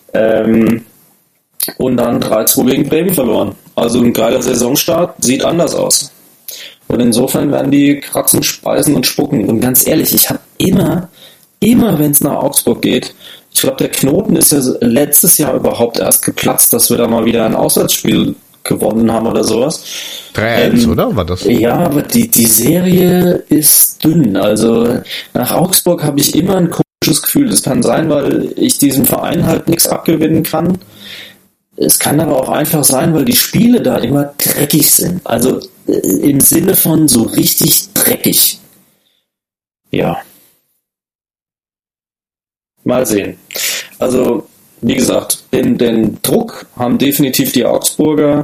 [SPEAKER 4] Und dann 3:2 gegen Bremen verloren. Also ein geiler Saisonstart, sieht anders aus. Und insofern werden die kratzen, speisen und spucken. Und ganz ehrlich, ich habe immer wenn es nach Augsburg geht, ich glaube, der Knoten ist ja letztes Jahr überhaupt erst geplatzt, dass wir da mal wieder ein Auswärtsspiel gewonnen haben oder sowas.
[SPEAKER 2] 3:1, oder? War das?
[SPEAKER 4] Ja, aber die Serie ist dünn. Also nach Augsburg habe ich immer ein komisches Gefühl. Das kann sein, weil ich diesem Verein halt nichts abgewinnen kann. Es kann aber auch einfach sein, weil die Spiele da immer dreckig sind. Also im Sinne von so richtig dreckig. Ja. Mal sehen. Also, wie gesagt, den Druck haben definitiv die Augsburger.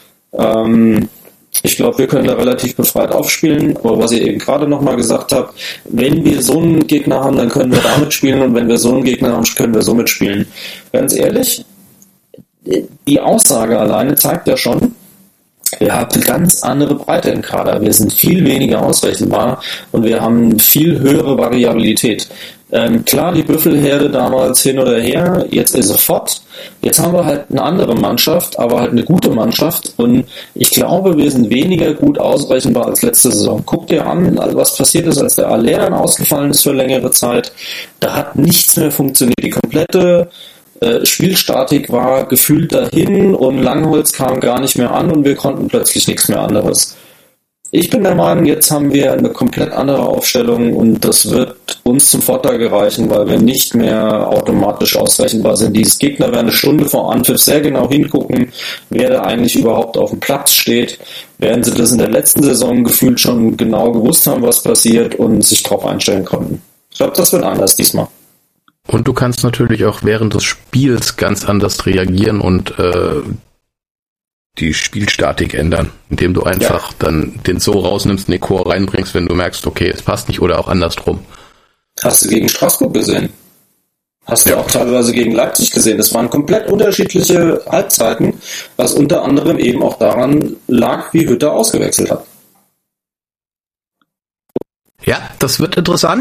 [SPEAKER 4] Ich glaube, wir können da relativ befreit aufspielen. Aber was ihr eben gerade nochmal gesagt habt, wenn wir so einen Gegner haben, dann können wir damit spielen. Und wenn wir so einen Gegner haben, können wir so mitspielen. Ganz ehrlich, die Aussage alleine zeigt ja schon, wir haben eine ganz andere Breite im Kader. Wir sind viel weniger ausrechenbar und wir haben viel höhere Variabilität. Klar, die Büffelherde damals hin oder her, jetzt ist er fort. Jetzt haben wir halt eine andere Mannschaft, aber halt eine gute Mannschaft. Und ich glaube, wir sind weniger gut ausrechenbar als letzte Saison. Guck dir an, was passiert ist, als der Alern ausgefallen ist für längere Zeit. Da hat nichts mehr funktioniert. Die komplette Spielstatik war gefühlt dahin und Langholz kam gar nicht mehr an und wir konnten plötzlich nichts mehr anderes. Ich bin der Meinung, jetzt haben wir eine komplett andere Aufstellung und das wird uns zum Vorteil gereichen, weil wir nicht mehr automatisch ausrechenbar sind. Diese Gegner werden eine Stunde vor Anpfiff sehr genau hingucken, wer da eigentlich überhaupt auf dem Platz steht, während sie das in der letzten Saison gefühlt schon genau gewusst haben, was passiert und sich darauf einstellen konnten. Ich glaube, das wird anders diesmal.
[SPEAKER 3] Und du kannst natürlich auch während des Spiels ganz anders reagieren und die Spielstatik ändern, indem du einfach dann den so rausnimmst, den Chor reinbringst, wenn du merkst, okay, es passt nicht oder auch andersrum.
[SPEAKER 4] Hast du gegen Straßburg gesehen? Hast du auch teilweise gegen Leipzig gesehen? Das waren komplett unterschiedliche Halbzeiten, was unter anderem eben auch daran lag, wie Hütter ausgewechselt hat.
[SPEAKER 3] Ja, das wird interessant.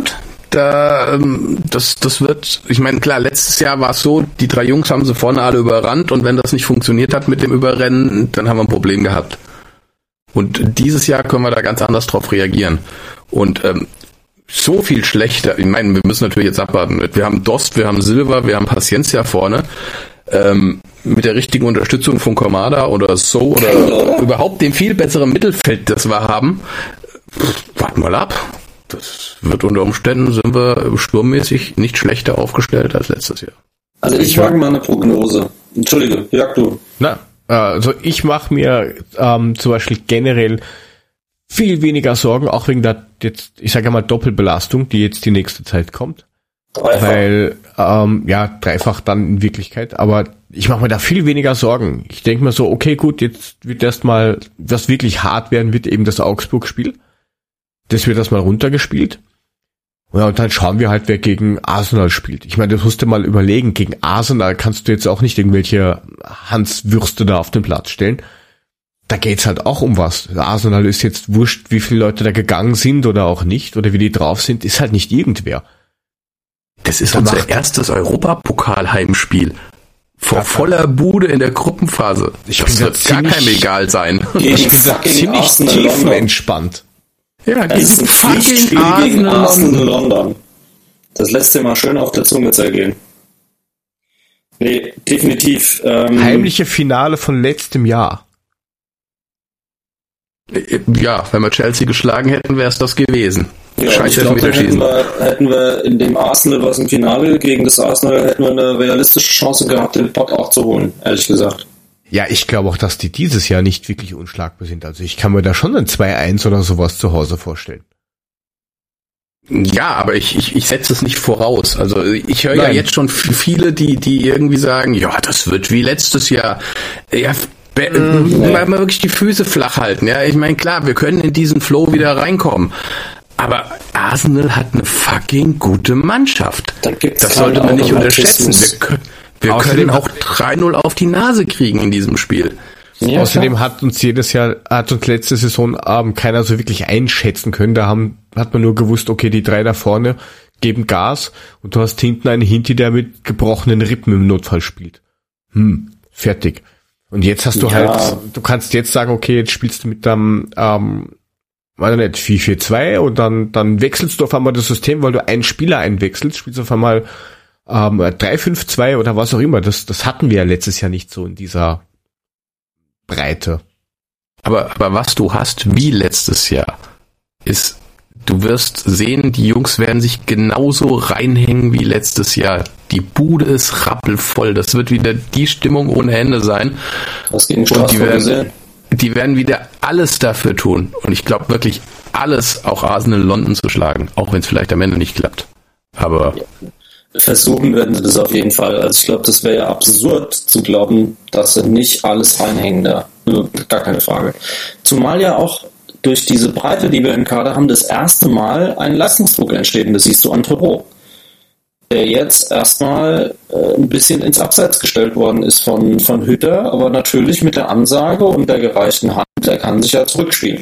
[SPEAKER 3] das wird, ich meine, klar, letztes Jahr war es so, die 3 Jungs haben sie vorne alle überrannt und wenn das nicht funktioniert hat mit dem Überrennen, dann haben wir ein Problem gehabt. Und dieses Jahr können wir da ganz anders drauf reagieren. Und so viel schlechter, ich meine, wir müssen natürlich jetzt abwarten. Wir haben Dost, wir haben Silva, wir haben Paciencia vorne. Mit der richtigen Unterstützung von Komada oder so oder überhaupt dem viel besseren Mittelfeld, das wir haben, warten wir mal ab. Das wird unter Umständen, sind wir sturmmäßig nicht schlechter aufgestellt als letztes Jahr.
[SPEAKER 4] Also ich wage mal eine Prognose. Entschuldige, Jörg, du.
[SPEAKER 2] Also ich mache mir zum Beispiel generell viel weniger Sorgen, auch wegen der jetzt, ich sage mal, Doppelbelastung, die jetzt die nächste Zeit kommt.
[SPEAKER 4] Dreifach.
[SPEAKER 2] Weil, dreifach dann in Wirklichkeit, aber ich mache mir da viel weniger Sorgen. Ich denke mir so, okay, gut, jetzt wird erstmal, was wirklich hart werden wird, eben das Augsburg-Spiel. Das wird erstmal runtergespielt. Ja, und dann schauen wir halt, wer gegen Arsenal spielt. Ich meine, das musst du mal überlegen, gegen Arsenal kannst du jetzt auch nicht irgendwelche Hanswürste da auf den Platz stellen. Da geht's halt auch um was. Arsenal ist jetzt wurscht, wie viele Leute da gegangen sind oder auch nicht, oder wie die drauf sind, ist halt nicht irgendwer.
[SPEAKER 3] Das ist unser erstes Europapokal-Heimspiel. Vor voller Bude in der Gruppenphase. Das wird gar keinem egal sein.
[SPEAKER 2] Ich bin da ziemlich tiefenentspannt.
[SPEAKER 3] Ja,
[SPEAKER 4] das ist ein Pflichtspiel gegen Arsenal London. Das lässt dir mal schön auf der Zunge zergehen. Nee, definitiv.
[SPEAKER 2] Heimliche Finale von letztem Jahr.
[SPEAKER 3] Ja, wenn wir Chelsea geschlagen hätten, wäre es das gewesen.
[SPEAKER 4] Ja, ich glaube, hätten wir in dem Arsenal, was im Finale gegen das Arsenal, hätten wir eine realistische Chance gehabt, den Pot auch zu holen, ehrlich gesagt.
[SPEAKER 2] Ja, ich glaube auch, dass die dieses Jahr nicht wirklich unschlagbar sind. Also ich kann mir da schon ein 2-1 oder sowas zu Hause vorstellen.
[SPEAKER 3] Ja, aber ich setze es nicht voraus. Also ich höre ja jetzt schon viele, die irgendwie sagen, ja, das wird wie letztes Jahr. Ja, mal wirklich die Füße flach halten. Ja, ich meine, klar, wir können in diesen Flow wieder reinkommen. Aber Arsenal hat eine fucking gute Mannschaft. Das sollte man nicht unterschätzen. Wir können auch 3-0 auf die Nase kriegen in diesem Spiel.
[SPEAKER 2] Ja, außerdem hat uns letzte Saison keiner so wirklich einschätzen können. Da hat man nur gewusst, okay, die 3 da vorne geben Gas und du hast hinten einen Hinti, der mit gebrochenen Rippen im Notfall spielt. Fertig. Und jetzt hast du du kannst jetzt sagen, okay, jetzt spielst du mit dem 4-4-2 und dann wechselst du auf einmal das System, weil du einen Spieler einwechselst, spielst auf einmal 3-5-2 oder was auch immer. Das hatten wir ja letztes Jahr nicht so in dieser Breite.
[SPEAKER 3] Aber was du hast wie letztes Jahr ist, du wirst sehen, die Jungs werden sich genauso reinhängen wie letztes Jahr. Die Bude ist rappelvoll. Das wird wieder die Stimmung ohne Ende sein.
[SPEAKER 4] Das geht nicht. Und
[SPEAKER 3] die werden wieder alles dafür tun. Und ich glaube wirklich alles, auch Arsenal London zu schlagen. Auch wenn es vielleicht am Ende nicht klappt. Aber
[SPEAKER 4] versuchen werden sie das auf jeden Fall. Also ich glaube, das wäre ja absurd zu glauben, dass sie nicht alles reinhängen da. Gar keine Frage. Zumal ja auch durch diese Breite, die wir im Kader haben, das erste Mal ein Leistungsdruck entsteht. Und das siehst du an Thoreau, der jetzt erstmal ein bisschen ins Abseits gestellt worden ist von Hütter, aber natürlich mit der Ansage und der gereichten Hand, der kann sich ja zurückspielen.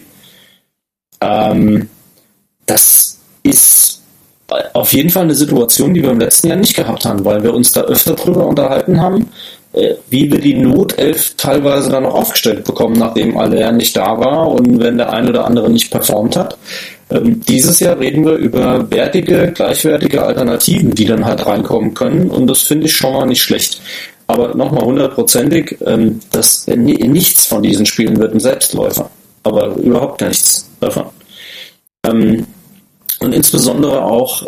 [SPEAKER 4] Das ist auf jeden Fall eine Situation, die wir im letzten Jahr nicht gehabt haben, weil wir uns da öfter drüber unterhalten haben, wie wir die Notelf teilweise dann noch aufgestellt bekommen, nachdem Aller nicht da war und wenn der ein oder andere nicht performt hat. Dieses Jahr reden wir über gleichwertige Alternativen, die dann halt reinkommen können und das finde ich schon mal nicht schlecht. Aber nochmal 100%ig, nichts von diesen Spielen wird ein Selbstläufer. Aber überhaupt nichts davon. Und insbesondere auch,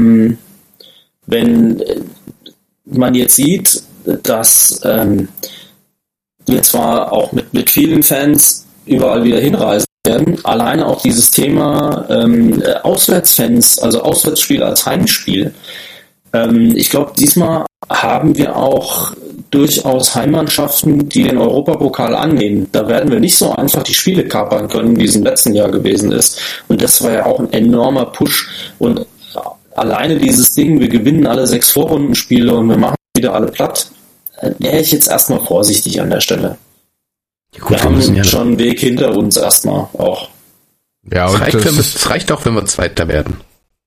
[SPEAKER 4] wenn man jetzt sieht, dass wir zwar auch mit vielen Fans überall wieder hinreisen werden, alleine auch dieses Thema Auswärtsfans, also Auswärtsspiel als Heimspiel. Ich glaube, diesmal haben wir auch durchaus Heimmannschaften, die den Europapokal annehmen. Da werden wir nicht so einfach die Spiele kapern können, wie es im letzten Jahr gewesen ist. Und das war ja auch ein enormer Push. Und alleine dieses Ding, wir gewinnen alle 6 Vorrundenspiele und wir machen wieder alle platt, wäre ich jetzt erstmal vorsichtig an der Stelle. Gut, wir haben schon einen Weg hinter uns erstmal auch.
[SPEAKER 3] Ja, und es reicht auch, wenn wir Zweiter werden.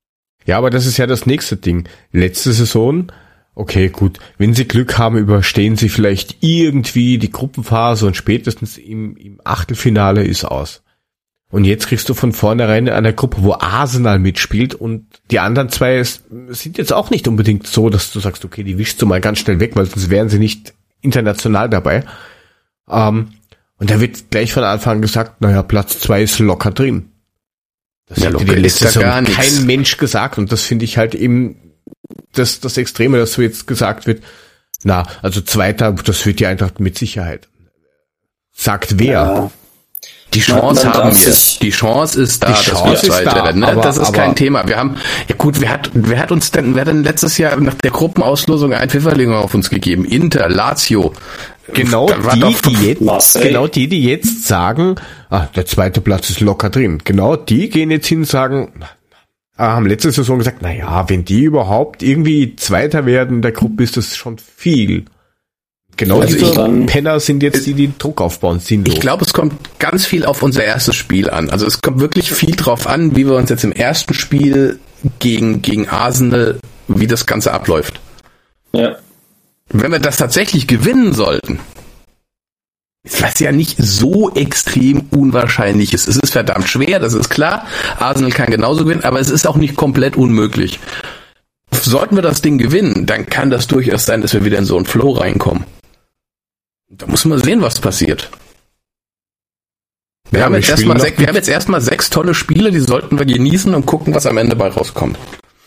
[SPEAKER 2] Ja, aber das ist ja das nächste Ding. Letzte Saison, okay, gut, wenn sie Glück haben, überstehen sie vielleicht irgendwie die Gruppenphase und spätestens im Achtelfinale ist aus. Und jetzt kriegst du von vornherein eine Gruppe, wo Arsenal mitspielt und die anderen zwei sind jetzt auch nicht unbedingt so, dass du sagst, okay, die wischst du mal ganz schnell weg, weil sonst wären sie nicht international dabei. Und da wird gleich von Anfang an gesagt, naja, Platz 2 ist locker drin. Das hätte die letzte Saison kein Mensch gesagt und das finde ich halt eben das Extreme, dass so jetzt gesagt wird, also Zweiter, das wird die Eintracht mit Sicherheit. Sagt wer?
[SPEAKER 3] Ja. Die Chance haben wir. Die Chance ist da, dass wir Zweiter werden. Ne? Das ist kein Thema. Wir haben, wer hat denn letztes Jahr nach der Gruppenauslosung ein Pfifferling auf uns gegeben? Inter, Lazio.
[SPEAKER 2] Genau die jetzt sagen, der zweite Platz ist locker drin. Genau die gehen jetzt hin und sagen, haben letzte Saison gesagt, wenn die überhaupt irgendwie Zweiter werden in der Gruppe, ist das schon viel. Genau, also diese Penner sind jetzt die Druck aufbauen, sinnlos. Ich glaube, es kommt ganz viel auf unser erstes Spiel an. Also es kommt wirklich viel drauf an, wie wir uns jetzt im ersten Spiel gegen Arsenal, wie das Ganze abläuft.
[SPEAKER 4] Ja.
[SPEAKER 3] Wenn wir das tatsächlich gewinnen sollten, was ja nicht so extrem unwahrscheinlich ist. Es ist verdammt schwer, das ist klar. Arsenal kann genauso gewinnen, aber es ist auch nicht komplett unmöglich. Sollten wir das Ding gewinnen, dann kann das durchaus sein, dass wir wieder in so einen Flow reinkommen. Da muss man sehen, was passiert. Wir haben jetzt erstmal 6 tolle Spiele, die sollten wir genießen und gucken, was am Ende bei rauskommt.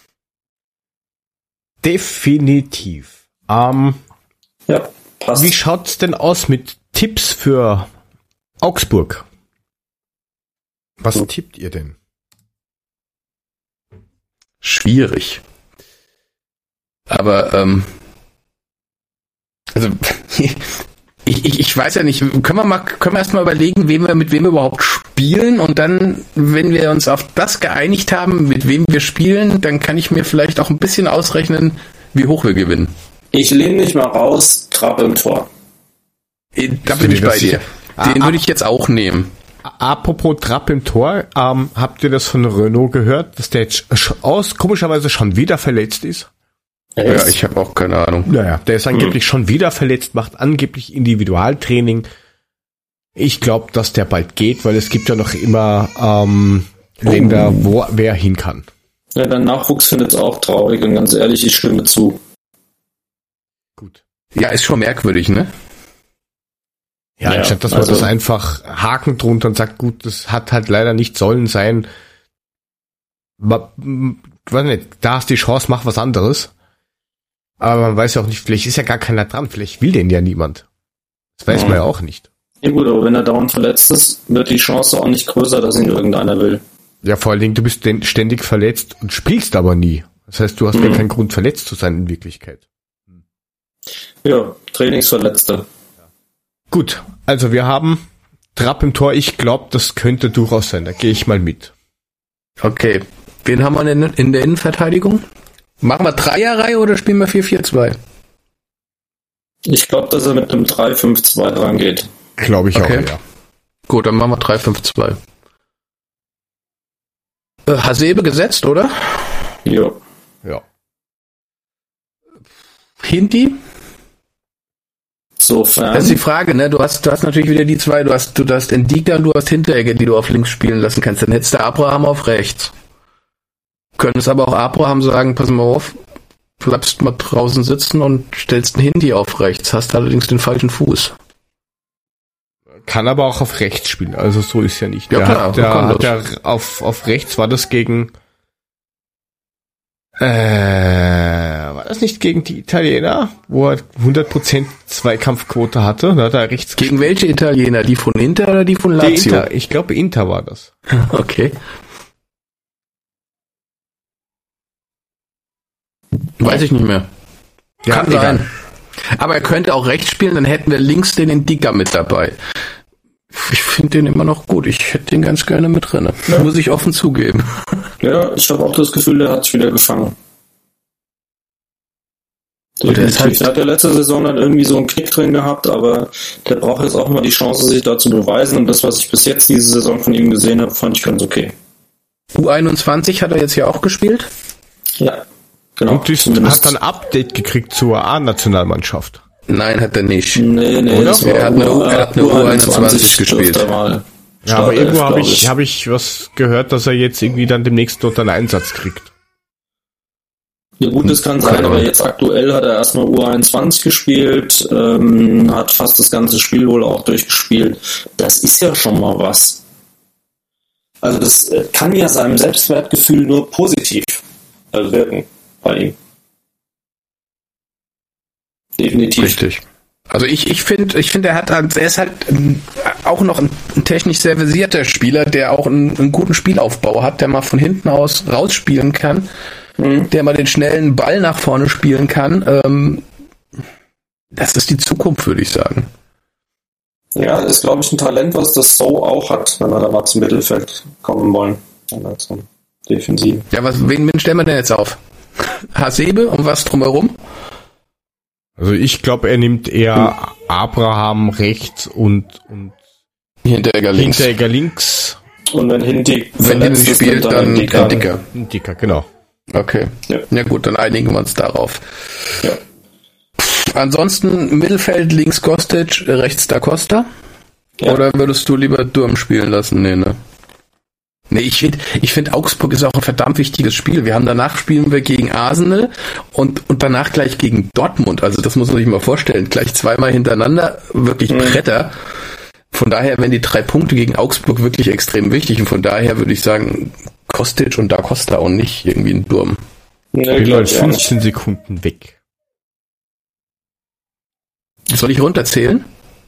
[SPEAKER 3] Definitiv.
[SPEAKER 4] Ja, passt.
[SPEAKER 2] Wie schaut's denn aus mit Tipps für Augsburg? Was tippt ihr denn?
[SPEAKER 3] Schwierig. Aber, ich weiß ja nicht, können wir erstmal überlegen, mit wem wir überhaupt spielen und dann, wenn wir uns auf das geeinigt haben, mit wem wir spielen, dann kann ich mir vielleicht auch ein bisschen ausrechnen, wie hoch wir gewinnen.
[SPEAKER 4] Ich lehne mich mal raus, Trapp im Tor.
[SPEAKER 3] Da bin ich bei dir. Den würde ich jetzt auch nehmen.
[SPEAKER 2] Apropos Trapp im Tor, habt ihr das von Renault gehört, dass der jetzt komischerweise schon wieder verletzt ist?
[SPEAKER 3] Ja, ich habe auch keine Ahnung.
[SPEAKER 2] Naja, der ist angeblich schon wieder verletzt, macht angeblich Individualtraining. Ich glaube, dass der bald geht, weil es gibt ja noch immer Länder, wo wer hin kann.
[SPEAKER 4] Ja, der Nachwuchs findet es auch traurig und ganz ehrlich, ich stimme zu.
[SPEAKER 2] Gut.
[SPEAKER 3] Ja, ist schon merkwürdig, ne?
[SPEAKER 2] Ja, anstatt dass man das einfach Haken drunter und sagt, gut, das hat halt leider nicht sollen sein. Weiß nicht, da hast du die Chance, mach was anderes. Aber man weiß ja auch nicht, vielleicht ist ja gar keiner dran, vielleicht will den ja niemand. Das weiß man ja auch nicht.
[SPEAKER 4] Ja gut, aber wenn er dauernd verletzt ist, wird die Chance auch nicht größer, dass ihn irgendeiner will.
[SPEAKER 2] Ja, vor allen Dingen, du bist ständig verletzt und spielst aber nie. Das heißt, du hast ja keinen Grund, verletzt zu sein in Wirklichkeit.
[SPEAKER 4] Ja, Trainingsverletzte.
[SPEAKER 2] Gut, also wir haben Trapp im Tor. Ich glaube, das könnte durchaus sein. Da gehe ich mal mit.
[SPEAKER 3] Okay, wen haben wir denn in der Innenverteidigung? Machen wir Dreierreihe oder spielen wir 4-4-2?
[SPEAKER 4] Ich glaube, dass er mit einem 3-5-2 dran geht.
[SPEAKER 2] Glaube ich auch, ja.
[SPEAKER 3] Gut, dann machen wir 3-5-2. Hasebe gesetzt, oder?
[SPEAKER 4] Ja.
[SPEAKER 3] Hinti?
[SPEAKER 4] Sofern.
[SPEAKER 3] Das ist die Frage, ne? Du hast natürlich wieder die zwei, du hast Ndika und du hast Hinteregger, die du auf links spielen lassen kannst. Dann hättest du Abraham auf rechts. Könntest aber auch Abraham sagen, pass mal auf, bleibst mal draußen sitzen und stellst einen Hindi auf rechts, hast allerdings den falschen Fuß.
[SPEAKER 2] Kann aber auch auf rechts spielen, also so ist ja nicht.
[SPEAKER 3] Ja, klar,
[SPEAKER 2] auf rechts war das gegen war das nicht gegen die Italiener, wo er 100% Zweikampfquote hatte? Da hat er rechts
[SPEAKER 3] gegen gespielt. Welche Italiener? Die von Inter oder die von Lazio?
[SPEAKER 2] Inter. Ich glaube Inter war das.
[SPEAKER 3] Okay. Weiß ich nicht mehr.
[SPEAKER 2] Ja,
[SPEAKER 3] kann sein. Aber er könnte auch rechts spielen, dann hätten wir links den Ndika mit dabei. Ich finde den immer noch gut. Ich hätte den ganz gerne mit drin. Ja. Muss ich offen zugeben.
[SPEAKER 4] Ja, ich habe auch das Gefühl, der hat sich wieder gefangen. Der hat ja letzte Saison dann irgendwie so einen Kick drin gehabt, aber der braucht jetzt auch mal die Chance, sich da zu beweisen. Und das, was ich bis jetzt diese Saison von ihm gesehen habe, fand ich ganz okay.
[SPEAKER 3] U21 hat er jetzt ja auch gespielt.
[SPEAKER 4] Ja, genau.
[SPEAKER 2] Und hat dann ein Update gekriegt zur A-Nationalmannschaft.
[SPEAKER 3] Nein, hat er nicht.
[SPEAKER 4] Nee,
[SPEAKER 3] oder? Er hat eine U21 gespielt.
[SPEAKER 2] Ja, aber irgendwo habe ich was gehört, dass er jetzt irgendwie dann demnächst dort einen Einsatz kriegt.
[SPEAKER 4] Ja gut, das kann sein, aber jetzt aktuell hat er erstmal U21 gespielt, hat fast das ganze Spiel wohl auch durchgespielt. Das ist ja schon mal was. Also das kann ja seinem Selbstwertgefühl nur positiv wirken bei ihm. Definitiv.
[SPEAKER 3] Richtig. Also ich finde, er ist halt auch noch ein technisch sehr versierter Spieler, der auch einen guten Spielaufbau hat, der mal von hinten aus rausspielen kann, der mal den schnellen Ball nach vorne spielen kann. Das ist die Zukunft, würde ich sagen.
[SPEAKER 4] Ja, das ist, glaube ich, ein Talent, was das So auch hat, wenn wir da mal zum Mittelfeld kommen wollen. Zum Defensiven.
[SPEAKER 3] Ja, wen stellen wir denn jetzt auf? Hasebe und was drumherum?
[SPEAKER 2] Also ich glaube, er nimmt eher Abraham rechts und
[SPEAKER 3] Hinteregger
[SPEAKER 2] links.
[SPEAKER 4] Und wenn Hinti
[SPEAKER 3] spielt, dann Dicker.
[SPEAKER 2] Dicker, genau.
[SPEAKER 3] Okay. Ja gut, dann einigen wir uns darauf.
[SPEAKER 4] Ja.
[SPEAKER 3] Ansonsten Mittelfeld links Kostic, rechts Da Costa. Ja. Oder würdest du lieber Durm spielen lassen? Nee, ne? Nee, ich finde Augsburg ist auch ein verdammt wichtiges Spiel. Danach spielen wir gegen Arsenal und danach gleich gegen Dortmund. Also das muss man sich mal vorstellen. Gleich zweimal hintereinander, wirklich Bretter. Von daher wären die 3 Punkte gegen Augsburg wirklich extrem wichtig. Und von daher würde ich sagen, Kostic und Da Costa und nicht irgendwie ein Durm.
[SPEAKER 2] Nee, glaube ich 15 Sekunden weg.
[SPEAKER 3] Soll ich runterzählen?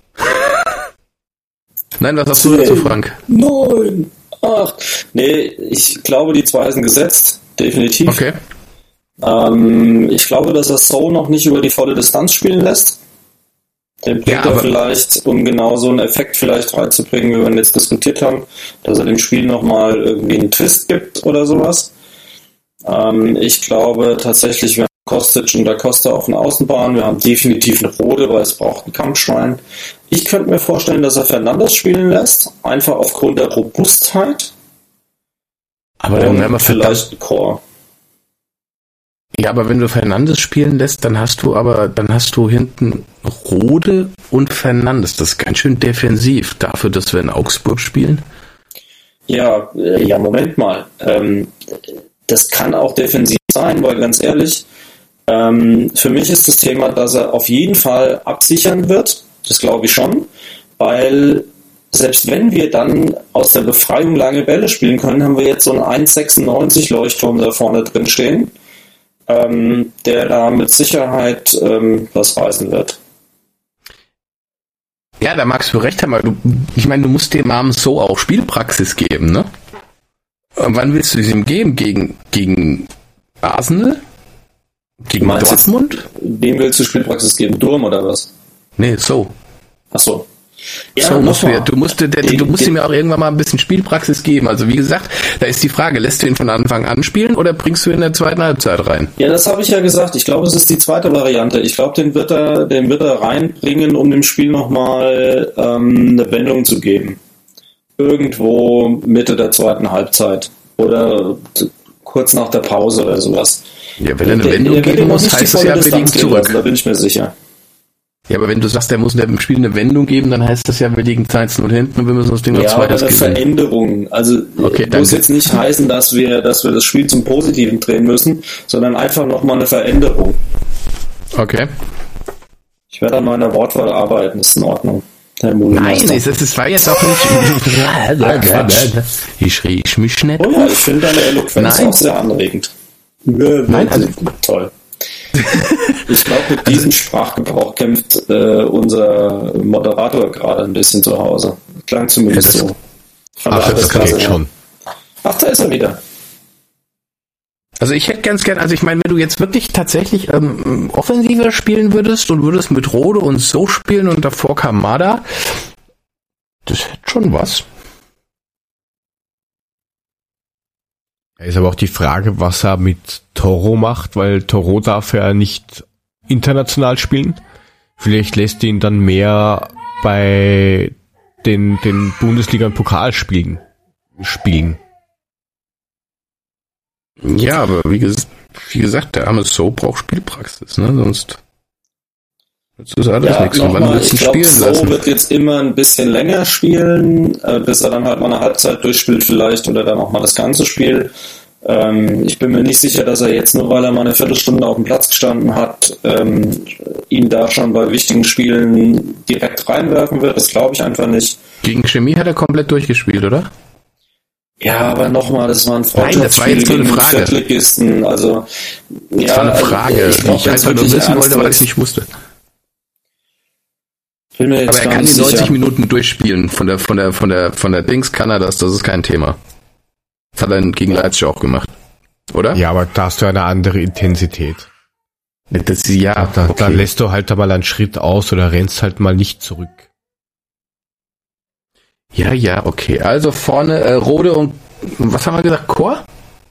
[SPEAKER 3] Nein, was sagst du dazu, Frank?
[SPEAKER 4] 9, 8. Nee, ich glaube, die 2 sind gesetzt. Definitiv.
[SPEAKER 3] Okay.
[SPEAKER 4] Ich glaube, dass er So noch nicht über die volle Distanz spielen lässt. Den bringt er vielleicht, um genau so einen Effekt vielleicht reinzubringen, wie wir jetzt diskutiert haben, dass er dem Spiel nochmal irgendwie einen Twist gibt oder sowas. Ich glaube tatsächlich, wir haben Kostic und Da Costa auf den Außenbahn. Wir haben definitiv eine Rode, weil es braucht ein Kampfschwein. Ich könnte mir vorstellen, dass er Fernandes spielen lässt, einfach aufgrund der Robustheit.
[SPEAKER 3] Aber dann wären wir
[SPEAKER 4] vielleicht ein Chor.
[SPEAKER 3] Ja, aber wenn du Fernandes spielen lässt, dann hast du hinten Rode und Fernandes. Das ist ganz schön defensiv dafür, dass wir in Augsburg spielen.
[SPEAKER 4] Ja, Moment mal. Das kann auch defensiv sein, weil ganz ehrlich, für mich ist das Thema, dass er auf jeden Fall absichern wird. Das glaube ich schon, weil selbst wenn wir dann aus der Befreiung lange Bälle spielen können, haben wir jetzt so einen 1,96 Leuchtturm da vorne drin stehen, der da mit Sicherheit was reißen wird.
[SPEAKER 3] Ja, da magst du recht haben. Ich meine, du musst dem Armen So auch Spielpraxis geben, ne? Und wann willst du es ihm geben? Gegen Arsenal? Gegen Dortmund?
[SPEAKER 4] Wem willst du Spielpraxis geben? Durm oder was?
[SPEAKER 3] Nee, So.
[SPEAKER 4] Ach so. Ja,
[SPEAKER 3] so du musst ihm ja auch irgendwann mal ein bisschen Spielpraxis geben. Also wie gesagt, da ist die Frage, lässt du ihn von Anfang an spielen oder bringst du ihn in der zweiten Halbzeit rein?
[SPEAKER 4] Ja, das habe ich ja gesagt. Ich glaube, es ist die zweite Variante. Ich glaube, den wird er reinbringen, um dem Spiel nochmal eine Wendung zu geben. Irgendwo Mitte der zweiten Halbzeit oder kurz nach der Pause oder sowas.
[SPEAKER 3] Ja, wenn er eine Wendung geben muss, heißt das ja bedingt zurück.
[SPEAKER 4] Da bin ich mir sicher.
[SPEAKER 3] Ja, aber wenn du sagst, der muss dem Spiel eine Wendung geben, dann heißt das ja, wir liegen 1-0 hinten und wir müssen das Ding noch zweites gewinnen.
[SPEAKER 4] Ja, eine Veränderung. Also muss jetzt nicht heißen, dass wir das Spiel zum Positiven drehen müssen, sondern einfach nochmal eine Veränderung.
[SPEAKER 3] Okay.
[SPEAKER 4] Ich werde an meiner Wortwahl arbeiten, ist in Ordnung.
[SPEAKER 3] Nein, das war jetzt auch nicht... Ich riech mich nicht.
[SPEAKER 4] Oh ja, ich finde deine Eloquenz auch sehr anregend.
[SPEAKER 3] Nein, also...
[SPEAKER 4] Toll. Ich glaube, mit diesem Sprachgebrauch kämpft unser Moderator gerade ein bisschen zu Hause. Klang zumindest so.
[SPEAKER 2] Das geht schon.
[SPEAKER 4] Ach, da ist er wieder.
[SPEAKER 3] Also ich hätte ganz gern, also ich meine, wenn du jetzt wirklich tatsächlich offensiver spielen würdest und würdest mit Rode und So spielen und davor Kamada, das hätte schon was.
[SPEAKER 2] Ist aber auch die Frage, was er mit Toro macht, weil Toro darf ja nicht international spielen. Vielleicht lässt ihn dann mehr bei den Bundesliga- und Pokalspielen spielen.
[SPEAKER 3] Ja, aber wie gesagt, wie gesagt, der arme So braucht Spielpraxis, ne? Sonst ist alles nichts. Und wann willst du ihn spielen lassen?
[SPEAKER 4] So wird jetzt immer ein bisschen länger spielen, bis er dann halt mal eine Halbzeit durchspielt vielleicht oder dann auch mal das ganze Spiel. Ich bin mir nicht sicher, dass er jetzt, nur weil er mal eine Viertelstunde auf dem Platz gestanden hat, ihn da schon bei wichtigen Spielen direkt reinwerfen wird. Das glaube ich einfach nicht.
[SPEAKER 3] Gegen Chemie hat er komplett durchgespielt, oder?
[SPEAKER 4] Ja, aber nochmal, das war ein
[SPEAKER 3] Nein, das war jetzt nur eine Frage.
[SPEAKER 4] Viertligisten, also,
[SPEAKER 3] das war eine Frage, die ich einfach nur wissen wollte, weil ich es nicht wusste. Aber er kann die 90 Minuten durchspielen von der Dings kann er das ist kein Thema. Das hat er gegen Leipzig auch gemacht, oder?
[SPEAKER 2] Ja, aber da hast du eine andere Intensität. Da lässt du halt mal einen Schritt aus oder rennst halt mal nicht zurück.
[SPEAKER 3] Ja, okay. Also vorne Rode und was haben wir gesagt? Chor?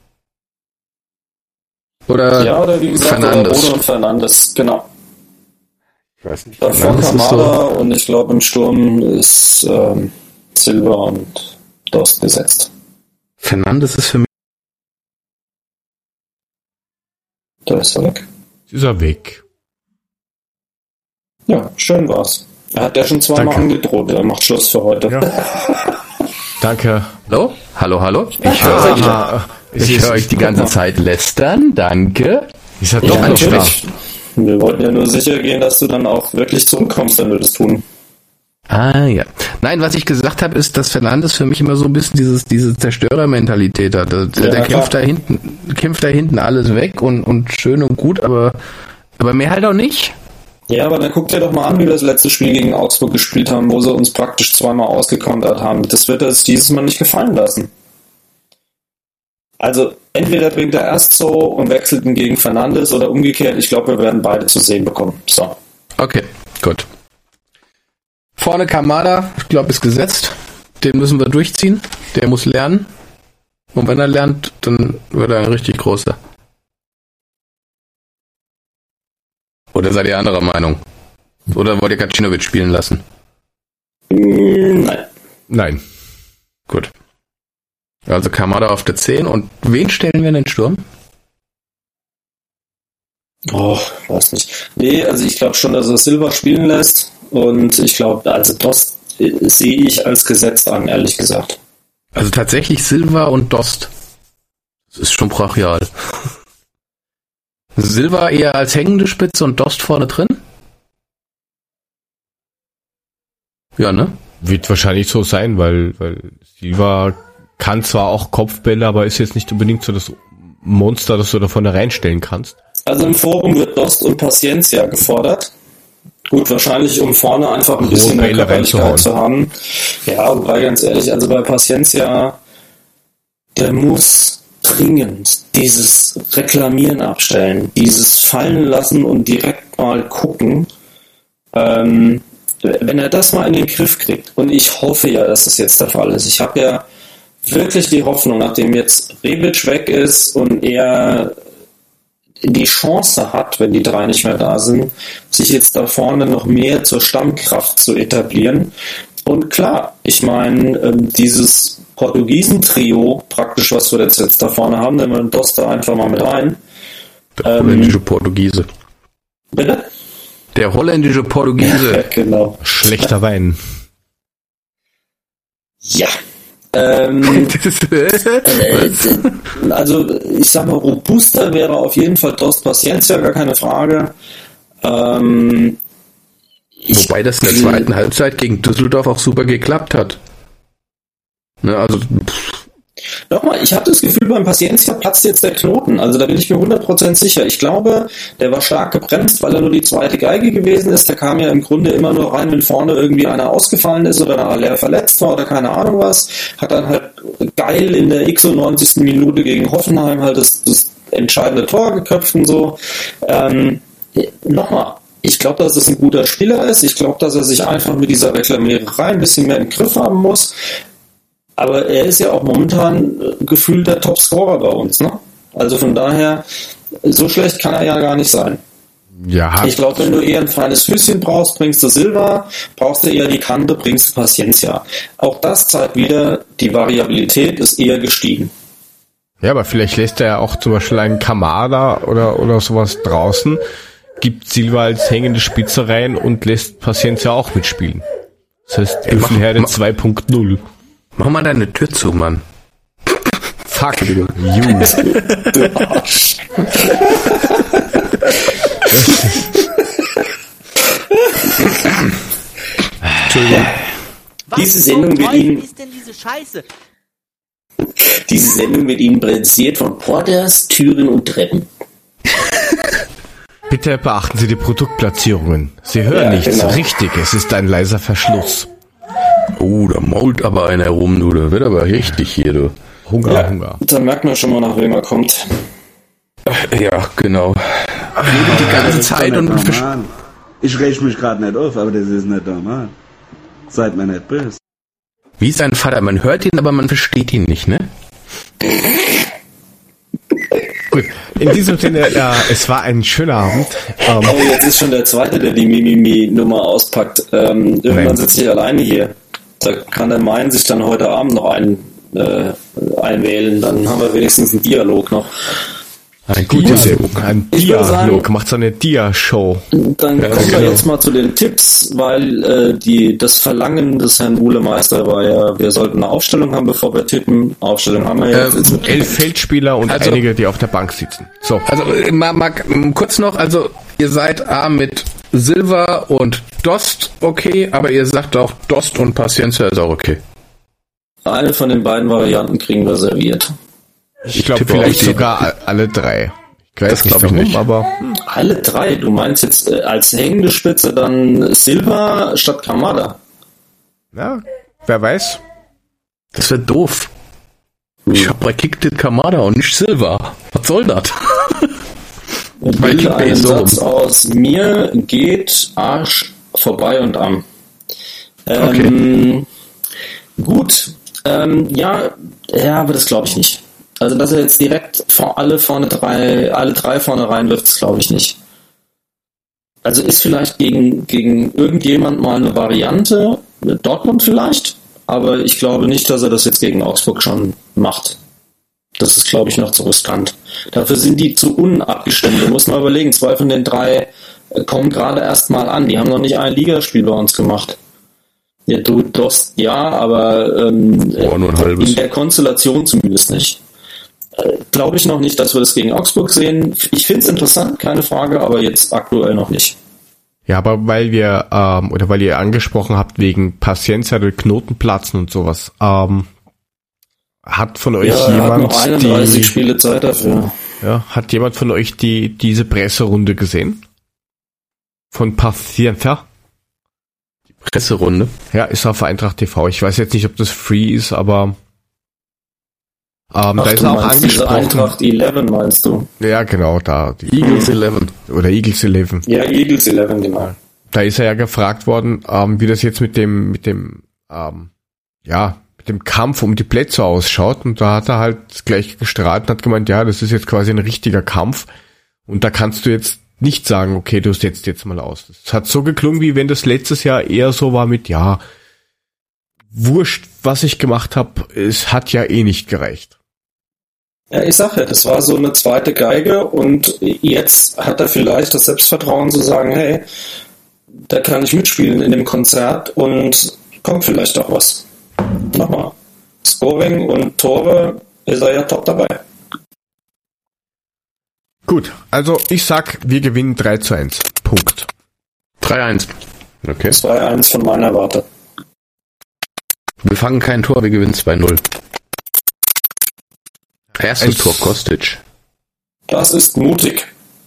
[SPEAKER 3] Oder
[SPEAKER 4] wie gesagt,
[SPEAKER 3] Fernandes.
[SPEAKER 4] Rode und Fernandes, genau.
[SPEAKER 3] Ich weiß nicht.
[SPEAKER 4] Davor Kamada und ich glaube im Sturm ist Silva und Dost gesetzt.
[SPEAKER 3] Fernandes ist für mich.
[SPEAKER 4] Da ist er weg.
[SPEAKER 2] Ist er weg.
[SPEAKER 4] Ja, schön war's. Er hat ja schon zweimal angedroht, er macht Schluss für heute.
[SPEAKER 2] Ja. Danke.
[SPEAKER 3] Hallo? Ich höre euch die ganze Zeit lästern, danke.
[SPEAKER 2] Ist er doch noch da?
[SPEAKER 4] Wir wollten ja nur sicher gehen, dass du dann auch wirklich zurückkommst, wenn wir das tun.
[SPEAKER 3] Ah, ja. Nein, was ich gesagt habe, ist, dass Fernandes für mich immer so ein bisschen diese Zerstörermentalität hat. Der kämpft da hinten alles weg und schön und gut, aber mehr halt auch nicht.
[SPEAKER 4] Ja, aber dann guck dir doch mal an, wie wir das letzte Spiel gegen Augsburg gespielt haben, wo sie uns praktisch zweimal ausgekontert haben. Das wird uns dieses Mal nicht gefallen lassen. Also, entweder bringt er erst So und wechselt ihn gegen Fernandes oder umgekehrt. Ich glaube, wir werden beide zu sehen bekommen. So.
[SPEAKER 3] Okay, gut. Vorne Kamada, ich glaube, ist gesetzt. Den müssen wir durchziehen. Der muss lernen. Und wenn er lernt, dann wird er ein richtig großer. Oder seid ihr anderer Meinung? Oder wollt ihr Kacinovic spielen lassen?
[SPEAKER 2] Nein.
[SPEAKER 3] Gut. Also Kamada auf der 10. Und wen stellen wir in den Sturm?
[SPEAKER 4] Weiß nicht. Nee, also ich glaube schon, dass er Silva spielen lässt. Und ich glaube, also Dost sehe ich als gesetzt an, ehrlich gesagt.
[SPEAKER 3] Also tatsächlich Silva und Dost. Das ist schon brachial. Silva eher als hängende Spitze und Dost vorne drin? Ja, ne?
[SPEAKER 2] Wird wahrscheinlich so sein, weil Silva kann zwar auch Kopfbälle, aber ist jetzt nicht unbedingt so das Monster, das du da vorne reinstellen kannst.
[SPEAKER 4] Also im Forum wird Dost und Paciencia gefordert. Gut, wahrscheinlich um vorne einfach ein bisschen mehr Körperlichkeit zu haben. Ja, wobei ganz ehrlich, also bei Paciencia, der muss dringend dieses Reklamieren abstellen, dieses Fallen lassen und direkt mal gucken. Wenn er das mal in den Griff kriegt, und ich hoffe ja, dass das jetzt der Fall ist. Ich habe ja wirklich die Hoffnung, nachdem jetzt Rebic weg ist und er die Chance hat, wenn die drei nicht mehr da sind, sich jetzt da vorne noch mehr zur Stammkraft zu etablieren. Und klar, ich meine, dieses Portugiesen-Trio, praktisch, was wir jetzt da vorne haben, nehmen wir den Doster einfach mal mit rein.
[SPEAKER 3] Der holländische Portugiese.
[SPEAKER 4] Bitte?
[SPEAKER 3] Der holländische Portugiese.
[SPEAKER 4] Ja, genau.
[SPEAKER 2] Schlechter Wein.
[SPEAKER 4] Ja. Also, ich sag mal, robuster wäre auf jeden Fall Dost Paciencia, gar keine Frage.
[SPEAKER 3] Wobei das in der zweiten Halbzeit gegen Düsseldorf auch super geklappt hat. Ne, also.
[SPEAKER 4] Nochmal, ich habe das Gefühl, beim Paciencia platzt jetzt der Knoten. Also da bin ich mir 100% sicher. Ich glaube, der war stark gebremst, weil er nur die zweite Geige gewesen ist. Der kam ja im Grunde immer nur rein, wenn vorne irgendwie einer ausgefallen ist oder einer verletzt war oder keine Ahnung was. Hat dann halt geil in der 90. Minute gegen Hoffenheim halt das entscheidende Tor geköpft und so. Nochmal, ich glaube, dass es ein guter Spieler ist. Ich glaube, dass er sich einfach mit dieser Reklamiererei ein bisschen mehr im Griff haben muss. Aber er ist ja auch momentan gefühlt der Topscorer bei uns, ne? Also von daher, so schlecht kann er ja gar nicht sein.
[SPEAKER 2] Ja.
[SPEAKER 4] Ich glaube, wenn du eher ein feines Füßchen brauchst, bringst du Silva, brauchst du eher die Kante, bringst du Paciencia. Auch das zeigt wieder, die Variabilität ist eher gestiegen.
[SPEAKER 2] Ja, aber vielleicht lässt er ja auch zum Beispiel einen Kamada oder sowas draußen, gibt Silva als hängende Spitze rein und lässt Paciencia auch mitspielen. Das heißt, Elfenherde 2.0.
[SPEAKER 3] Mach mal deine Tür zu, Mann.
[SPEAKER 2] Fuck you.
[SPEAKER 4] Du Arsch.
[SPEAKER 3] Entschuldigung.
[SPEAKER 4] Diese Sendung wird Ihnen...
[SPEAKER 6] ist denn diese Scheiße?
[SPEAKER 4] Diese Sendung wird Ihnen präsentiert von Porters, Türen und Treppen.
[SPEAKER 2] Bitte beachten Sie die Produktplatzierungen. Sie hören nichts.
[SPEAKER 4] Genau.
[SPEAKER 2] Richtig, es ist ein leiser Verschluss.
[SPEAKER 3] Oh, da mault aber einer rum, du. Da wird aber richtig hier, du.
[SPEAKER 2] Hunger.
[SPEAKER 4] Da merkt man schon mal, nach wem er kommt.
[SPEAKER 3] Ja, genau. Die ganze Zeit und
[SPEAKER 8] ich reg mich gerade nicht auf, aber das ist nicht normal. Seid mir nicht böse.
[SPEAKER 3] Wie ist sein Vater? Man hört ihn, aber man versteht ihn nicht, ne?
[SPEAKER 2] Gut, in diesem Sinne, es war ein schöner Abend.
[SPEAKER 4] Oh, jetzt ist schon der Zweite, der die Mimimi-Nummer auspackt. Irgendwann sitze ich alleine hier. Da kann der Main sich dann heute Abend noch einwählen. Dann haben wir wenigstens einen Dialog noch.
[SPEAKER 2] Ein Dialog, macht so eine Dia-Show.
[SPEAKER 4] Dann kommen wir jetzt mal zu den Tipps, weil das Verlangen des Herrn Buhlemeister war ja, wir sollten eine Aufstellung haben, bevor wir tippen. Aufstellung haben wir jetzt.
[SPEAKER 2] 11 Feldspieler und einige, die auf der Bank sitzen. So.
[SPEAKER 3] Also, Marc, kurz noch, also ihr seid mit Silva und Dost okay, aber ihr sagt auch, Dost und Paciencia ist auch okay.
[SPEAKER 4] Eine von den beiden Varianten kriegen wir serviert.
[SPEAKER 2] Ich glaube vielleicht sogar alle drei.
[SPEAKER 3] Das glaube ich nicht.
[SPEAKER 2] Aber
[SPEAKER 4] alle drei? Du meinst jetzt als hängende Spitze dann Silva statt Kamada?
[SPEAKER 2] Ja, wer weiß.
[SPEAKER 3] Das wäre doof. Ich habe bei Kicked Kamada und nicht Silva. Was soll das?
[SPEAKER 4] Weil ein Satz aus mir geht Arsch vorbei und am.
[SPEAKER 3] Okay.
[SPEAKER 4] Gut. Ja, aber das glaube ich nicht. Also, dass er jetzt direkt alle drei vorne reinwirft, das glaube ich nicht. Also ist vielleicht gegen irgendjemand mal eine Variante, Dortmund vielleicht, aber ich glaube nicht, dass er das jetzt gegen Augsburg schon macht. Das ist, glaube ich, noch zu riskant. Dafür sind die zu unabgestimmt. Du musst mal überlegen, 2 von den 3 kommen gerade erst mal an. Die haben noch nicht ein Ligaspiel bei uns gemacht. Ja, du Dost, ja, aber
[SPEAKER 3] nur ein halbes.
[SPEAKER 4] In der Konstellation zumindest nicht. Glaube ich noch nicht, dass wir das gegen Augsburg sehen. Ich finde es interessant, keine Frage, aber jetzt aktuell noch nicht.
[SPEAKER 2] Ja, aber weil wir, oder weil ihr angesprochen habt, wegen Paciencia durch Knotenplatzen und sowas, hat von euch jemand
[SPEAKER 4] hat noch 31 Spiele Zeit dafür.
[SPEAKER 2] Ja, hat jemand von euch diese Presserunde gesehen? Von Paciencia?
[SPEAKER 3] Die Presserunde?
[SPEAKER 2] Ja, ist auf Eintracht TV. Ich weiß jetzt nicht, ob das free ist, aber da ist er auch angesprochen.
[SPEAKER 4] Eintracht 11 meinst du?
[SPEAKER 2] Ja, genau, da.
[SPEAKER 3] Eagles 11.
[SPEAKER 2] Oder Eagles 11.
[SPEAKER 4] Ja, Eagles 11, genau.
[SPEAKER 2] Da ist er ja gefragt worden, wie das jetzt mit dem Kampf um die Plätze ausschaut. Und da hat er halt gleich gestrahlt und hat gemeint, ja, das ist jetzt quasi ein richtiger Kampf. Und da kannst du jetzt nicht sagen, okay, du setzt jetzt mal aus. Das hat so geklungen, wie wenn das letztes Jahr eher so war mit, ja, wurscht, was ich gemacht habe, es hat ja eh nicht gereicht.
[SPEAKER 4] Ja, ich sag ja, das war so eine zweite Geige und jetzt hat er vielleicht das Selbstvertrauen zu sagen, hey, da kann ich mitspielen in dem Konzert und kommt vielleicht auch was. Nochmal, Scoring und Tore ist er ja top dabei.
[SPEAKER 2] Gut, also ich sag, wir gewinnen 3-1. Punkt.
[SPEAKER 3] 3-1. Okay.
[SPEAKER 4] 2-1 von meiner Warte.
[SPEAKER 3] Wir fangen kein Tor, wir gewinnen 2-0. Erstes Tor Kostic.
[SPEAKER 4] Das ist mutig.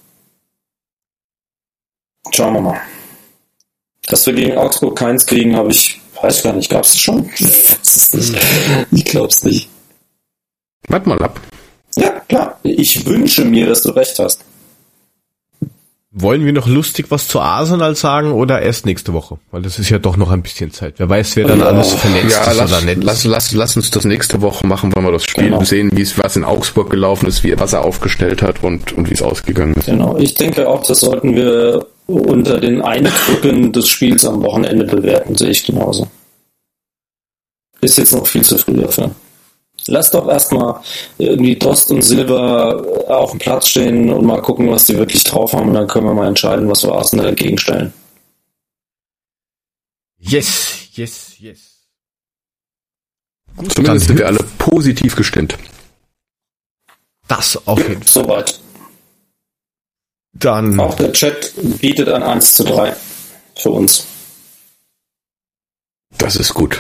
[SPEAKER 4] Schauen wir mal. Dass wir gegen Augsburg keins kriegen, weiß gar nicht, gab's das schon? Ich glaub's nicht.
[SPEAKER 3] Warte mal ab.
[SPEAKER 4] Ja, klar. Ich wünsche mir, dass du recht hast.
[SPEAKER 2] Wollen wir noch lustig was zu Arsenal sagen oder erst nächste Woche? Weil das ist ja doch noch ein bisschen Zeit. Wer weiß, wer dann alles vernetzt ist oder nicht.
[SPEAKER 3] Lass uns das nächste Woche machen, wenn wir das Spiel sehen, was in Augsburg gelaufen ist, was er aufgestellt hat und wie es ausgegangen ist.
[SPEAKER 4] Genau, ich denke auch, das sollten wir unter den Eindrücken des Spiels am Wochenende bewerten, sehe ich genauso. Ist jetzt noch viel zu früh dafür. Lass doch erstmal irgendwie Dost und Silber auf dem Platz stehen und mal gucken, was die wirklich drauf haben. Und dann können wir mal entscheiden, was wir Arsenal entgegenstellen.
[SPEAKER 2] Yes.
[SPEAKER 3] Gut, zumindest sind wir alle positiv gestimmt.
[SPEAKER 2] Das auf jeden Fall.
[SPEAKER 4] Soweit.
[SPEAKER 2] Dann.
[SPEAKER 4] Auch der Chat bietet ein 1:3 für uns.
[SPEAKER 3] Das ist gut.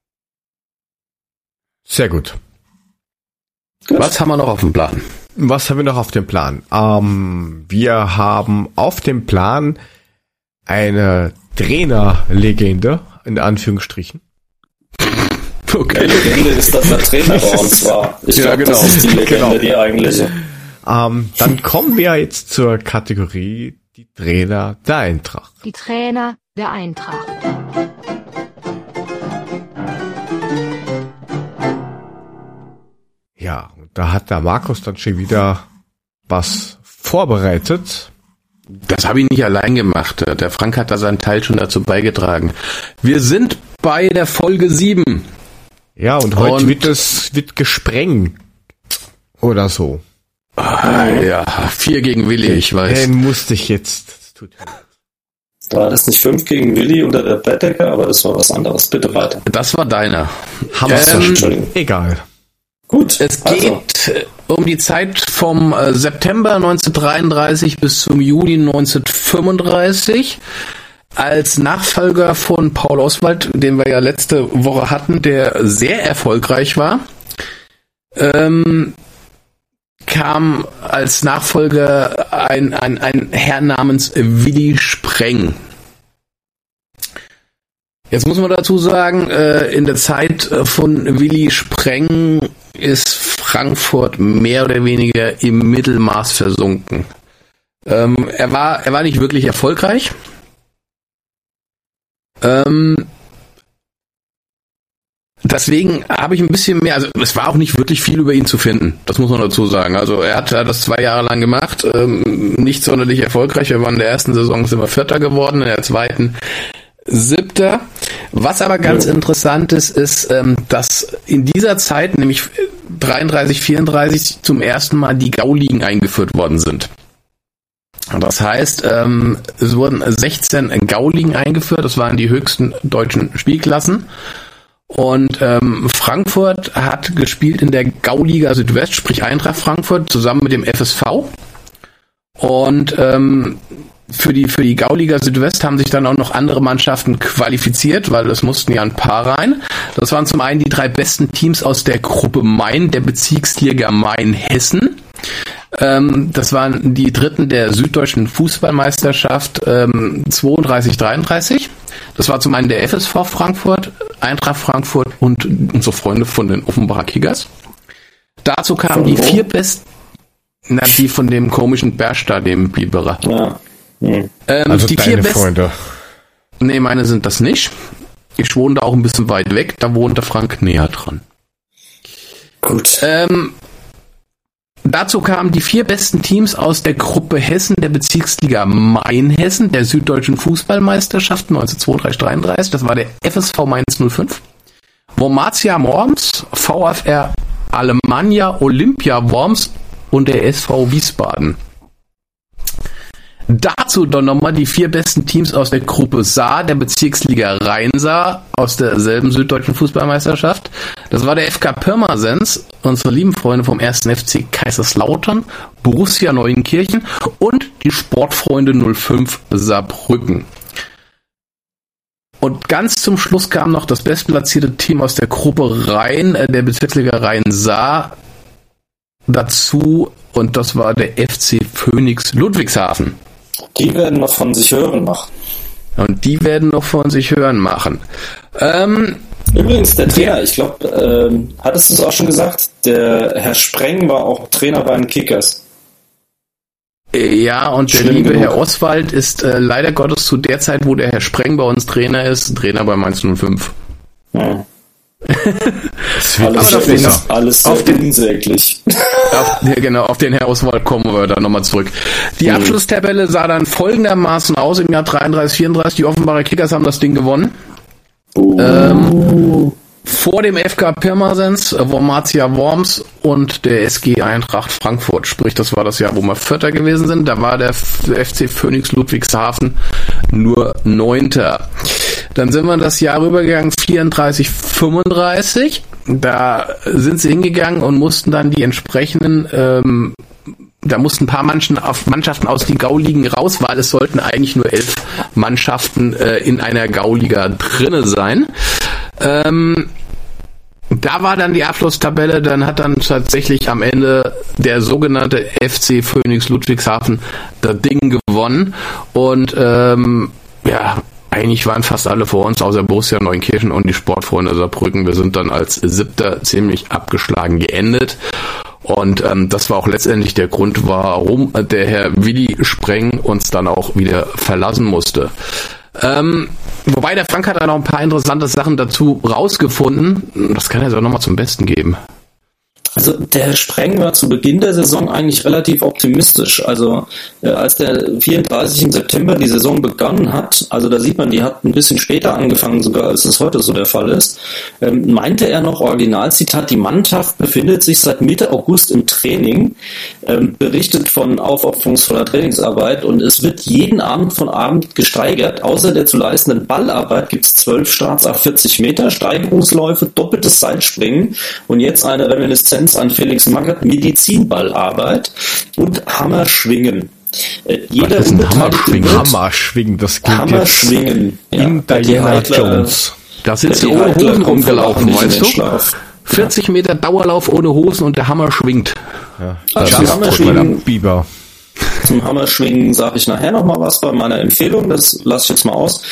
[SPEAKER 2] Sehr gut.
[SPEAKER 3] Was haben wir noch auf dem Plan?
[SPEAKER 2] Was haben wir noch auf dem Plan? Wir haben auf dem Plan eine Trainerlegende, in Anführungsstrichen.
[SPEAKER 3] Okay.
[SPEAKER 4] Die Legende ist, dass der Trainer bei uns war. Ich glaube, das ist die Legende, die eigentliche.
[SPEAKER 2] Dann kommen wir jetzt zur Kategorie die Trainer der Eintracht.
[SPEAKER 11] Die Trainer der Eintracht.
[SPEAKER 2] Ja, und da hat der Markus dann schon wieder was vorbereitet.
[SPEAKER 3] Das habe ich nicht allein gemacht. Der Frank hat da seinen Teil schon dazu beigetragen. Wir sind bei der Folge 7.
[SPEAKER 2] Ja, und heute wird gesprengt. Oder so.
[SPEAKER 3] Ja, 4 gegen Willi, ich weiß.
[SPEAKER 2] Den musste ich jetzt. Das tut mir leid.
[SPEAKER 4] War das nicht 5 gegen Willi oder der Bettdecker, aber das war was anderes. Bitte weiter.
[SPEAKER 3] Das war deiner.
[SPEAKER 2] Egal.
[SPEAKER 3] Gut. Es geht um die Zeit vom September 1933 bis zum Juni 1935. Als Nachfolger von Paul Oswald, den wir ja letzte Woche hatten, der sehr erfolgreich war, kam als Nachfolger ein Herr namens Willi Spreng. Jetzt muss man dazu sagen, in der Zeit von Willi Spreng ist Frankfurt mehr oder weniger im Mittelmaß versunken. Er war nicht wirklich erfolgreich. Deswegen habe ich ein bisschen mehr, also es war auch nicht wirklich viel über ihn zu finden, das muss man dazu sagen. Also er hat das 2 Jahre lang gemacht, nicht sonderlich erfolgreich. Wir waren in der ersten Saison sind wir Vierter geworden, in der zweiten Siebter. Was aber ganz interessant ist, dass in dieser Zeit, nämlich 33, 34, zum ersten Mal die Gauligen eingeführt worden sind. Das heißt, es wurden 16 Gauligen eingeführt, das waren die höchsten deutschen Spielklassen. Und Frankfurt hat gespielt in der Gauliga Südwest, sprich Eintracht Frankfurt, zusammen mit dem FSV. Und für die Gauliga Südwest haben sich dann auch noch andere Mannschaften qualifiziert, weil es mussten ja ein paar rein. Das waren zum einen die 3 besten Teams aus der Gruppe Main, der Bezirksliga Main-Hessen. Das waren die Dritten der süddeutschen Fußballmeisterschaft 32-33. Das war zum einen der FSV Frankfurt, Eintracht Frankfurt und unsere Freunde von den Offenbacher Kickers. Dazu kamen die 4 besten, die von dem komischen Bersta, dem Biberer. Ja.
[SPEAKER 2] Also
[SPEAKER 3] die
[SPEAKER 2] deine 4 Freunde.
[SPEAKER 3] Nee, meine sind das nicht. Ich wohne da auch ein bisschen weit weg, da wohnt der Frank näher dran.
[SPEAKER 4] Gut.
[SPEAKER 3] Dazu kamen die 4 besten Teams aus der Gruppe Hessen der Bezirksliga Main-Hessen, der süddeutschen Fußballmeisterschaft 1932-33. Das war der FSV Mainz 05, Wormatia Worms, VfR Alemannia Olympia Worms und der SV Wiesbaden. Dazu dann nochmal die 4 besten Teams aus der Gruppe Saar, der Bezirksliga Rhein-Saar, aus derselben süddeutschen Fußballmeisterschaft. Das war der FK Pirmasens, unsere lieben Freunde vom 1. FC Kaiserslautern, Borussia Neuenkirchen und die Sportfreunde 05 Saarbrücken. Und ganz zum Schluss kam noch das bestplatzierte Team aus der Gruppe Rhein, der Bezirksliga Rhein-Saar, dazu, und das war der FC Phoenix Ludwigshafen.
[SPEAKER 4] Die werden noch von sich hören machen.
[SPEAKER 3] Und die werden noch von sich hören machen.
[SPEAKER 4] Übrigens, der Trainer, ich glaube, hattest du es auch schon gesagt, der Herr Spreng war auch Trainer bei den Kickers.
[SPEAKER 3] Ja, und der liebe Herr Oswald ist leider Gottes zu der Zeit, wo der Herr Spreng bei uns Trainer ist, Trainer bei Mainz 05.
[SPEAKER 4] Ja. Alles unsäglich.
[SPEAKER 3] Auf den Herr Oswald kommen wir dann nochmal zurück. Die Abschlusstabelle sah dann folgendermaßen aus im Jahr 33, 34. Die Offenbarer Kickers haben das Ding gewonnen. vor dem FK Pirmasens, Wormatia Worms und der SG Eintracht Frankfurt. Sprich, das war das Jahr, wo wir Vierter gewesen sind. Da war der FC Phoenix Ludwigshafen nur 9. Dann sind wir das Jahr rübergegangen, 34-35. Da sind sie hingegangen und mussten dann die entsprechenden, da mussten ein paar Mannschaften aus den Gauligen raus, weil es sollten eigentlich nur 11 Mannschaften in einer Gauliga drinne sein. Da war dann die Abschlusstabelle, dann hat dann tatsächlich am Ende der sogenannte FC Phoenix Ludwigshafen das Ding gewonnen und eigentlich waren fast alle vor uns, außer Borussia Neunkirchen und die Sportfreunde Saarbrücken. Wir sind dann als 7. ziemlich abgeschlagen geendet. Und das war auch letztendlich der Grund, warum der Herr Willi Spreng uns dann auch wieder verlassen musste. Wobei der Frank hat da noch ein paar interessante Sachen dazu rausgefunden. Das kann er so nochmal zum Besten geben.
[SPEAKER 4] Also der Herr Spreng war zu Beginn der Saison eigentlich relativ optimistisch. Also als der 34. September die Saison begonnen hat, also da sieht man, die hat ein bisschen später angefangen sogar, als es heute so der Fall ist, meinte er noch, Originalzitat, die Mannschaft befindet sich seit Mitte August im Training, berichtet von aufopferungsvoller Trainingsarbeit und es wird jeden Abend von Abend gesteigert. Außer der zu leistenden Ballarbeit gibt es 12 Starts auf 40 Meter, Steigerungsläufe, doppeltes Seilspringen und jetzt eine Reminiszenz an Felix Magath, Medizinballarbeit und Hammerschwingen. Jeder
[SPEAKER 2] Hammerschwingen, das klingt
[SPEAKER 4] Hammerschwingen.
[SPEAKER 2] Indiana Jones.
[SPEAKER 3] Da sind sie ohne Hosen rumgelaufen, weißt du? 40 Meter Dauerlauf ohne Hosen und der Hammer schwingt.
[SPEAKER 2] Ja. Also Hammerschwingen, Biber.
[SPEAKER 4] Zum Hammerschwingen sage ich nachher nochmal was bei meiner Empfehlung, das lasse ich jetzt mal aus.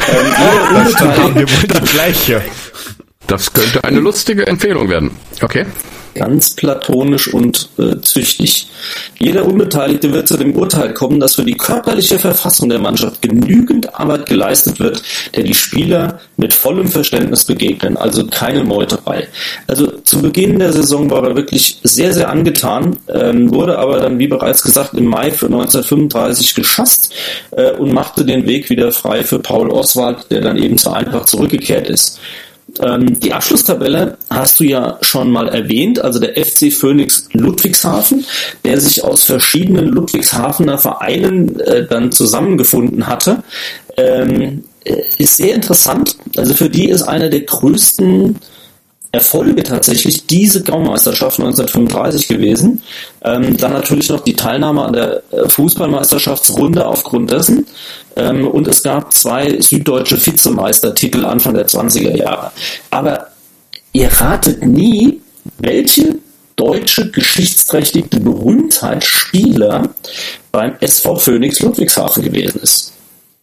[SPEAKER 3] Das könnte eine lustige Empfehlung werden. Okay.
[SPEAKER 4] Ganz platonisch und züchtig. Jeder Unbeteiligte wird zu dem Urteil kommen, dass für die körperliche Verfassung der Mannschaft genügend Arbeit geleistet wird, der die Spieler mit vollem Verständnis begegnen, also keine Meuterei. Also zu Beginn der Saison war er wirklich sehr, sehr angetan, wurde aber dann, wie bereits gesagt, im Mai für 1935 geschasst und machte den Weg wieder frei für Paul Oswald, der dann eben zur Eintracht zurückgekehrt ist. Die Abschlusstabelle hast du ja schon mal erwähnt, also der FC Phoenix Ludwigshafen, der sich aus verschiedenen Ludwigshafener Vereinen dann zusammengefunden hatte, ist sehr interessant. Also für die ist einer der größten Erfolge tatsächlich diese Gaumeisterschaft 1935 gewesen. Dann natürlich noch die Teilnahme an der Fußballmeisterschaftsrunde aufgrund dessen. Und es gab 2 süddeutsche Vizemeistertitel Anfang der 20er Jahre. Aber ihr ratet nie, welche deutsche geschichtsträchtige Berühmtheitsspieler beim SV Phoenix Ludwigshafen gewesen ist.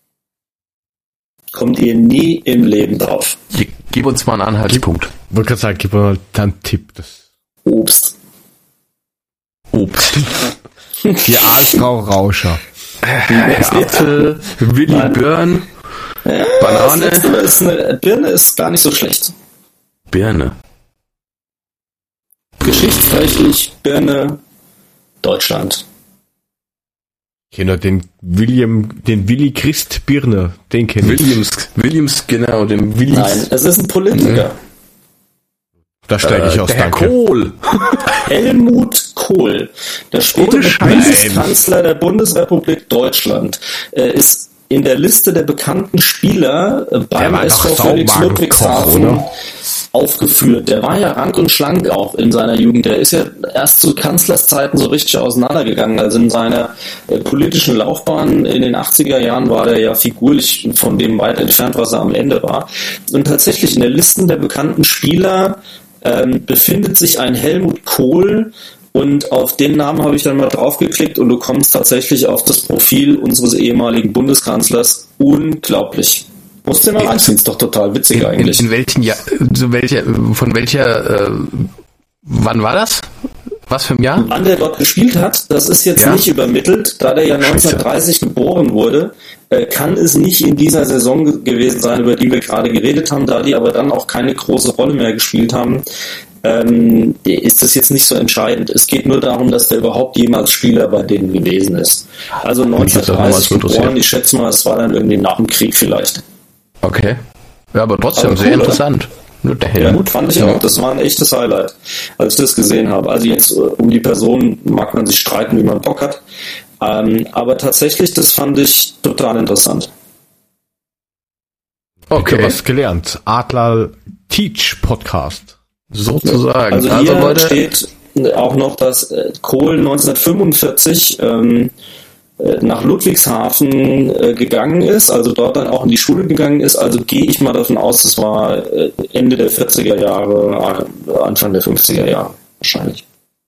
[SPEAKER 4] Kommt ihr nie im Leben drauf.
[SPEAKER 3] Gib uns mal einen Anhaltspunkt.
[SPEAKER 2] Ich wollte gerade sagen, gib mal einen Tipp.
[SPEAKER 4] Obst.
[SPEAKER 2] Die Aalfrau Rauscher.
[SPEAKER 3] Apfel, Willi Birn, Banane.
[SPEAKER 4] Birne ist gar nicht so schlecht.
[SPEAKER 3] Birne.
[SPEAKER 4] Geschichtsträchtig Birne, Deutschland.
[SPEAKER 2] Genau, den Willi Christ Birne, den kenne ich.
[SPEAKER 3] Williams, genau, den Willi.
[SPEAKER 4] Nein, es ist ein Politiker.
[SPEAKER 2] Da steige ich aus,
[SPEAKER 3] der
[SPEAKER 2] danke.
[SPEAKER 3] Kohl.
[SPEAKER 4] Helmut Kohl, der spätere Bundeskanzler der Bundesrepublik Deutschland, ist in der Liste der bekannten Spieler beim SV Phoenix Ludwigshafen aufgeführt. Der war ja rank und schlank auch in seiner Jugend. Der ist ja erst zu Kanzlerszeiten so richtig auseinandergegangen. Also in seiner politischen Laufbahn in den 80er Jahren war der ja figurlich von dem weit entfernt, was er am Ende war. Und tatsächlich in der Liste der bekannten Spieler befindet sich ein Helmut Kohl und auf den Namen habe ich dann mal draufgeklickt und du kommst tatsächlich auf das Profil unseres ehemaligen Bundeskanzlers. Unglaublich. Musst du mal reinziehen, ist doch total witzig eigentlich.
[SPEAKER 3] In welchen Jahr, wann war das? Was für ein Jahr?
[SPEAKER 4] Wann der dort gespielt hat, das ist jetzt nicht übermittelt, da der ja 1930 geboren wurde, kann es nicht in dieser Saison gewesen sein, über die wir gerade geredet haben, da die aber dann auch keine große Rolle mehr gespielt haben, ist das jetzt nicht so entscheidend. Es geht nur darum, dass der überhaupt jemals Spieler bei denen gewesen ist. Also 1930 geboren, ich schätze mal, es war dann irgendwie nach dem Krieg vielleicht.
[SPEAKER 3] Okay. Ja, aber trotzdem sehr interessant. Nur der Helmut.
[SPEAKER 4] Ja, fand ich auch. Das war ein echtes Highlight, als ich das gesehen habe. Also jetzt um die Person mag man sich streiten, wie man Bock hat. Aber tatsächlich, das fand ich total interessant.
[SPEAKER 2] Okay. Was gelernt. Adler Teach Podcast.
[SPEAKER 3] Sozusagen.
[SPEAKER 4] Also hier Leute, steht auch noch, dass Kohl 1945 nach Ludwigshafen gegangen ist, also dort dann auch in die Schule gegangen ist. Also gehe ich mal davon aus, das war Ende der 40er Jahre, Anfang der 50er Jahre wahrscheinlich.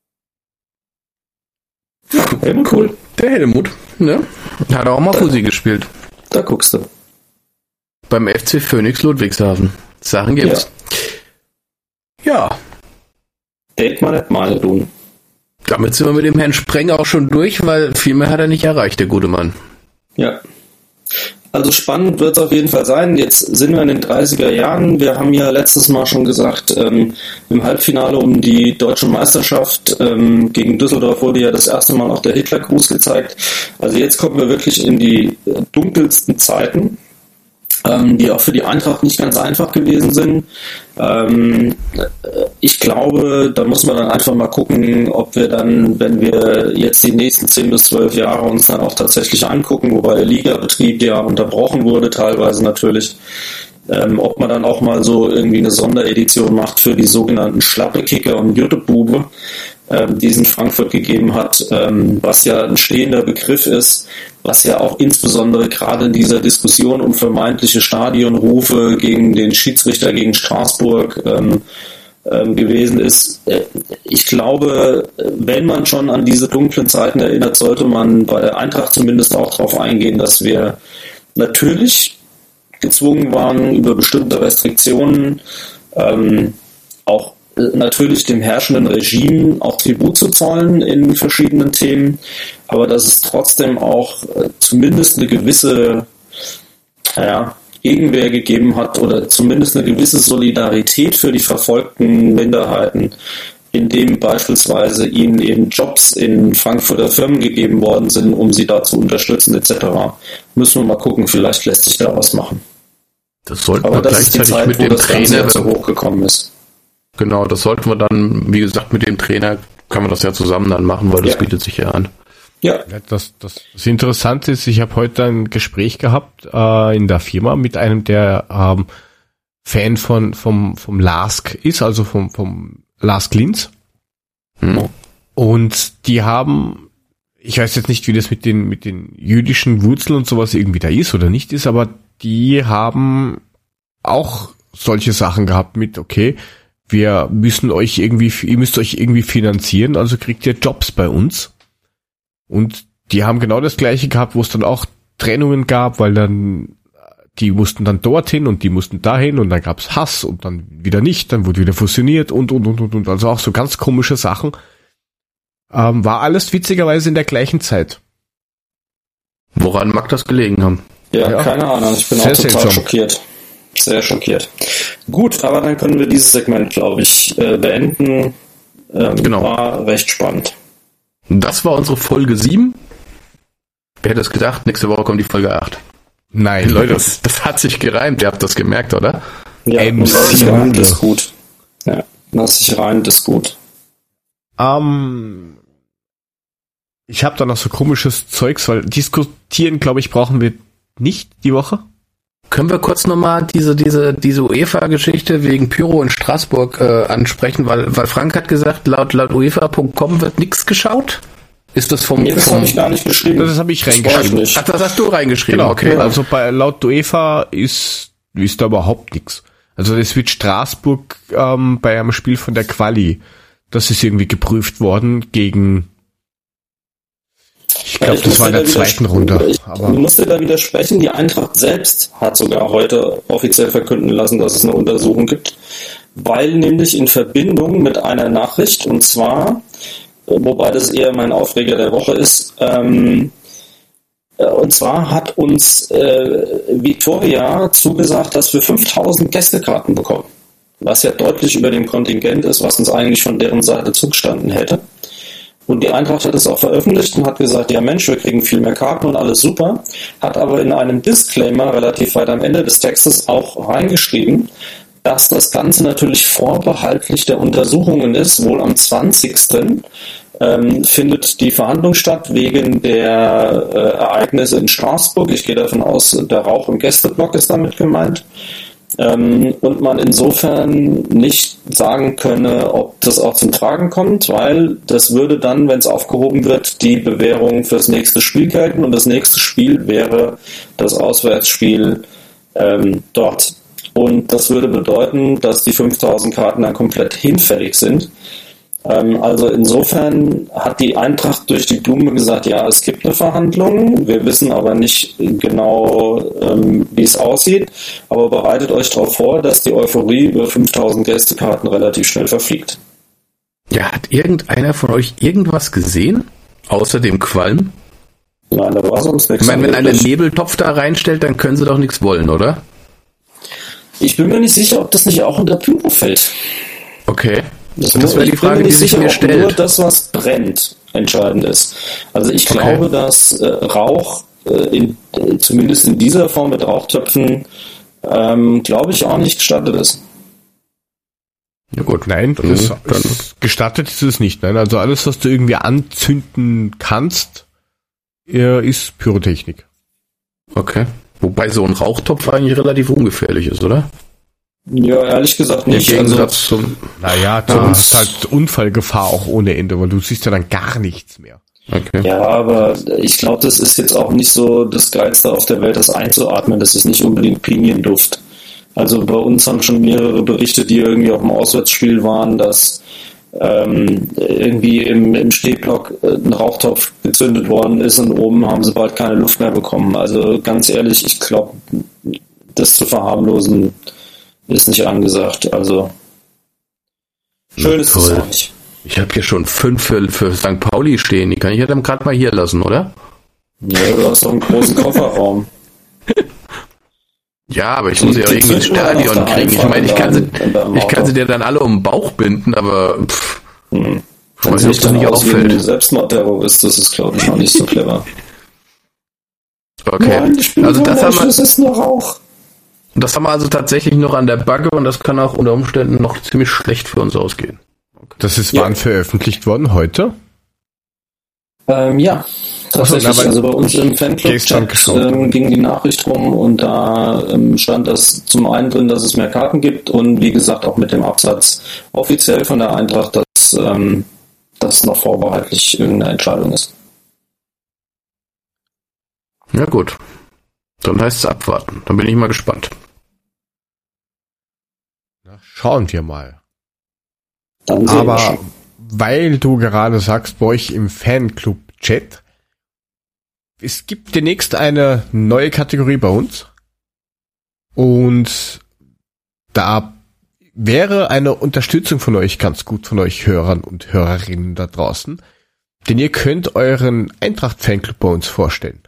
[SPEAKER 4] Ja, Helmut cool.
[SPEAKER 3] Der Helmut, ne? Hat auch mal Fusi gespielt.
[SPEAKER 4] Da guckst du.
[SPEAKER 3] Beim FC Phoenix Ludwigshafen. Sachen gibt's. Ja.
[SPEAKER 4] Date mal nicht mal tun.
[SPEAKER 3] Damit sind wir mit dem Herrn Sprenger auch schon durch, weil viel mehr hat er nicht erreicht, der gute Mann.
[SPEAKER 4] Ja. Also spannend wird es auf jeden Fall sein. Jetzt sind wir in den 30er Jahren. Wir haben ja letztes Mal schon gesagt, im Halbfinale um die deutsche Meisterschaft gegen Düsseldorf wurde ja das erste Mal auch der Hitlergruß gezeigt. Also jetzt kommen wir wirklich in die dunkelsten Zeiten, die auch für die Eintracht nicht ganz einfach gewesen sind. Ich glaube, da muss man dann einfach mal gucken, ob wir dann, wenn wir jetzt die nächsten 10 bis 12 Jahre uns dann auch tatsächlich angucken, wobei der Ligabetrieb ja unterbrochen wurde, teilweise natürlich, ob man dann auch mal so irgendwie eine Sonderedition macht für die sogenannten Schlappekicker und Juttebube, die es in Frankfurt gegeben hat, was ja ein stehender Begriff ist, was ja auch insbesondere gerade in dieser Diskussion um vermeintliche Stadionrufe gegen den Schiedsrichter gegen Straßburg gewesen ist. Ich glaube, wenn man schon an diese dunklen Zeiten erinnert, sollte man bei der Eintracht zumindest auch darauf eingehen, dass wir natürlich gezwungen waren, über bestimmte Restriktionen auch natürlich dem herrschenden Regime auch Tribut zu zollen in verschiedenen Themen, aber dass es trotzdem auch zumindest eine gewisse Gegenwehr gegeben hat oder zumindest eine gewisse Solidarität für die verfolgten Minderheiten, indem beispielsweise ihnen eben Jobs in Frankfurter Firmen gegeben worden sind, um sie da zu unterstützen etc. Müssen wir mal gucken, vielleicht lässt sich da was machen.
[SPEAKER 3] Das sollten wir gleichzeitig mit dem Trainer
[SPEAKER 4] so hochgekommen ist.
[SPEAKER 3] Genau, das sollten wir dann, wie gesagt, mit dem Trainer kann man das ja zusammen dann machen, weil das bietet sich ja an.
[SPEAKER 2] Ja. Das Interessante ist, ich habe heute ein Gespräch gehabt in der Firma mit einem, der Fan vom LASK ist, also vom LASK Linz. Und die haben, ich weiß jetzt nicht, wie das mit den jüdischen Wurzeln und sowas irgendwie da ist oder nicht ist, aber die haben auch solche Sachen gehabt mit, okay, ihr müsst euch irgendwie finanzieren, also kriegt ihr Jobs bei uns. Und die haben genau das Gleiche gehabt, wo es dann auch Trennungen gab, weil dann die mussten dann dorthin und die mussten dahin und dann gab's Hass und dann wieder nicht, dann wurde wieder fusioniert und. Also auch so ganz komische Sachen. War alles witzigerweise in der gleichen Zeit.
[SPEAKER 3] Woran mag das gelegen haben?
[SPEAKER 4] Ja, keine Ahnung. Ich bin auch total schockiert. Sehr schockiert. Gut, aber dann können wir dieses Segment, glaube ich, beenden.
[SPEAKER 3] Genau.
[SPEAKER 4] War recht spannend.
[SPEAKER 3] Das war unsere Folge 7. Wer hätte es gedacht? Nächste Woche kommt die Folge 8.
[SPEAKER 2] Nein.
[SPEAKER 3] Leute, das hat sich gereimt. Ihr habt das gemerkt, oder?
[SPEAKER 4] Ja, das reimt ist gut. Ja, das sich reimt ist gut.
[SPEAKER 2] Ich habe da noch so komisches Zeugs, weil diskutieren, glaube ich, brauchen wir nicht die Woche.
[SPEAKER 3] Können wir kurz nochmal diese UEFA-Geschichte wegen Pyro in Straßburg ansprechen, weil Frank hat gesagt, laut UEFA.com wird nichts geschaut? Ist das vom...
[SPEAKER 4] Nee, das habe ich gar nicht geschrieben.
[SPEAKER 2] Das habe ich reingeschrieben.
[SPEAKER 3] Ach, das hast du reingeschrieben,
[SPEAKER 2] genau,
[SPEAKER 3] okay.
[SPEAKER 2] Also laut UEFA ist da überhaupt nichts. Also das wird Straßburg bei einem Spiel von der Quali, das ist irgendwie geprüft worden gegen... Ich glaube, das war in der zweiten Runde.
[SPEAKER 4] Ich musste da widersprechen. Die Eintracht selbst hat sogar heute offiziell verkünden lassen, dass es eine Untersuchung gibt, weil nämlich in Verbindung mit einer Nachricht, und zwar, wobei das eher mein Aufreger der Woche ist, und zwar hat uns Viktoria zugesagt, dass wir 5000 Gästekarten bekommen, was ja deutlich über dem Kontingent ist, was uns eigentlich von deren Seite zugestanden hätte. Und die Eintracht hat es auch veröffentlicht und hat gesagt, ja Mensch, wir kriegen viel mehr Karten und alles super, hat aber in einem Disclaimer relativ weit am Ende des Textes auch reingeschrieben, dass das Ganze natürlich vorbehaltlich der Untersuchungen ist. Wohl am 20. Findet die Verhandlung statt wegen der Ereignisse in Straßburg. Ich gehe davon aus, der Rauch im Gästeblock ist damit gemeint. Und man insofern nicht sagen könne, ob das auch zum Tragen kommt, weil das würde dann, wenn es aufgehoben wird, die Bewährung fürs nächste Spiel gelten und das nächste Spiel wäre das Auswärtsspiel dort. Und das würde bedeuten, dass die 5.000 Karten dann komplett hinfällig sind. Also insofern hat die Eintracht durch die Blume gesagt, ja, es gibt eine Verhandlung, wir wissen aber nicht genau, wie es aussieht, aber bereitet euch darauf vor, dass die Euphorie über 5.000 Gästekarten relativ schnell verfliegt.
[SPEAKER 3] Ja, hat irgendeiner von euch irgendwas gesehen, außer dem Qualm?
[SPEAKER 4] Nein, da war sonst nichts.
[SPEAKER 3] Ich meine, wenn einer einen Nebeltopf da reinstellt, dann können sie doch nichts wollen, oder?
[SPEAKER 4] Ich bin mir nicht sicher, ob das nicht auch unter Pyro fällt.
[SPEAKER 3] Okay. Das wäre die Frage, die sich mir stellt.
[SPEAKER 4] Nur das, was brennt, entscheidend ist. Also ich glaube, dass Rauch, zumindest in dieser Form mit Rauchtöpfen, glaube ich auch nicht gestattet ist.
[SPEAKER 2] Ja gut, nein, gestattet ist es nicht. Nein, also alles, was du irgendwie anzünden kannst, ist Pyrotechnik.
[SPEAKER 3] Okay. Wobei so ein Rauchtopf eigentlich relativ ungefährlich ist, oder?
[SPEAKER 4] Ja, ehrlich gesagt nicht.
[SPEAKER 2] Im Gegensatz zum hast halt Unfallgefahr auch ohne Ende, weil du siehst ja dann gar nichts mehr.
[SPEAKER 3] Okay.
[SPEAKER 4] Ja, aber ich glaube, das ist jetzt auch nicht so das Geilste auf der Welt, das einzuatmen. Das ist nicht unbedingt Pinienduft. Also bei uns haben schon mehrere Berichte, die irgendwie auf dem Auswärtsspiel waren, dass irgendwie im Stehblock ein Rauchtopf gezündet worden ist und oben haben sie bald keine Luft mehr bekommen. Also ganz ehrlich, ich glaube, das zu verharmlosen ist nicht angesagt. Also schön ist es auch nicht.
[SPEAKER 3] Ich habe hier schon 5 für St. Pauli stehen. Die kann ich ja dann gerade mal hier lassen, oder?
[SPEAKER 4] Ja, du hast doch einen großen Kofferraum.
[SPEAKER 3] Ja, aber ich muss ja irgendwie ins Stadion kriegen. Ich meine, ich kann sie dir dann alle um den Bauch binden, aber
[SPEAKER 4] ich weiß nicht, ob das nicht auffällt. Wenn du Selbstmordterrorist, das ist, glaube ich, noch nicht so clever.
[SPEAKER 3] Okay,
[SPEAKER 4] nein,
[SPEAKER 3] also das
[SPEAKER 4] ist nur Rauch.
[SPEAKER 3] Das haben wir also tatsächlich noch an der Backe und das kann auch unter Umständen noch ziemlich schlecht für uns ausgehen.
[SPEAKER 2] Okay. Das ist wann veröffentlicht worden? Heute?
[SPEAKER 4] Ja, tatsächlich. Also bei uns im Fanclub-Chat ging die Nachricht rum und da stand das zum einen drin, dass es mehr Karten gibt und wie gesagt auch mit dem Absatz offiziell von der Eintracht, dass das noch vorbehaltlich irgendeine Entscheidung ist.
[SPEAKER 3] Ja gut. Dann heißt es abwarten. Dann bin ich mal gespannt.
[SPEAKER 2] Na, schauen wir mal. Aber weil du gerade sagst, bei euch im Fanclub-Chat, es gibt demnächst eine neue Kategorie bei uns. Und da wäre eine Unterstützung von euch ganz gut, von euch Hörern und Hörerinnen da draußen. Denn ihr könnt euren Eintracht-Fanclub bei uns vorstellen.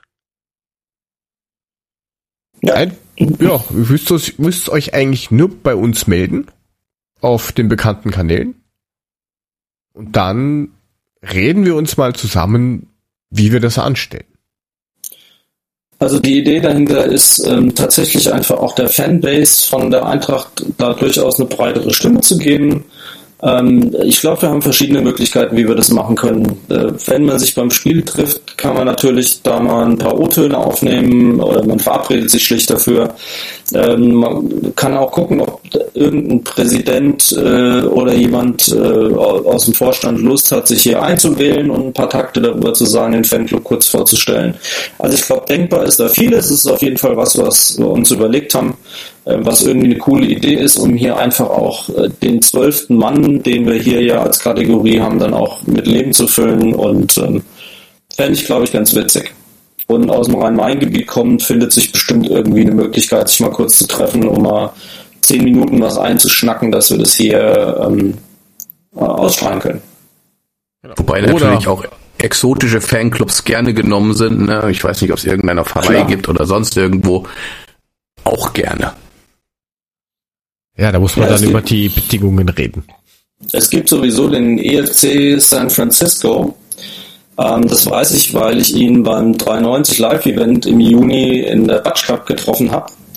[SPEAKER 2] Ja, ihr müsst euch eigentlich nur bei uns melden, auf den bekannten Kanälen. Und dann reden wir uns mal zusammen, wie wir das anstellen.
[SPEAKER 4] Also die Idee dahinter ist tatsächlich einfach auch der Fanbase von der Eintracht da durchaus eine breitere Stimme zu geben. Ich glaube, wir haben verschiedene Möglichkeiten, wie wir das machen können. Wenn man sich beim Spiel trifft, kann man natürlich da mal ein paar O-Töne aufnehmen oder man verabredet sich schlicht dafür. Man kann auch gucken, ob irgendein Präsident oder jemand aus dem Vorstand Lust hat, sich hier einzuwählen und ein paar Takte darüber zu sagen, den Fanclub kurz vorzustellen. Also ich glaube, denkbar ist da vieles. Es ist auf jeden Fall was wir uns überlegt haben, was irgendwie eine coole Idee ist, um hier einfach auch den 12. Mann, den wir hier ja als Kategorie haben, dann auch mit Leben zu füllen und fände ich, glaube ich, ganz witzig. Und aus dem Rhein-Main-Gebiet kommend findet sich bestimmt irgendwie eine Möglichkeit, sich mal kurz zu treffen, um mal 10 Minuten was einzuschnacken, dass wir das hier ausstrahlen können.
[SPEAKER 3] Wobei natürlich auch exotische Fanclubs gerne genommen sind. Ne? Ich weiß nicht, ob es irgendeiner Pfarrei gibt oder sonst irgendwo. Auch gerne.
[SPEAKER 2] Ja, da muss man dann über die Bedingungen reden.
[SPEAKER 4] Es gibt sowieso den EFC San Francisco. Das weiß ich, weil ich ihn beim 93 Live-Event im Juni in der Batsch Cup getroffen habe.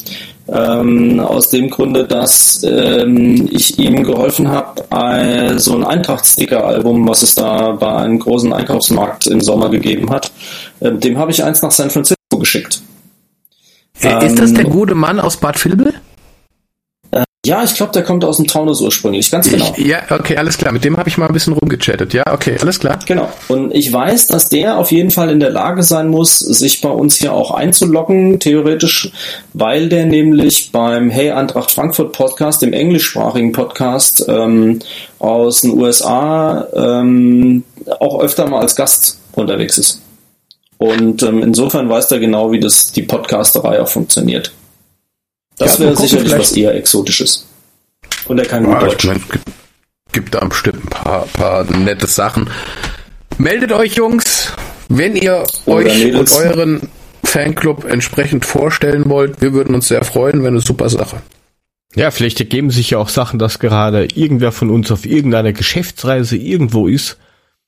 [SPEAKER 4] Aus dem Grunde, dass ich ihm geholfen habe, so ein Eintracht-Sticker-Album, was es da bei einem großen Einkaufsmarkt im Sommer gegeben hat, dem habe ich eins nach San Francisco geschickt.
[SPEAKER 3] Ist das der gute Mann aus Bad Vilbel?
[SPEAKER 4] Ja, ich glaube, der kommt aus dem Taunus ursprünglich, ganz genau.
[SPEAKER 3] Ja, okay, alles klar. Mit dem habe ich mal ein bisschen rumgechattet. Ja, okay, alles klar.
[SPEAKER 4] Genau. Und ich weiß, dass der auf jeden Fall in der Lage sein muss, sich bei uns hier auch einzuloggen, theoretisch, weil der nämlich beim Hey Eintracht Frankfurt Podcast, dem englischsprachigen Podcast aus den USA, auch öfter mal als Gast unterwegs ist. Und insofern weiß der genau, wie die Podcasterei auch funktioniert. Das wäre sicherlich was eher Exotisches. Und er kann gut Deutsch.
[SPEAKER 3] Gibt da bestimmt ein paar nette Sachen. Meldet euch, Jungs, wenn ihr euch und euren Fanclub entsprechend vorstellen wollt. Wir würden uns sehr freuen, wäre eine super Sache.
[SPEAKER 2] Ja, vielleicht ergeben sich ja auch Sachen, dass gerade irgendwer von uns auf irgendeiner Geschäftsreise irgendwo ist.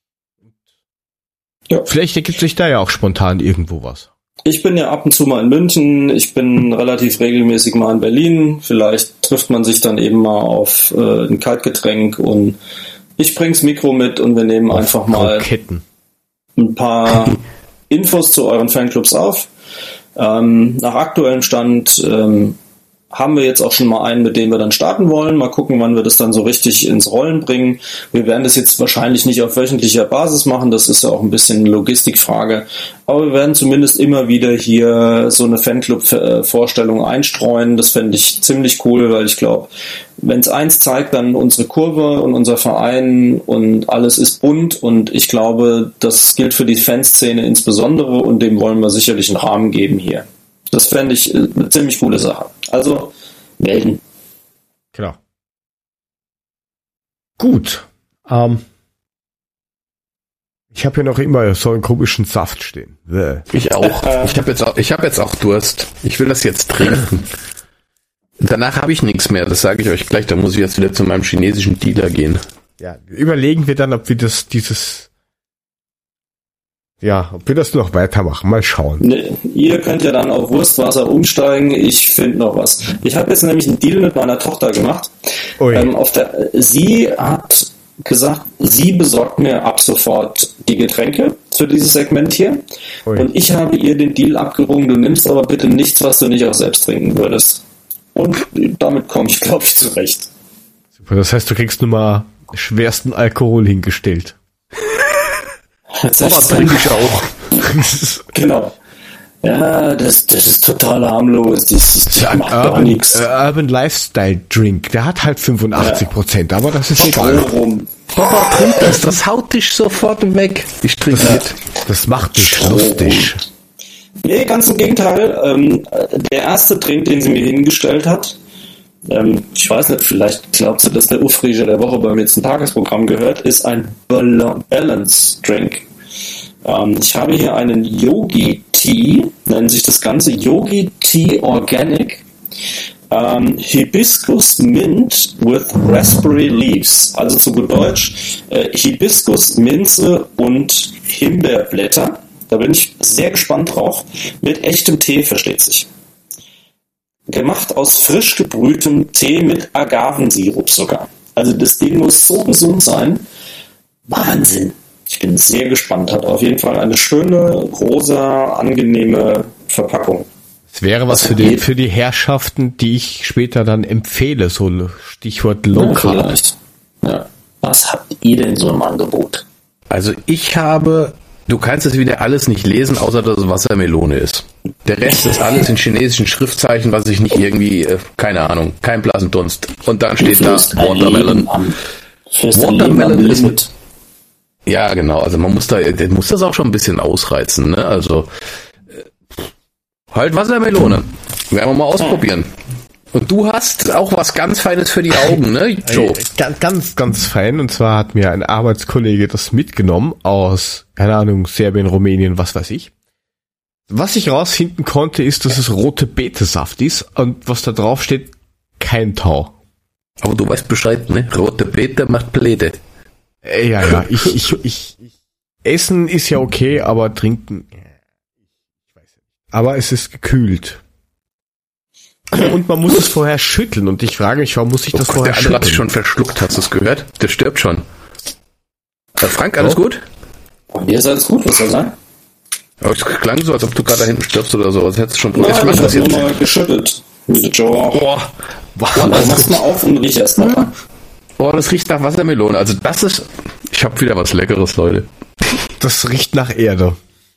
[SPEAKER 2] Ja. Vielleicht ergibt sich da ja auch spontan irgendwo was.
[SPEAKER 4] Ich bin ja ab und zu mal in München, ich bin relativ regelmäßig mal in Berlin, vielleicht trifft man sich dann eben mal auf ein Kaltgetränk und ich bring's Mikro mit und wir nehmen einfach mal ein paar Infos zu euren Fanclubs auf. Nach aktuellem Stand haben wir jetzt auch schon mal einen, mit dem wir dann starten wollen. Mal gucken, wann wir das dann so richtig ins Rollen bringen. Wir werden das jetzt wahrscheinlich nicht auf wöchentlicher Basis machen. Das ist ja auch ein bisschen eine Logistikfrage. Aber wir werden zumindest immer wieder hier so eine Fanclub-Vorstellung einstreuen. Das fände ich ziemlich cool, weil ich glaube, wenn es eins zeigt, dann unsere Kurve und unser Verein und alles ist bunt. Und ich glaube, das gilt für die Fanszene insbesondere und dem wollen wir sicherlich einen Rahmen geben hier. Das fände ich eine ziemlich coole Sache. Also, melden.
[SPEAKER 2] Genau. Gut. Ich habe hier noch immer so einen komischen Saft stehen.
[SPEAKER 3] Ich auch. Ich habe jetzt auch Durst. Ich will das jetzt trinken. Danach habe ich nichts mehr. Das sage ich euch gleich. Da muss ich jetzt wieder zu meinem chinesischen Dealer gehen.
[SPEAKER 2] Ja, überlegen wir dann, ob wir ob wir das noch weitermachen. Mal schauen.
[SPEAKER 4] Ne, ihr könnt ja dann auf Wurstwasser umsteigen. Ich finde noch was. Ich habe jetzt nämlich einen Deal mit meiner Tochter gemacht. Sie hat gesagt, sie besorgt mir ab sofort die Getränke für dieses Segment hier. Und ich habe ihr den Deal abgerungen, du nimmst aber bitte nichts, was du nicht auch selbst trinken würdest. Und damit komme ich, glaube ich, zurecht.
[SPEAKER 2] Super, das heißt, du kriegst nur mal schwersten Alkohol hingestellt.
[SPEAKER 4] Das trinke ich auch. Genau. Ja, das ist total harmlos. Das macht gar nichts.
[SPEAKER 2] Urban Lifestyle Drink. Der hat halt 85%, aber das ist egal.
[SPEAKER 3] Papa, trink das haut dich sofort weg. Ich trinke mit.
[SPEAKER 2] Das macht dich lustig.
[SPEAKER 4] Nee, ganz im Gegenteil. Der erste Drink, den sie mir hingestellt hat, ich weiß nicht, vielleicht glaubst du, dass der Ufrieger der Woche bei mir jetzt ein Tagesprogramm gehört, ist ein Balance Drink. Ich habe hier einen Yogi Tea, nennt sich das Ganze Yogi Tea Organic. Hibiscus Mint with Raspberry Leaves. Also zu gut Deutsch, Hibiskus, Minze und Himbeerblätter. Da bin ich sehr gespannt drauf. Mit echtem Tee, versteht sich. Gemacht aus frisch gebrühtem Tee mit Agavensirup sogar. Also das Ding muss so gesund sein. Wahnsinn. Ich bin sehr gespannt. Hat auf jeden Fall eine schöne, rosa, angenehme Verpackung.
[SPEAKER 2] Es wäre was für die Herrschaften, die ich später dann empfehle. So Stichwort Low Carb.
[SPEAKER 4] Ja. Was habt ihr denn so im Angebot?
[SPEAKER 3] Also du kannst es wieder alles nicht lesen, außer dass es Wassermelone ist. Der Rest ist alles in chinesischen Schriftzeichen, was ich nicht irgendwie, keine Ahnung, kein blassen Dunst. Und dann steht da Watermelon. Watermelon ist ja, genau, also man muss das auch schon ein bisschen ausreizen, ne? Also halt Wassermelone. Werden wir mal ausprobieren. Und du hast auch was ganz Feines für die Augen, ne, Joe?
[SPEAKER 2] Ganz, ganz fein. Und zwar hat mir ein Arbeitskollege das mitgenommen aus, keine Ahnung, Serbien, Rumänien, was weiß ich. Was ich rausfinden konnte, ist, dass es rote Betesaft ist. Und was da drauf steht, kein Tau.
[SPEAKER 3] Aber du weißt Bescheid, ne? Rote Beete macht Pläte.
[SPEAKER 2] Ja, ich Essen ist ja okay, aber trinken, ich weiß nicht. Aber es ist gekühlt. und man muss es vorher schütteln. Und ich frage mich, warum muss ich das vorher
[SPEAKER 3] der andere hat sich
[SPEAKER 2] schütteln?
[SPEAKER 3] schon verschluckt, hast du es gehört? Der stirbt schon. Frank, alles gut?
[SPEAKER 4] Mir ist alles gut, was soll sein?
[SPEAKER 3] Aber es klang so, als ob du gerade da hinten stirbst oder so. Was hättest du schon
[SPEAKER 4] Nein, ich hab's nur mal geschüttelt. Mit Joe auch. Boah, mach's mal auf und riech erst mal dran.
[SPEAKER 3] Boah, das riecht nach Wassermelone. Also das ist... Ich hab wieder was Leckeres, Leute.
[SPEAKER 2] Das riecht nach Erde.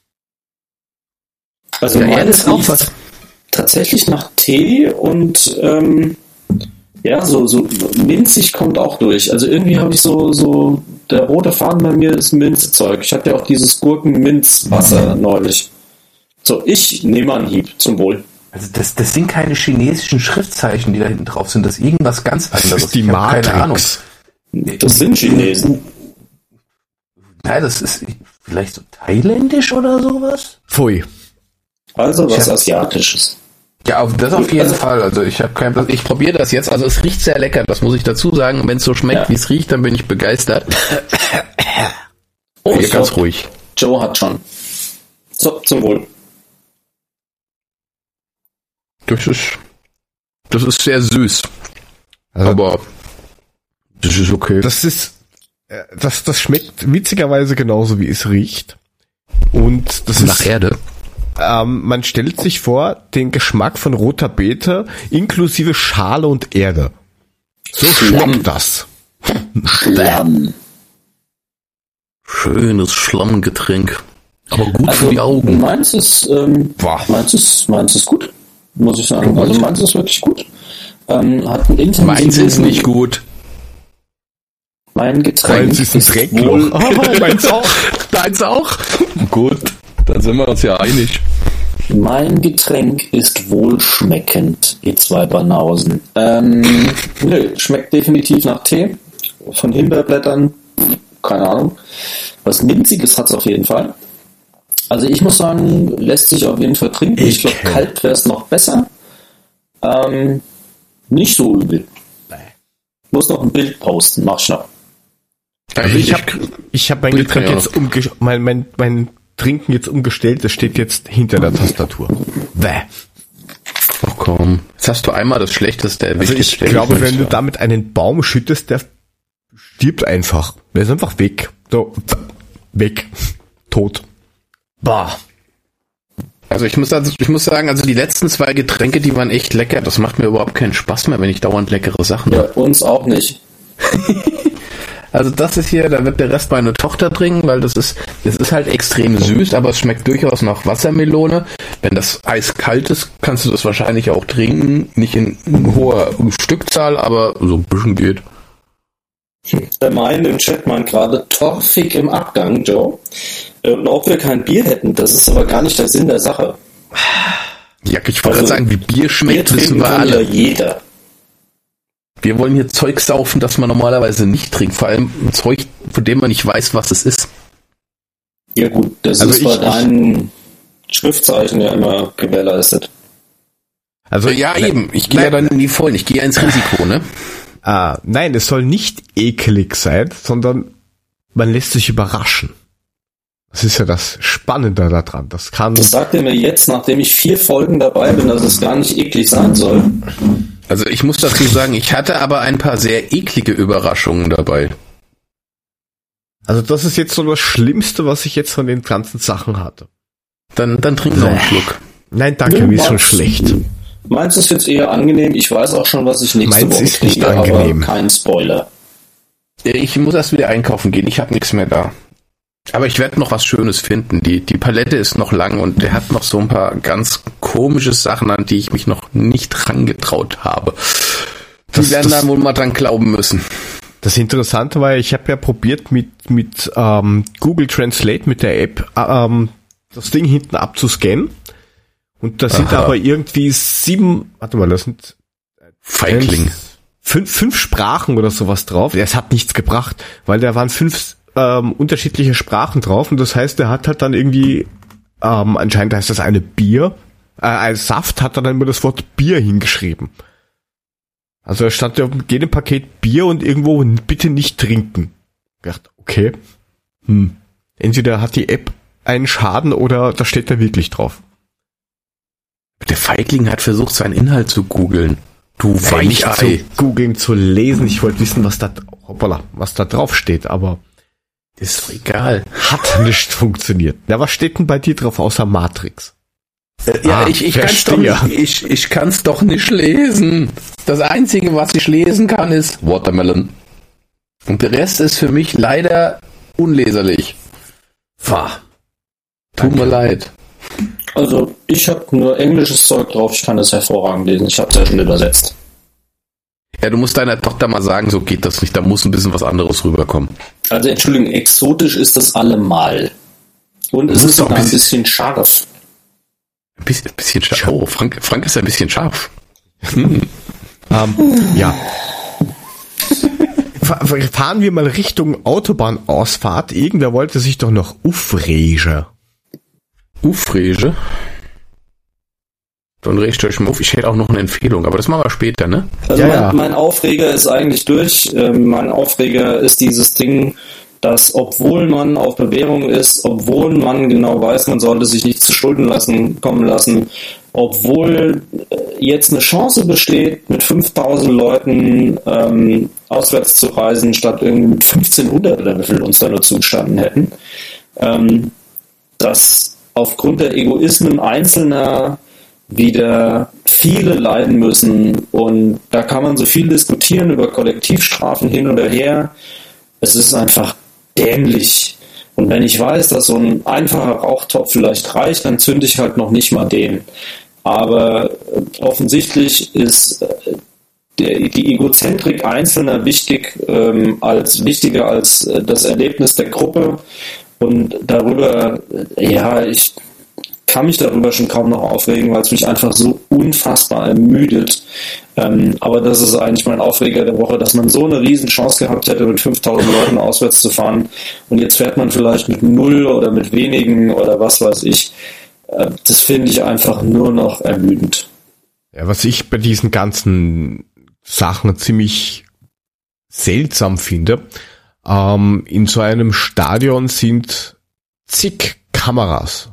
[SPEAKER 4] Also
[SPEAKER 3] ja, Erde
[SPEAKER 4] meins
[SPEAKER 3] ist auch
[SPEAKER 4] riecht
[SPEAKER 3] was.
[SPEAKER 4] Tatsächlich nach Tee und ja, so minzig kommt auch durch. Also irgendwie habe ich so der rote Faden bei mir ist Minzzeug. Ich hatte ja auch dieses Gurken-Minzwasser neulich. So, ich nehme einen Hieb zum Wohl.
[SPEAKER 3] Also das sind keine chinesischen Schriftzeichen, die da hinten drauf sind. Das ist irgendwas ganz anderes.
[SPEAKER 2] Das ist die Matrix.
[SPEAKER 3] Keine Ahnung.
[SPEAKER 4] Das sind Chinesen.
[SPEAKER 3] Nein, das ist vielleicht so thailändisch oder sowas?
[SPEAKER 2] Pfui.
[SPEAKER 4] Also was Asiatisches.
[SPEAKER 3] Ja, das auf jeden Fall. Also ich habe kein Plan. Ich probiere das jetzt. Also es riecht sehr lecker. Das muss ich dazu sagen. Wenn es so schmeckt, wie es riecht, dann bin ich begeistert.
[SPEAKER 4] Oh,
[SPEAKER 3] hier ganz ruhig.
[SPEAKER 4] Joe hat schon. So, zum Wohl.
[SPEAKER 3] Das ist sehr süß.
[SPEAKER 2] Also,
[SPEAKER 3] aber das ist okay.
[SPEAKER 2] Das schmeckt witzigerweise genauso, wie es riecht. Und das
[SPEAKER 3] nach
[SPEAKER 2] ist
[SPEAKER 3] Erde.
[SPEAKER 2] Man stellt sich vor, den Geschmack von roter Beete inklusive Schale und Erde. So schmeckt das.
[SPEAKER 4] Schlamm.
[SPEAKER 3] Schönes Schlammgetränk. Aber gut für die Augen.
[SPEAKER 4] Meins ist gut, muss ich sagen. Also meins ist wirklich gut. Hat ein intensives...
[SPEAKER 3] Meins ist nicht gut.
[SPEAKER 4] Mein Getränk
[SPEAKER 2] meins ist ein Dreckloch.
[SPEAKER 3] Meins auch. Deins auch? Gut, dann sind wir uns ja einig.
[SPEAKER 4] Mein Getränk ist wohlschmeckend, ihr zwei Banausen. Nö, schmeckt definitiv nach Tee. Von Himbeerblättern, keine Ahnung. Was Minziges hat es auf jeden Fall. Also ich muss sagen, lässt sich auf jeden Fall trinken. Ich glaube, kalt wäre es noch besser. Nicht so übel. Muss noch ein Bild posten, mach ich noch.
[SPEAKER 2] Also ich hab mein Getränk jetzt mein Trinken jetzt umgestellt, das steht jetzt hinter der Tastatur. Bäh.
[SPEAKER 3] Ach komm. Jetzt hast du einmal das Schlechteste erwischt.
[SPEAKER 2] Also ich glaube, wenn du damit einen Baum schüttest, der stirbt einfach. Der ist einfach weg. So, weg. Tot. Bah.
[SPEAKER 3] Also ich muss sagen, also die letzten 2 Getränke, die waren echt lecker. Das macht mir überhaupt keinen Spaß mehr, wenn ich dauernd leckere Sachen
[SPEAKER 4] habe. Ja, uns auch nicht.
[SPEAKER 3] Also das ist hier, da wird der Rest meine Tochter trinken, weil das ist halt extrem süß, aber es schmeckt durchaus nach Wassermelone. Wenn das eiskalt ist, kannst du das wahrscheinlich auch trinken. Nicht in hoher Stückzahl, aber so ein bisschen geht.
[SPEAKER 4] Der meint im Chat meint gerade torfig im Abgang, Joe. Und ob wir kein Bier hätten, das ist aber gar nicht der Sinn der Sache.
[SPEAKER 3] Ja, ich wollte sagen, wie Bier schmeckt,
[SPEAKER 4] Bier
[SPEAKER 3] wissen wir alle.
[SPEAKER 4] Ja jeder.
[SPEAKER 3] Wir wollen hier Zeug saufen, das man normalerweise nicht trinkt. Vor allem Zeug, von dem man nicht weiß, was es ist.
[SPEAKER 4] Ja gut, das ist bei deinen Schriftzeichen ja immer gewährleistet.
[SPEAKER 2] Also
[SPEAKER 3] ja, eben. Ich gehe ja dann in die Vollen. Ich gehe ja ins Risiko, ne?
[SPEAKER 2] Nein, es soll nicht ekelig sein, sondern man lässt sich überraschen. Das ist ja das Spannende daran. Das
[SPEAKER 4] sagt er mir jetzt, nachdem ich 4 Folgen dabei bin, dass es gar nicht eklig sein soll.
[SPEAKER 3] Also ich muss dazu sagen, ich hatte aber ein paar sehr eklige Überraschungen dabei.
[SPEAKER 2] Also das ist jetzt so das Schlimmste, was ich jetzt von den ganzen Sachen hatte.
[SPEAKER 3] Dann trink noch einen Schluck.
[SPEAKER 2] Nein, danke, mir ist schon schlecht.
[SPEAKER 4] Meins ist jetzt eher angenehm. Ich weiß auch schon, was ich nächste Woche kriege, aber kein Spoiler.
[SPEAKER 3] Ich muss erst wieder einkaufen gehen. Ich habe nichts mehr da. Aber ich werde noch was Schönes finden. Die Palette ist noch lang und der hat noch so ein paar ganz komische Sachen, an die ich mich noch nicht rangetraut habe. Die werden dann wohl mal dran glauben müssen.
[SPEAKER 2] Das Interessante war, ich habe ja probiert mit Google Translate, mit der App, das Ding hinten abzuscannen. Und da sind aber irgendwie 7, warte mal, das sind
[SPEAKER 3] Feigling.
[SPEAKER 2] 5 Sprachen oder sowas drauf. Es hat nichts gebracht, weil da waren 5 unterschiedliche Sprachen drauf und das heißt, er hat halt dann irgendwie, anscheinend heißt das eine Bier, ein Saft, hat er dann immer das Wort Bier hingeschrieben. Also da stand ja auf jedem Paket Bier und irgendwo bitte nicht trinken. Ich dachte, okay, entweder hat die App einen Schaden oder da steht da wirklich drauf.
[SPEAKER 3] Der Feigling hat versucht, seinen Inhalt zu googeln. Du Weichei.
[SPEAKER 2] Nicht zu googeln, zu lesen. Ich wollte wissen, was da drauf steht, aber
[SPEAKER 3] ist doch egal.
[SPEAKER 2] Hat nicht funktioniert. Na, was steht denn bei dir drauf außer Matrix?
[SPEAKER 3] Ich kann's doch nicht lesen. Das Einzige, was ich lesen kann, ist Watermelon. Und der Rest ist für mich leider unleserlich. Tut mir leid.
[SPEAKER 4] Also, ich habe nur englisches Zeug drauf, ich kann das hervorragend lesen. Ich habe es ja schon übersetzt.
[SPEAKER 3] Ja, du musst deiner Tochter mal sagen, so geht das nicht. Da muss ein bisschen was anderes rüberkommen.
[SPEAKER 4] Also, Entschuldigung, exotisch ist das allemal. Und es ist sogar ein bisschen scharf.
[SPEAKER 3] Ein bisschen scharf. Oh, Frank ist ein bisschen scharf.
[SPEAKER 2] Ja. Fahren wir mal Richtung Autobahnausfahrt. Irgendwer wollte sich doch noch aufregen.
[SPEAKER 3] Aufregen? Dann regt euch mal auf. Ich hätte auch noch eine Empfehlung, aber das machen wir später, ne?
[SPEAKER 4] Also mein Aufreger ist eigentlich durch. Mein Aufreger ist dieses Ding, dass obwohl man auf Bewährung ist, obwohl man genau weiß, man sollte sich nicht zu Schulden kommen lassen, obwohl jetzt eine Chance besteht, mit 5000 Leuten auswärts zu reisen, statt irgendwie mit 1500 oder wie viel uns da nur zugestanden hätten, dass aufgrund der Egoismen Einzelner wieder viele leiden müssen. Und da kann man so viel diskutieren über Kollektivstrafen hin oder her. Es ist einfach dämlich. Und wenn ich weiß, dass so ein einfacher Rauchtopf vielleicht reicht, dann zünde ich halt noch nicht mal den. Aber offensichtlich ist die Egozentrik Einzelner wichtiger als das Erlebnis der Gruppe. Und darüber, ich kann mich darüber schon kaum noch aufregen, weil es mich einfach so unfassbar ermüdet. Aber das ist eigentlich mein Aufreger der Woche, dass man so eine riesen Chance gehabt hätte, mit 5000 Leuten auswärts zu fahren. Und jetzt fährt man vielleicht mit 0 oder mit wenigen oder was weiß ich. Das finde ich einfach nur noch ermüdend.
[SPEAKER 2] Ja, was ich bei diesen ganzen Sachen ziemlich seltsam finde, in so einem Stadion sind zig Kameras,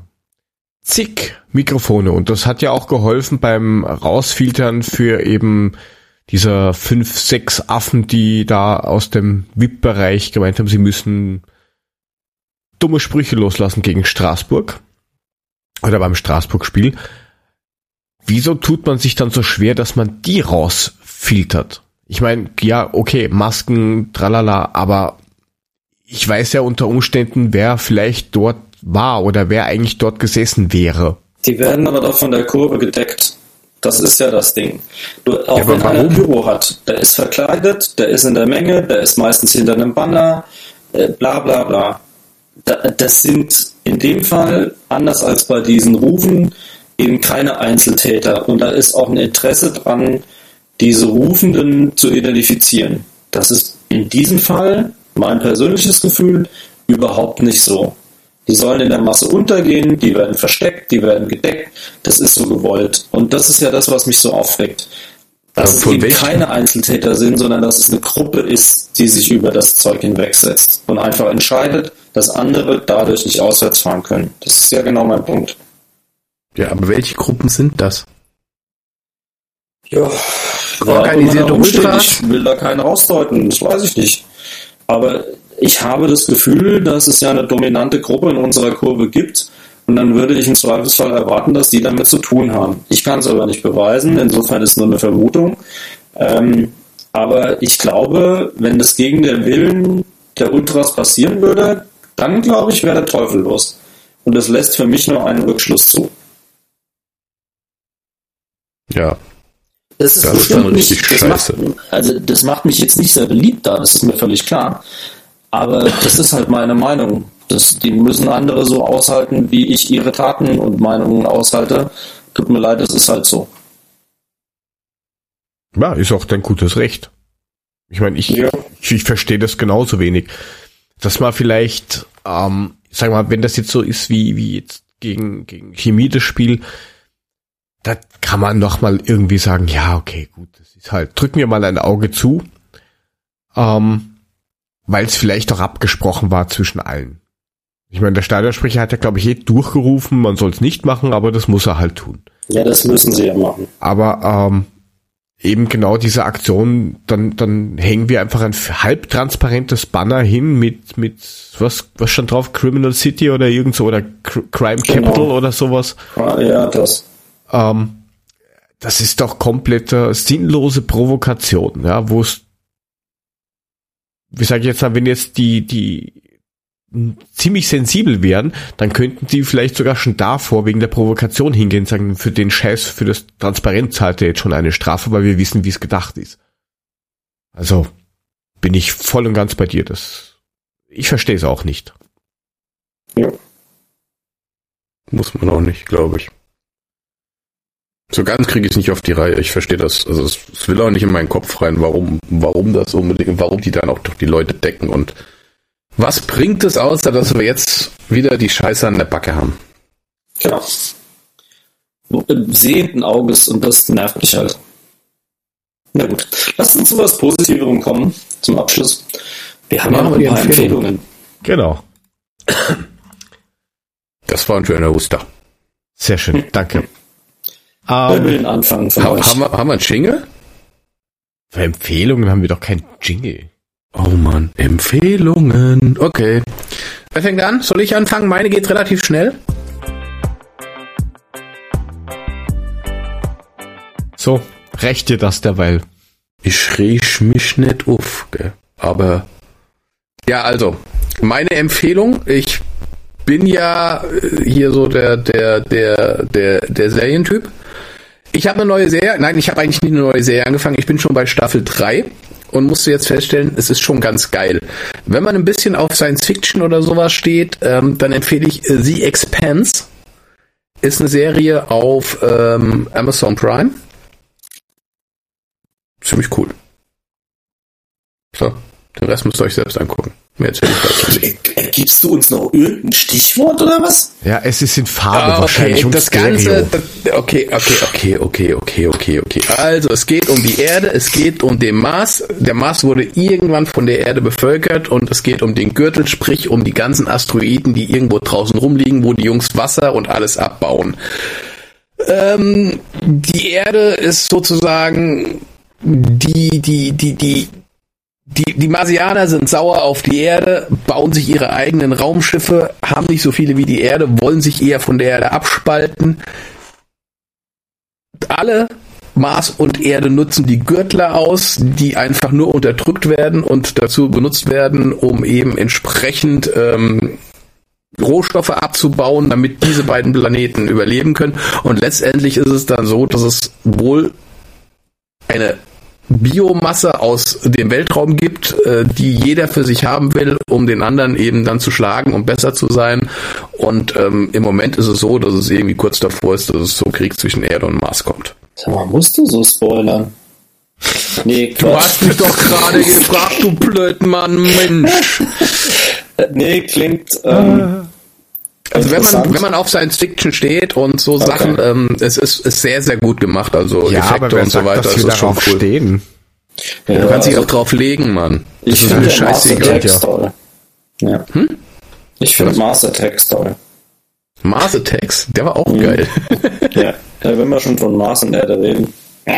[SPEAKER 2] zig Mikrofone, und das hat ja auch geholfen beim Rausfiltern für eben dieser 5, 6 Affen, die da aus dem VIP-Bereich gemeint haben, sie müssen dumme Sprüche loslassen gegen Straßburg oder beim Straßburg-Spiel. Wieso tut man sich dann so schwer, dass man die rausfiltert? Ich meine, ja, okay, Masken, tralala, aber ich weiß ja unter Umständen, wer vielleicht dort war oder wer eigentlich dort gesessen wäre.
[SPEAKER 4] Die werden aber doch von der Kurve gedeckt. Das ist ja das Ding. Wenn einer ein Büro hat, der ist verkleidet, der ist in der Menge, der ist meistens hinter einem Banner, bla bla bla. Das sind in dem Fall, anders als bei diesen Rufen, eben keine Einzeltäter. Und da ist auch ein Interesse dran, diese Rufenden zu identifizieren. Das ist in diesem Fall mein persönliches Gefühl überhaupt nicht so. Die sollen in der Masse untergehen, die werden versteckt, die werden gedeckt. Das ist so gewollt. Und das ist ja das, was mich so aufregt. Dass es eben keine Einzeltäter sind, sondern dass es eine Gruppe ist, die sich über das Zeug hinwegsetzt und einfach entscheidet, dass andere dadurch nicht auswärts fahren können. Das ist ja genau mein Punkt.
[SPEAKER 3] Ja, aber welche Gruppen sind das?
[SPEAKER 4] Ja,
[SPEAKER 3] organisierte Ultras?
[SPEAKER 4] Ich will da keinen rausdeuten, das weiß ich nicht. Aber ich habe das Gefühl, dass es ja eine dominante Gruppe in unserer Kurve gibt, und dann würde ich im Zweifelsfall erwarten, dass die damit zu tun haben. Ich kann es aber nicht beweisen, insofern ist es nur eine Vermutung. Aber ich glaube, wenn das gegen den Willen der Ultras passieren würde, dann glaube ich, wäre der Teufel los. Und das lässt für mich nur einen Rückschluss zu.
[SPEAKER 3] Ja.
[SPEAKER 4] Das ist dann richtig scheiße. Das macht mich jetzt nicht sehr beliebt da, das ist mir völlig klar. Aber das ist halt meine Meinung. Die müssen andere so aushalten, wie ich ihre Taten und Meinungen aushalte. Tut mir leid, das ist halt so.
[SPEAKER 2] Ja, ist auch dein gutes Recht. Ich meine, ich verstehe das genauso wenig. Dass man vielleicht, sagen wir mal, wenn das jetzt so ist wie jetzt gegen Chemie das Spiel, da kann man noch mal irgendwie sagen, ja, okay, gut, das ist halt, drücken wir mal ein Auge zu, weil es vielleicht auch abgesprochen war zwischen allen. Ich meine, der Stadionsprecher hat ja, glaube ich, durchgerufen, man soll es nicht machen, aber das muss er halt tun.
[SPEAKER 4] Ja, das müssen sie ja machen.
[SPEAKER 2] Aber eben genau diese Aktion, dann hängen wir einfach ein halbtransparentes Banner hin mit was stand drauf? Criminal City oder irgend so, oder Crime Capital oder sowas.
[SPEAKER 4] Ja, das.
[SPEAKER 2] Das ist doch komplette sinnlose Provokation, ja, wo es, wie sage ich jetzt, wenn jetzt die ziemlich sensibel wären, dann könnten die vielleicht sogar schon davor wegen der Provokation hingehen und sagen, für den Scheiß, für das Transparenz zahlt er jetzt schon eine Strafe, weil wir wissen, wie es gedacht ist. Also bin ich voll und ganz bei dir. Ich verstehe es auch nicht.
[SPEAKER 4] Ja.
[SPEAKER 3] Muss man auch nicht, glaube ich. So ganz kriege ich es nicht auf die Reihe. Ich verstehe das. Also es will auch nicht in meinen Kopf rein, warum das unbedingt, warum die dann auch doch die Leute decken. Und was bringt es außer, dass wir jetzt wieder die Scheiße an der Backe haben?
[SPEAKER 4] Genau. Sehenden Auges, und das nervt mich halt. Na gut. Lasst uns zu was Positiverem kommen, zum Abschluss. Wir haben ja noch ein paar Empfehlungen.
[SPEAKER 2] Genau.
[SPEAKER 3] Das war ein schöner Huster.
[SPEAKER 2] Sehr schön, danke.
[SPEAKER 4] Wer will den Anfang von euch?
[SPEAKER 3] Haben wir einen Jingle?
[SPEAKER 2] Für Empfehlungen haben wir doch keinen Jingle.
[SPEAKER 3] Oh Mann, Empfehlungen. Okay. Wer fängt an? Soll ich anfangen? Meine geht relativ schnell.
[SPEAKER 2] So, reicht dir das derweil?
[SPEAKER 3] Ich riech mich nicht auf, gell? Aber ja, also, meine Empfehlung, ich bin ja hier so der Serientyp. Ich habe eine neue Serie, nein, ich habe eigentlich nicht eine neue Serie angefangen, ich bin schon bei Staffel 3 und musste jetzt feststellen, es ist schon ganz geil. Wenn man ein bisschen auf Science Fiction oder sowas steht, dann empfehle ich The Expanse. Ist eine Serie auf Amazon Prime. Ziemlich cool. So, den Rest müsst ihr euch selbst angucken. Mehr erzähle ich dazu nicht.
[SPEAKER 4] Gibst du uns noch irgendein Stichwort oder was?
[SPEAKER 2] Ja, es ist in Farbe wahrscheinlich.
[SPEAKER 3] Und das Ganze, okay. Also, es geht um die Erde, es geht um den Mars. Der Mars wurde irgendwann von der Erde bevölkert und es geht um den Gürtel, sprich um die ganzen Asteroiden, die irgendwo draußen rumliegen, wo die Jungs Wasser und alles abbauen. Die Erde ist sozusagen die Marsianer sind sauer auf die Erde, bauen sich ihre eigenen Raumschiffe, haben nicht so viele wie die Erde, wollen sich eher von der Erde abspalten. Alle Mars und Erde nutzen die Gürtler aus, die einfach nur unterdrückt werden und dazu benutzt werden, um eben entsprechend Rohstoffe abzubauen, damit diese beiden Planeten überleben können. Und letztendlich ist es dann so, dass es wohl eine Biomasse aus dem Weltraum gibt, die jeder für sich haben will, um den anderen eben dann zu schlagen, um besser zu sein. Und im Moment ist es so, dass es irgendwie kurz davor ist, dass es so Krieg zwischen Erde und Mars kommt.
[SPEAKER 4] Sag mal, musst du so spoilern? Nee,
[SPEAKER 3] du hast mich doch gerade gefragt, du Blödmann, Mensch.
[SPEAKER 4] Nee, klingt...
[SPEAKER 3] Also wenn man auf Science Fiction steht und so Sachen, es ist sehr, sehr gut gemacht, also
[SPEAKER 2] ja,
[SPEAKER 3] Effekte und so weiter, das ist schon cool. Stehen. Ja, du kannst dich auch drauf legen, Mann.
[SPEAKER 4] Ich finde eine Scheiße toll. Ja. Ich finde Mars Attacks toll.
[SPEAKER 3] Mars Attacks? Der war auch geil.
[SPEAKER 4] Ja, wenn wir schon von Mars und Erde reden.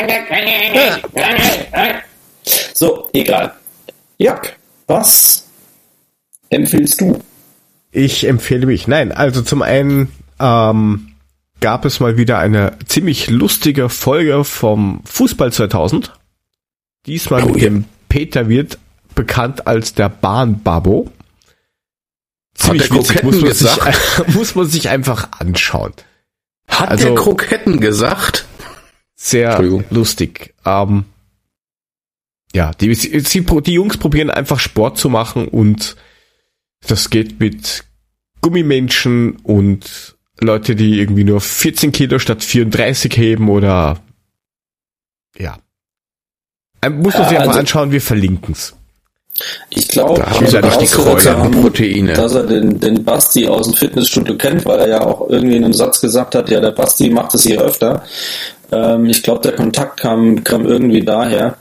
[SPEAKER 4] So, egal. Jörg, was empfiehlst du?
[SPEAKER 2] Ich empfehle mich. Nein, also zum einen gab es mal wieder eine ziemlich lustige Folge vom Fußball 2000. Diesmal mit dem Peter Wirth, bekannt als der Bahnbabo. Ziemlich witzig, muss man sich einfach anschauen.
[SPEAKER 3] Hat der Kroketten gesagt?
[SPEAKER 2] Sehr lustig. Ja, die Jungs probieren einfach Sport zu machen und das geht mit Gummimenschen und Leute, die irgendwie nur 14 Kilo statt 34 heben oder ja. Muss man sich einfach anschauen, wir verlinken's.
[SPEAKER 4] Ich glaube, dass er den Basti aus dem Fitnessstudio kennt, weil er ja auch irgendwie in einem Satz gesagt hat, ja, der Basti macht es hier öfter. Ich glaube, der Kontakt kam irgendwie daher.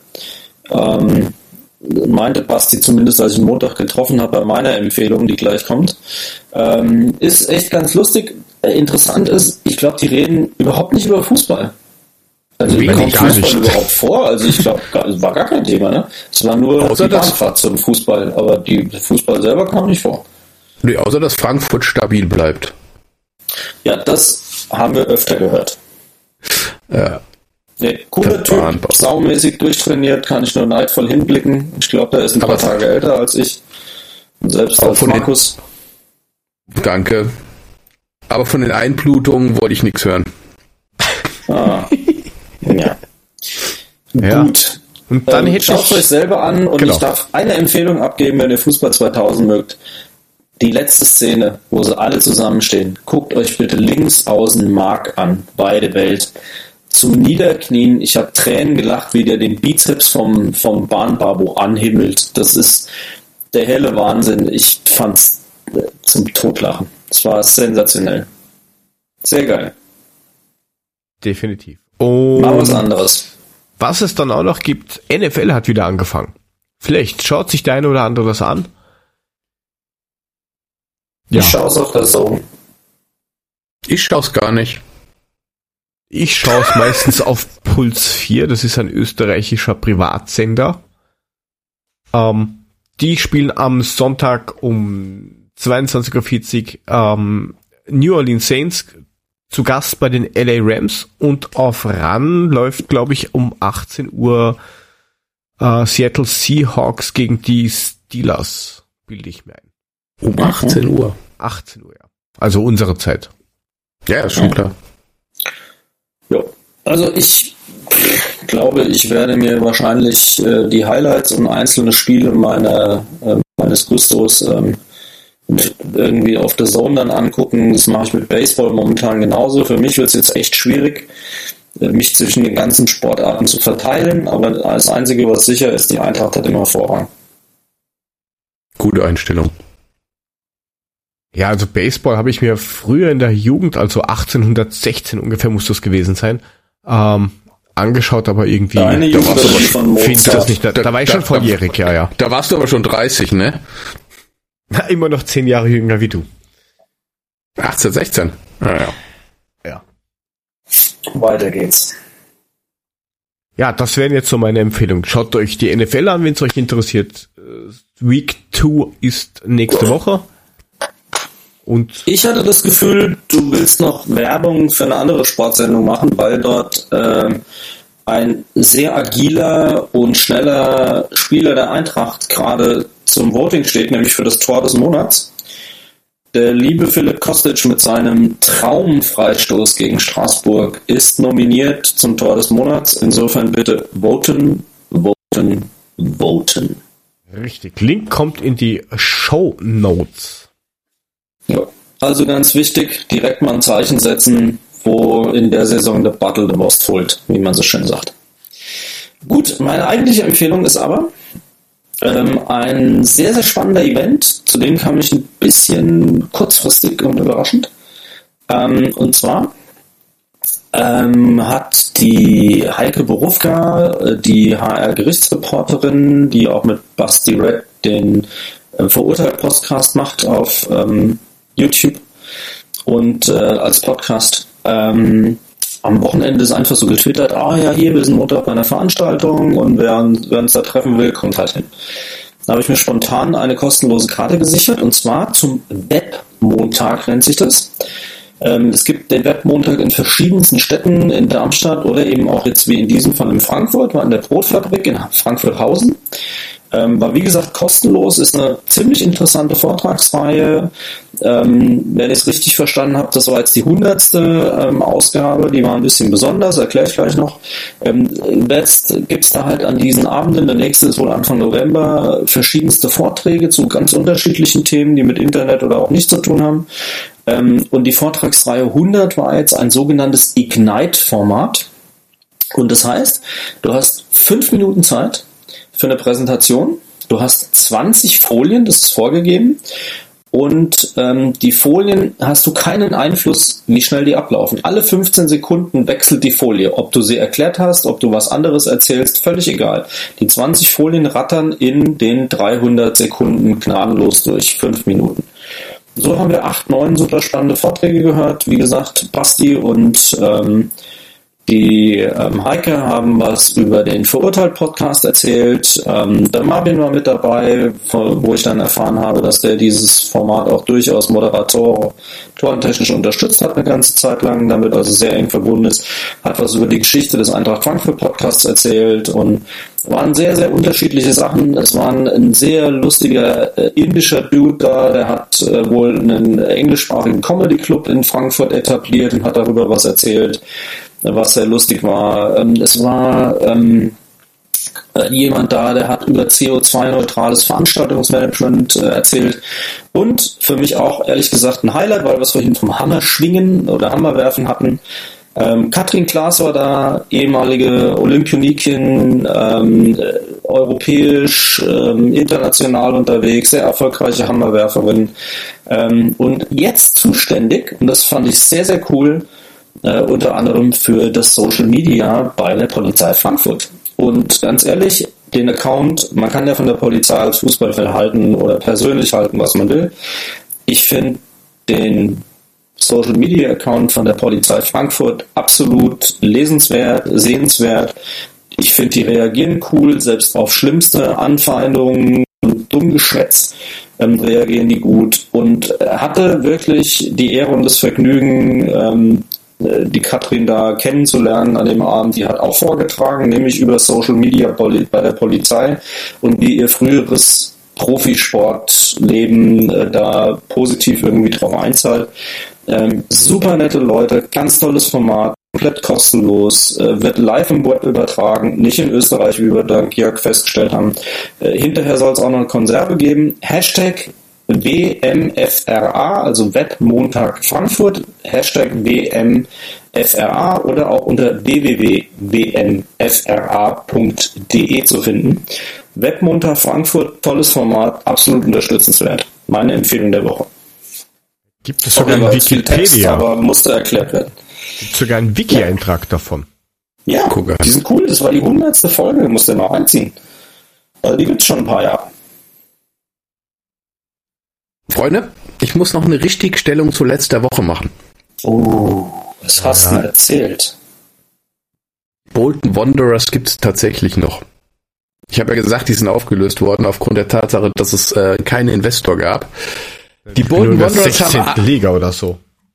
[SPEAKER 4] Meinte Basti zumindest, als ich ihn Montag getroffen habe, bei meiner Empfehlung, die gleich kommt. Ist echt ganz lustig. interessant ist, ich glaube, die reden überhaupt nicht über Fußball. Also kommt Fußball überhaupt vor? Also ich glaube, es war gar kein Thema, ne? Es war nur die Bahnfahrt zum Fußball, aber die Fußball selber kam nicht vor.
[SPEAKER 3] Nee, außer dass Frankfurt stabil bleibt.
[SPEAKER 4] Ja, das haben wir öfter gehört.
[SPEAKER 3] Ja.
[SPEAKER 4] Nee, cooler Typ, saumäßig durchtrainiert, kann ich nur neidvoll hinblicken. Ich glaube, der ist ein paar Tage älter als ich. Und selbst als Markus.
[SPEAKER 3] Danke. Aber von den Einblutungen wollte ich nichts hören.
[SPEAKER 4] Ja. Gut.
[SPEAKER 2] Und dann
[SPEAKER 4] schaut euch selber an und ich darf eine Empfehlung abgeben, wenn ihr Fußball 2000 mögt. Die letzte Szene, wo sie alle zusammenstehen. Guckt euch bitte links außen Mark an, beide Welt. Zum Niederknien, ich habe Tränen gelacht, wie der den Bizeps vom Bahnbabo anhimmelt. Das ist der helle Wahnsinn. Ich fand's zum Totlachen. Es war sensationell. Sehr geil.
[SPEAKER 2] Definitiv. Und
[SPEAKER 4] mal was anderes.
[SPEAKER 2] Was es dann auch noch gibt, NFL hat wieder angefangen. Vielleicht schaut sich der eine oder andere das an.
[SPEAKER 4] Ja. Ich schaue es auf der Zone.
[SPEAKER 3] Ich schaue es gar nicht.
[SPEAKER 2] Ich schaue es meistens auf Puls 4, das ist ein österreichischer Privatsender. Die spielen am Sonntag um 22.40 Uhr New Orleans Saints zu Gast bei den LA Rams und auf RAN läuft, glaube ich, um 18 Uhr Seattle Seahawks gegen die Steelers, bilde ich mir ein.
[SPEAKER 3] Um 18 Uhr?
[SPEAKER 2] 18 Uhr, ja. Also unsere Zeit.
[SPEAKER 3] Ja, ist schon klar.
[SPEAKER 4] Ja, also ich glaube, ich werde mir wahrscheinlich die Highlights und einzelne Spiele meines Gustos irgendwie auf der Zone dann angucken. Das mache ich mit Baseball momentan genauso. Für mich wird es jetzt echt schwierig, mich zwischen den ganzen Sportarten zu verteilen, aber das Einzige, was sicher ist, die Eintracht hat immer Vorrang.
[SPEAKER 3] Gute Einstellung.
[SPEAKER 2] Ja, also Baseball habe ich mir früher in der Jugend, also 1816 ungefähr muss das gewesen sein, angeschaut, aber irgendwie da finde ich das nicht. Da war ich schon volljährig, ja.
[SPEAKER 3] Da warst du aber schon 30, ne?
[SPEAKER 2] Na, immer noch 10 Jahre jünger wie du.
[SPEAKER 3] 1816?
[SPEAKER 2] Ja.
[SPEAKER 4] Weiter geht's.
[SPEAKER 2] Ja, das wären jetzt so meine Empfehlungen. Schaut euch die NFL an, wenn es euch interessiert. Week 2 ist nächste Woche. Und
[SPEAKER 4] ich hatte das Gefühl, du willst noch Werbung für eine andere Sportsendung machen, weil dort ein sehr agiler und schneller Spieler der Eintracht gerade zum Voting steht, nämlich für das Tor des Monats. Der liebe Philipp Kostic mit seinem Traumfreistoß gegen Straßburg ist nominiert zum Tor des Monats. Insofern bitte voten.
[SPEAKER 2] Richtig. Link kommt in die Shownotes.
[SPEAKER 4] Ja, also ganz wichtig, direkt mal ein Zeichen setzen, wo in der Saison der Battle the Most holt, wie man so schön sagt. Gut, meine eigentliche Empfehlung ist aber ein sehr, sehr spannender Event, zu dem kam ich ein bisschen kurzfristig und überraschend. Und zwar hat die Heike Borufka, die HR-Gerichtsreporterin, die auch mit Basti Red den Verurteilt-Podcast macht auf YouTube und als Podcast am Wochenende ist einfach so getwittert, hier, wir sind Montag bei einer Veranstaltung und wer uns da treffen will, kommt halt hin. Da habe ich mir spontan eine kostenlose Karte gesichert und zwar zum Webmontag nennt sich das. Es gibt den Webmontag in verschiedensten Städten in Darmstadt oder eben auch jetzt wie in diesem Fall in Frankfurt, war in der Brotfabrik in Frankfurt-Hausen. War wie gesagt kostenlos, ist eine ziemlich interessante Vortragsreihe. Wenn ich es richtig verstanden habe, das war jetzt die 100. Ausgabe, die war ein bisschen besonders, erkläre ich gleich noch. Jetzt gibt es da halt an diesen Abenden, der nächste ist wohl Anfang November, verschiedenste Vorträge zu ganz unterschiedlichen Themen, die mit Internet oder auch nichts zu tun haben. Und die Vortragsreihe 100 war jetzt ein sogenanntes Ignite-Format. Und das heißt, du hast 5 Minuten Zeit für eine Präsentation. Du hast 20 Folien, das ist vorgegeben. Und die Folien hast du keinen Einfluss, wie schnell die ablaufen. Alle 15 Sekunden wechselt die Folie. Ob du sie erklärt hast, ob du was anderes erzählst, völlig egal. Die 20 Folien rattern in den 300 Sekunden gnadenlos durch 5 Minuten. so haben wir 8, 9 super spannende Vorträge gehört. Wie gesagt, Basti und die Heike haben was über den Verurteilt-Podcast erzählt. Der Marvin war mit dabei, wo ich dann erfahren habe, dass der dieses Format auch durchaus moderatoren-technisch unterstützt hat eine ganze Zeit lang, damit also sehr eng verbunden ist. Hat was über die Geschichte des Eintracht Frankfurt-Podcasts erzählt und waren sehr, sehr unterschiedliche Sachen. Es war ein sehr lustiger indischer Dude da, der hat wohl einen englischsprachigen Comedy-Club in Frankfurt etabliert und hat darüber was erzählt, was sehr lustig war. Es war jemand da, der hat über CO2-neutrales Veranstaltungsmanagement erzählt und für mich auch ehrlich gesagt ein Highlight, weil wir es vorhin vom Hammer schwingen oder Hammerwerfen hatten. Katrin Klaas war da, ehemalige Olympionikin, europäisch, international unterwegs, sehr erfolgreiche Hammerwerferin und jetzt zuständig, und das fand ich sehr, sehr cool, unter anderem für das Social Media bei der Polizei Frankfurt. Und ganz ehrlich, den Account, man kann ja von der Polizei als Fußballfan halten oder persönlich halten, was man will. Ich finde den Social Media Account von der Polizei Frankfurt absolut lesenswert, sehenswert. Ich finde, die reagieren cool, selbst auf schlimmste Anfeindungen und Dummgeschwätz reagieren die gut und hatte wirklich die Ehre und das Vergnügen, die Katrin da kennenzulernen an dem Abend. Die hat auch vorgetragen, nämlich über Social Media bei der Polizei und wie ihr früheres Profisportleben da positiv irgendwie drauf einzahlt. Super nette Leute, ganz tolles Format, komplett kostenlos, wird live im Web übertragen, nicht in Österreich, wie wir dank Jörg festgestellt haben. Hinterher soll es auch noch eine Konserve geben. Hashtag WMFRA, also Webmontag Frankfurt, Hashtag WMFRA oder auch unter www.wmfra.de zu finden. Webmontag Frankfurt, tolles Format, absolut unterstützenswert. Meine Empfehlung der Woche.
[SPEAKER 2] Gibt es sogar einen Wikipedia?
[SPEAKER 4] Text, aber musste erklärt werden.
[SPEAKER 2] Gibt es sogar einen Wiki-Eintrag davon?
[SPEAKER 4] Ja, die sind cool, das war die 100. Folge, musste noch einziehen. Also die gibt es schon ein paar Jahre.
[SPEAKER 3] Freunde, ich muss noch eine Richtigstellung zu letzter Woche machen.
[SPEAKER 4] Oh, was hast du erzählt?
[SPEAKER 3] Bolton Wanderers gibt es tatsächlich noch. Ich habe ja gesagt, die sind aufgelöst worden aufgrund der Tatsache, dass es keinen Investor gab. Die Bolton Wanderers haben
[SPEAKER 2] Liga oder so.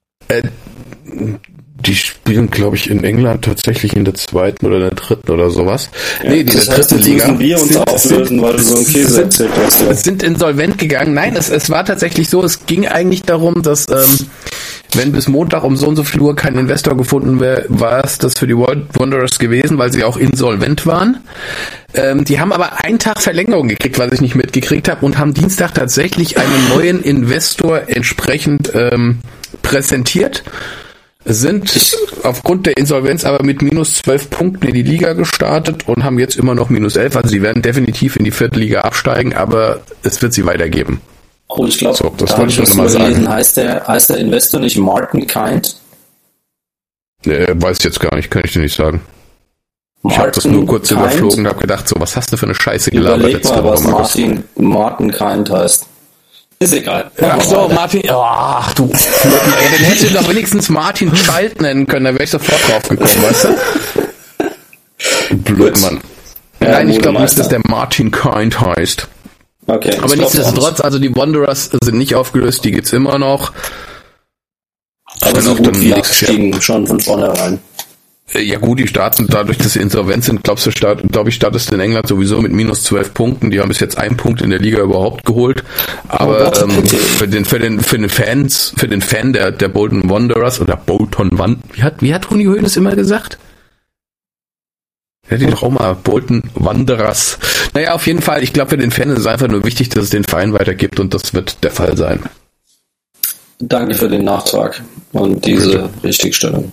[SPEAKER 3] Die spielen, glaube ich, in England tatsächlich in der 2. oder der 3. oder sowas.
[SPEAKER 4] Ja, nee, die 3. Liga. Wir uns auflösen, weil du so einen Käse erzählt hast. Ja.
[SPEAKER 3] Sind insolvent gegangen. Nein, es war tatsächlich so, es ging eigentlich darum, dass wenn bis Montag um so und so viel Uhr kein Investor gefunden wäre, war es das für die Wanderers gewesen, weil sie auch insolvent waren. Die haben aber einen Tag Verlängerung gekriegt, was ich nicht mitgekriegt habe, und haben Dienstag tatsächlich einen neuen Investor entsprechend präsentiert. Sind aufgrund der Insolvenz aber mit minus 12 Punkten in die Liga gestartet und haben jetzt immer noch minus 11. Also sie werden definitiv in die 4. Liga absteigen, aber es wird sie weitergeben.
[SPEAKER 4] Oh, ich glaube,
[SPEAKER 3] so, das wollte ich schon mal sagen.
[SPEAKER 4] Heißt der Investor nicht Martin Kind?
[SPEAKER 3] Weiß ich jetzt gar nicht, kann ich dir nicht sagen. Ich habe das nur kurz überflogen und habe gedacht, so, was hast du für eine Scheiße gelabert letzte Woche,
[SPEAKER 4] Markus? Martin Kind heißt. Ist egal.
[SPEAKER 3] Ach so, Martin. Ach du. Dann hättest du doch wenigstens Martin Child nennen können, da wäre ich sofort drauf gekommen, weißt du? Blöd, Mann. Ja, nein, ich glaube nicht, dass der Martin Kind heißt.
[SPEAKER 4] Okay.
[SPEAKER 3] Aber nichtsdestotrotz, also die Wanderers sind nicht aufgelöst, die gibt's immer noch.
[SPEAKER 4] Aber so gut wie abgestiegen, schon von vornherein.
[SPEAKER 3] Ja gut, die starten dadurch, dass sie insolvent sind, glaube ich, startest du in England sowieso mit minus 12 Punkten. Die haben bis jetzt 1 Punkt in der Liga überhaupt geholt. Aber für den Fan der Bolton Wanderers oder Bolton wie hat Uni Hoeneß immer gesagt? Er hat die doch auch mal Bolton Wanderers. Naja, auf jeden Fall, ich glaube, für den Fan ist es einfach nur wichtig, dass es den Verein weitergibt, und das wird der Fall sein.
[SPEAKER 4] Danke für den Nachtrag und diese Richtigstellung.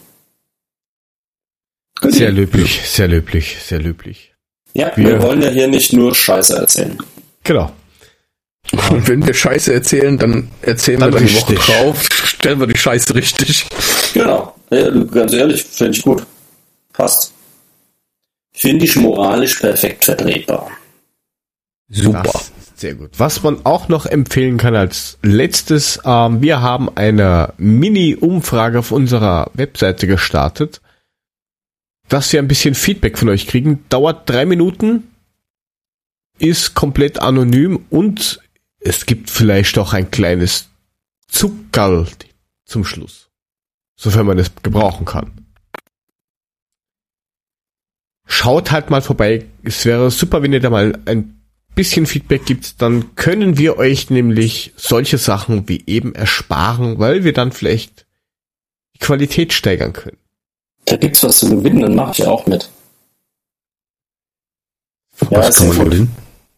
[SPEAKER 2] Sehr löblich, sehr löblich, sehr löblich.
[SPEAKER 4] Ja, wir wollen ja hier nicht nur Scheiße erzählen.
[SPEAKER 2] Genau.
[SPEAKER 3] Und wenn wir Scheiße erzählen, dann erzählen wir dann die Woche drauf, stellen wir die Scheiße richtig.
[SPEAKER 4] Genau. Ja, ganz ehrlich, finde ich gut. Passt. Finde ich moralisch perfekt vertretbar.
[SPEAKER 3] Super.
[SPEAKER 2] Sehr gut. Was man auch noch empfehlen kann als letztes, wir haben eine Mini-Umfrage auf unserer Webseite gestartet, dass wir ein bisschen Feedback von euch kriegen. Dauert 3 Minuten, ist komplett anonym und es gibt vielleicht auch ein kleines Zuckerl zum Schluss, sofern man es gebrauchen kann. Schaut halt mal vorbei. Es wäre super, wenn ihr da mal ein bisschen Feedback gibt. Dann können wir euch nämlich solche Sachen wie eben ersparen, weil wir dann vielleicht die Qualität steigern können.
[SPEAKER 4] Da gibt's was zu gewinnen, dann mache ich auch mit.
[SPEAKER 3] Was kann man gewinnen?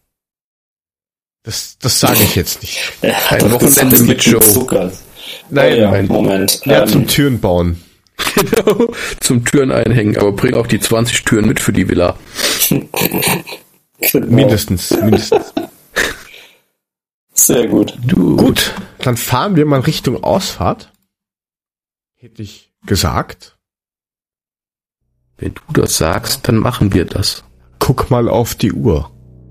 [SPEAKER 2] Das sage ich jetzt nicht.
[SPEAKER 3] Ein Wochenende mit Show.
[SPEAKER 2] Nein,
[SPEAKER 4] ja, Moment.
[SPEAKER 2] Ja, zum Türen bauen.
[SPEAKER 3] Genau, zum Türen einhängen, aber bring auch die 20 Türen mit für die Villa.
[SPEAKER 4] Genau.
[SPEAKER 2] Mindestens.
[SPEAKER 4] Sehr gut.
[SPEAKER 2] Gut, dann fahren wir mal Richtung Ausfahrt. Hätte ich gesagt.
[SPEAKER 3] Wenn du das sagst, dann machen wir das.
[SPEAKER 2] Guck mal auf die Uhr.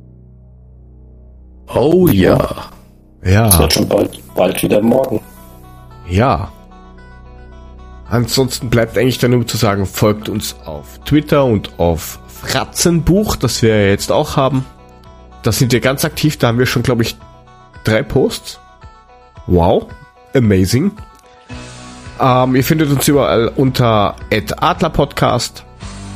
[SPEAKER 3] Oh ja.
[SPEAKER 2] Ja.
[SPEAKER 4] Das wird schon bald wieder morgen.
[SPEAKER 2] Ja. Ansonsten bleibt eigentlich dann nur zu sagen, folgt uns auf Twitter und auf Fratzenbuch, das wir jetzt auch haben. Da sind wir ganz aktiv, da haben wir schon, glaube ich, 3 Posts. Wow, amazing. Ihr findet uns überall unter @adlerpodcast.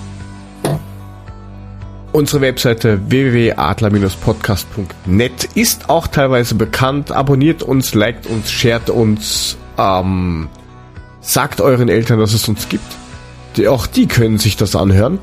[SPEAKER 2] Unsere Webseite www.adler-podcast.net ist auch teilweise bekannt. Abonniert uns, liked uns, shared uns, sagt euren Eltern, dass es uns gibt. Auch die können sich das anhören.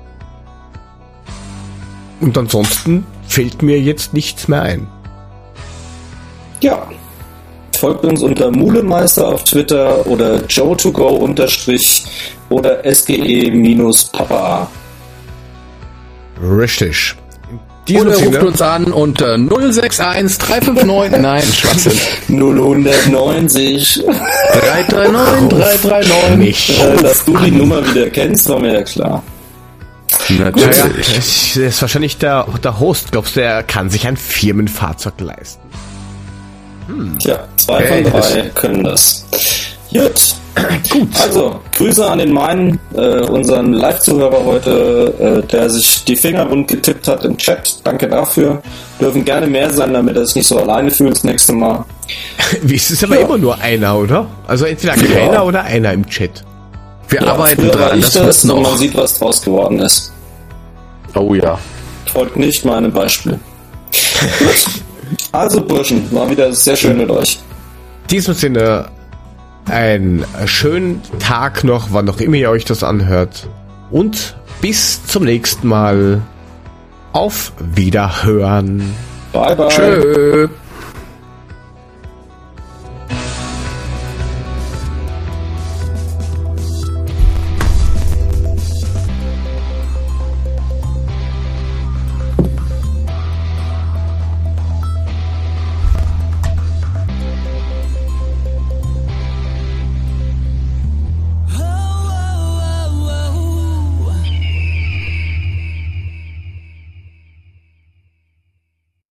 [SPEAKER 2] Und ansonsten fällt mir jetzt nichts mehr ein.
[SPEAKER 4] Ja. Folgt uns unter Mulemeister auf Twitter oder joe2go_ oder sge-papa.
[SPEAKER 2] Richtig.
[SPEAKER 3] Oder ruft uns an unter 061 359, nein, Schwachsinn.
[SPEAKER 4] 090
[SPEAKER 3] 339
[SPEAKER 2] Nicht.
[SPEAKER 4] Dass du die Nummer wieder kennst, war mir ja klar.
[SPEAKER 3] Natürlich.
[SPEAKER 2] Ja, das ist wahrscheinlich der Host. Glaubst du, er kann sich ein Firmenfahrzeug leisten?
[SPEAKER 4] Tja, 2 von 3 können das. Gut. Also, Grüße an den Main, unseren Live-Zuhörer heute, der sich die Finger wund getippt hat im Chat. Danke dafür. Dürfen gerne mehr sein, damit er sich nicht so alleine fühlt das nächste Mal.
[SPEAKER 2] Wie ist es aber immer nur einer, oder? Also entweder keiner oder einer im Chat.
[SPEAKER 3] Wir arbeiten dran, das
[SPEAKER 4] wird noch. Und man sieht, was draus geworden ist.
[SPEAKER 3] Oh ja.
[SPEAKER 4] Folgt nicht meinem Beispiel. Gut. Also Burschen, war wieder sehr schön mit euch.
[SPEAKER 2] In diesem Sinne, einen schönen Tag noch, wann auch immer ihr euch das anhört. Und bis zum nächsten Mal. Auf Wiederhören.
[SPEAKER 4] Bye bye.
[SPEAKER 3] Tschö.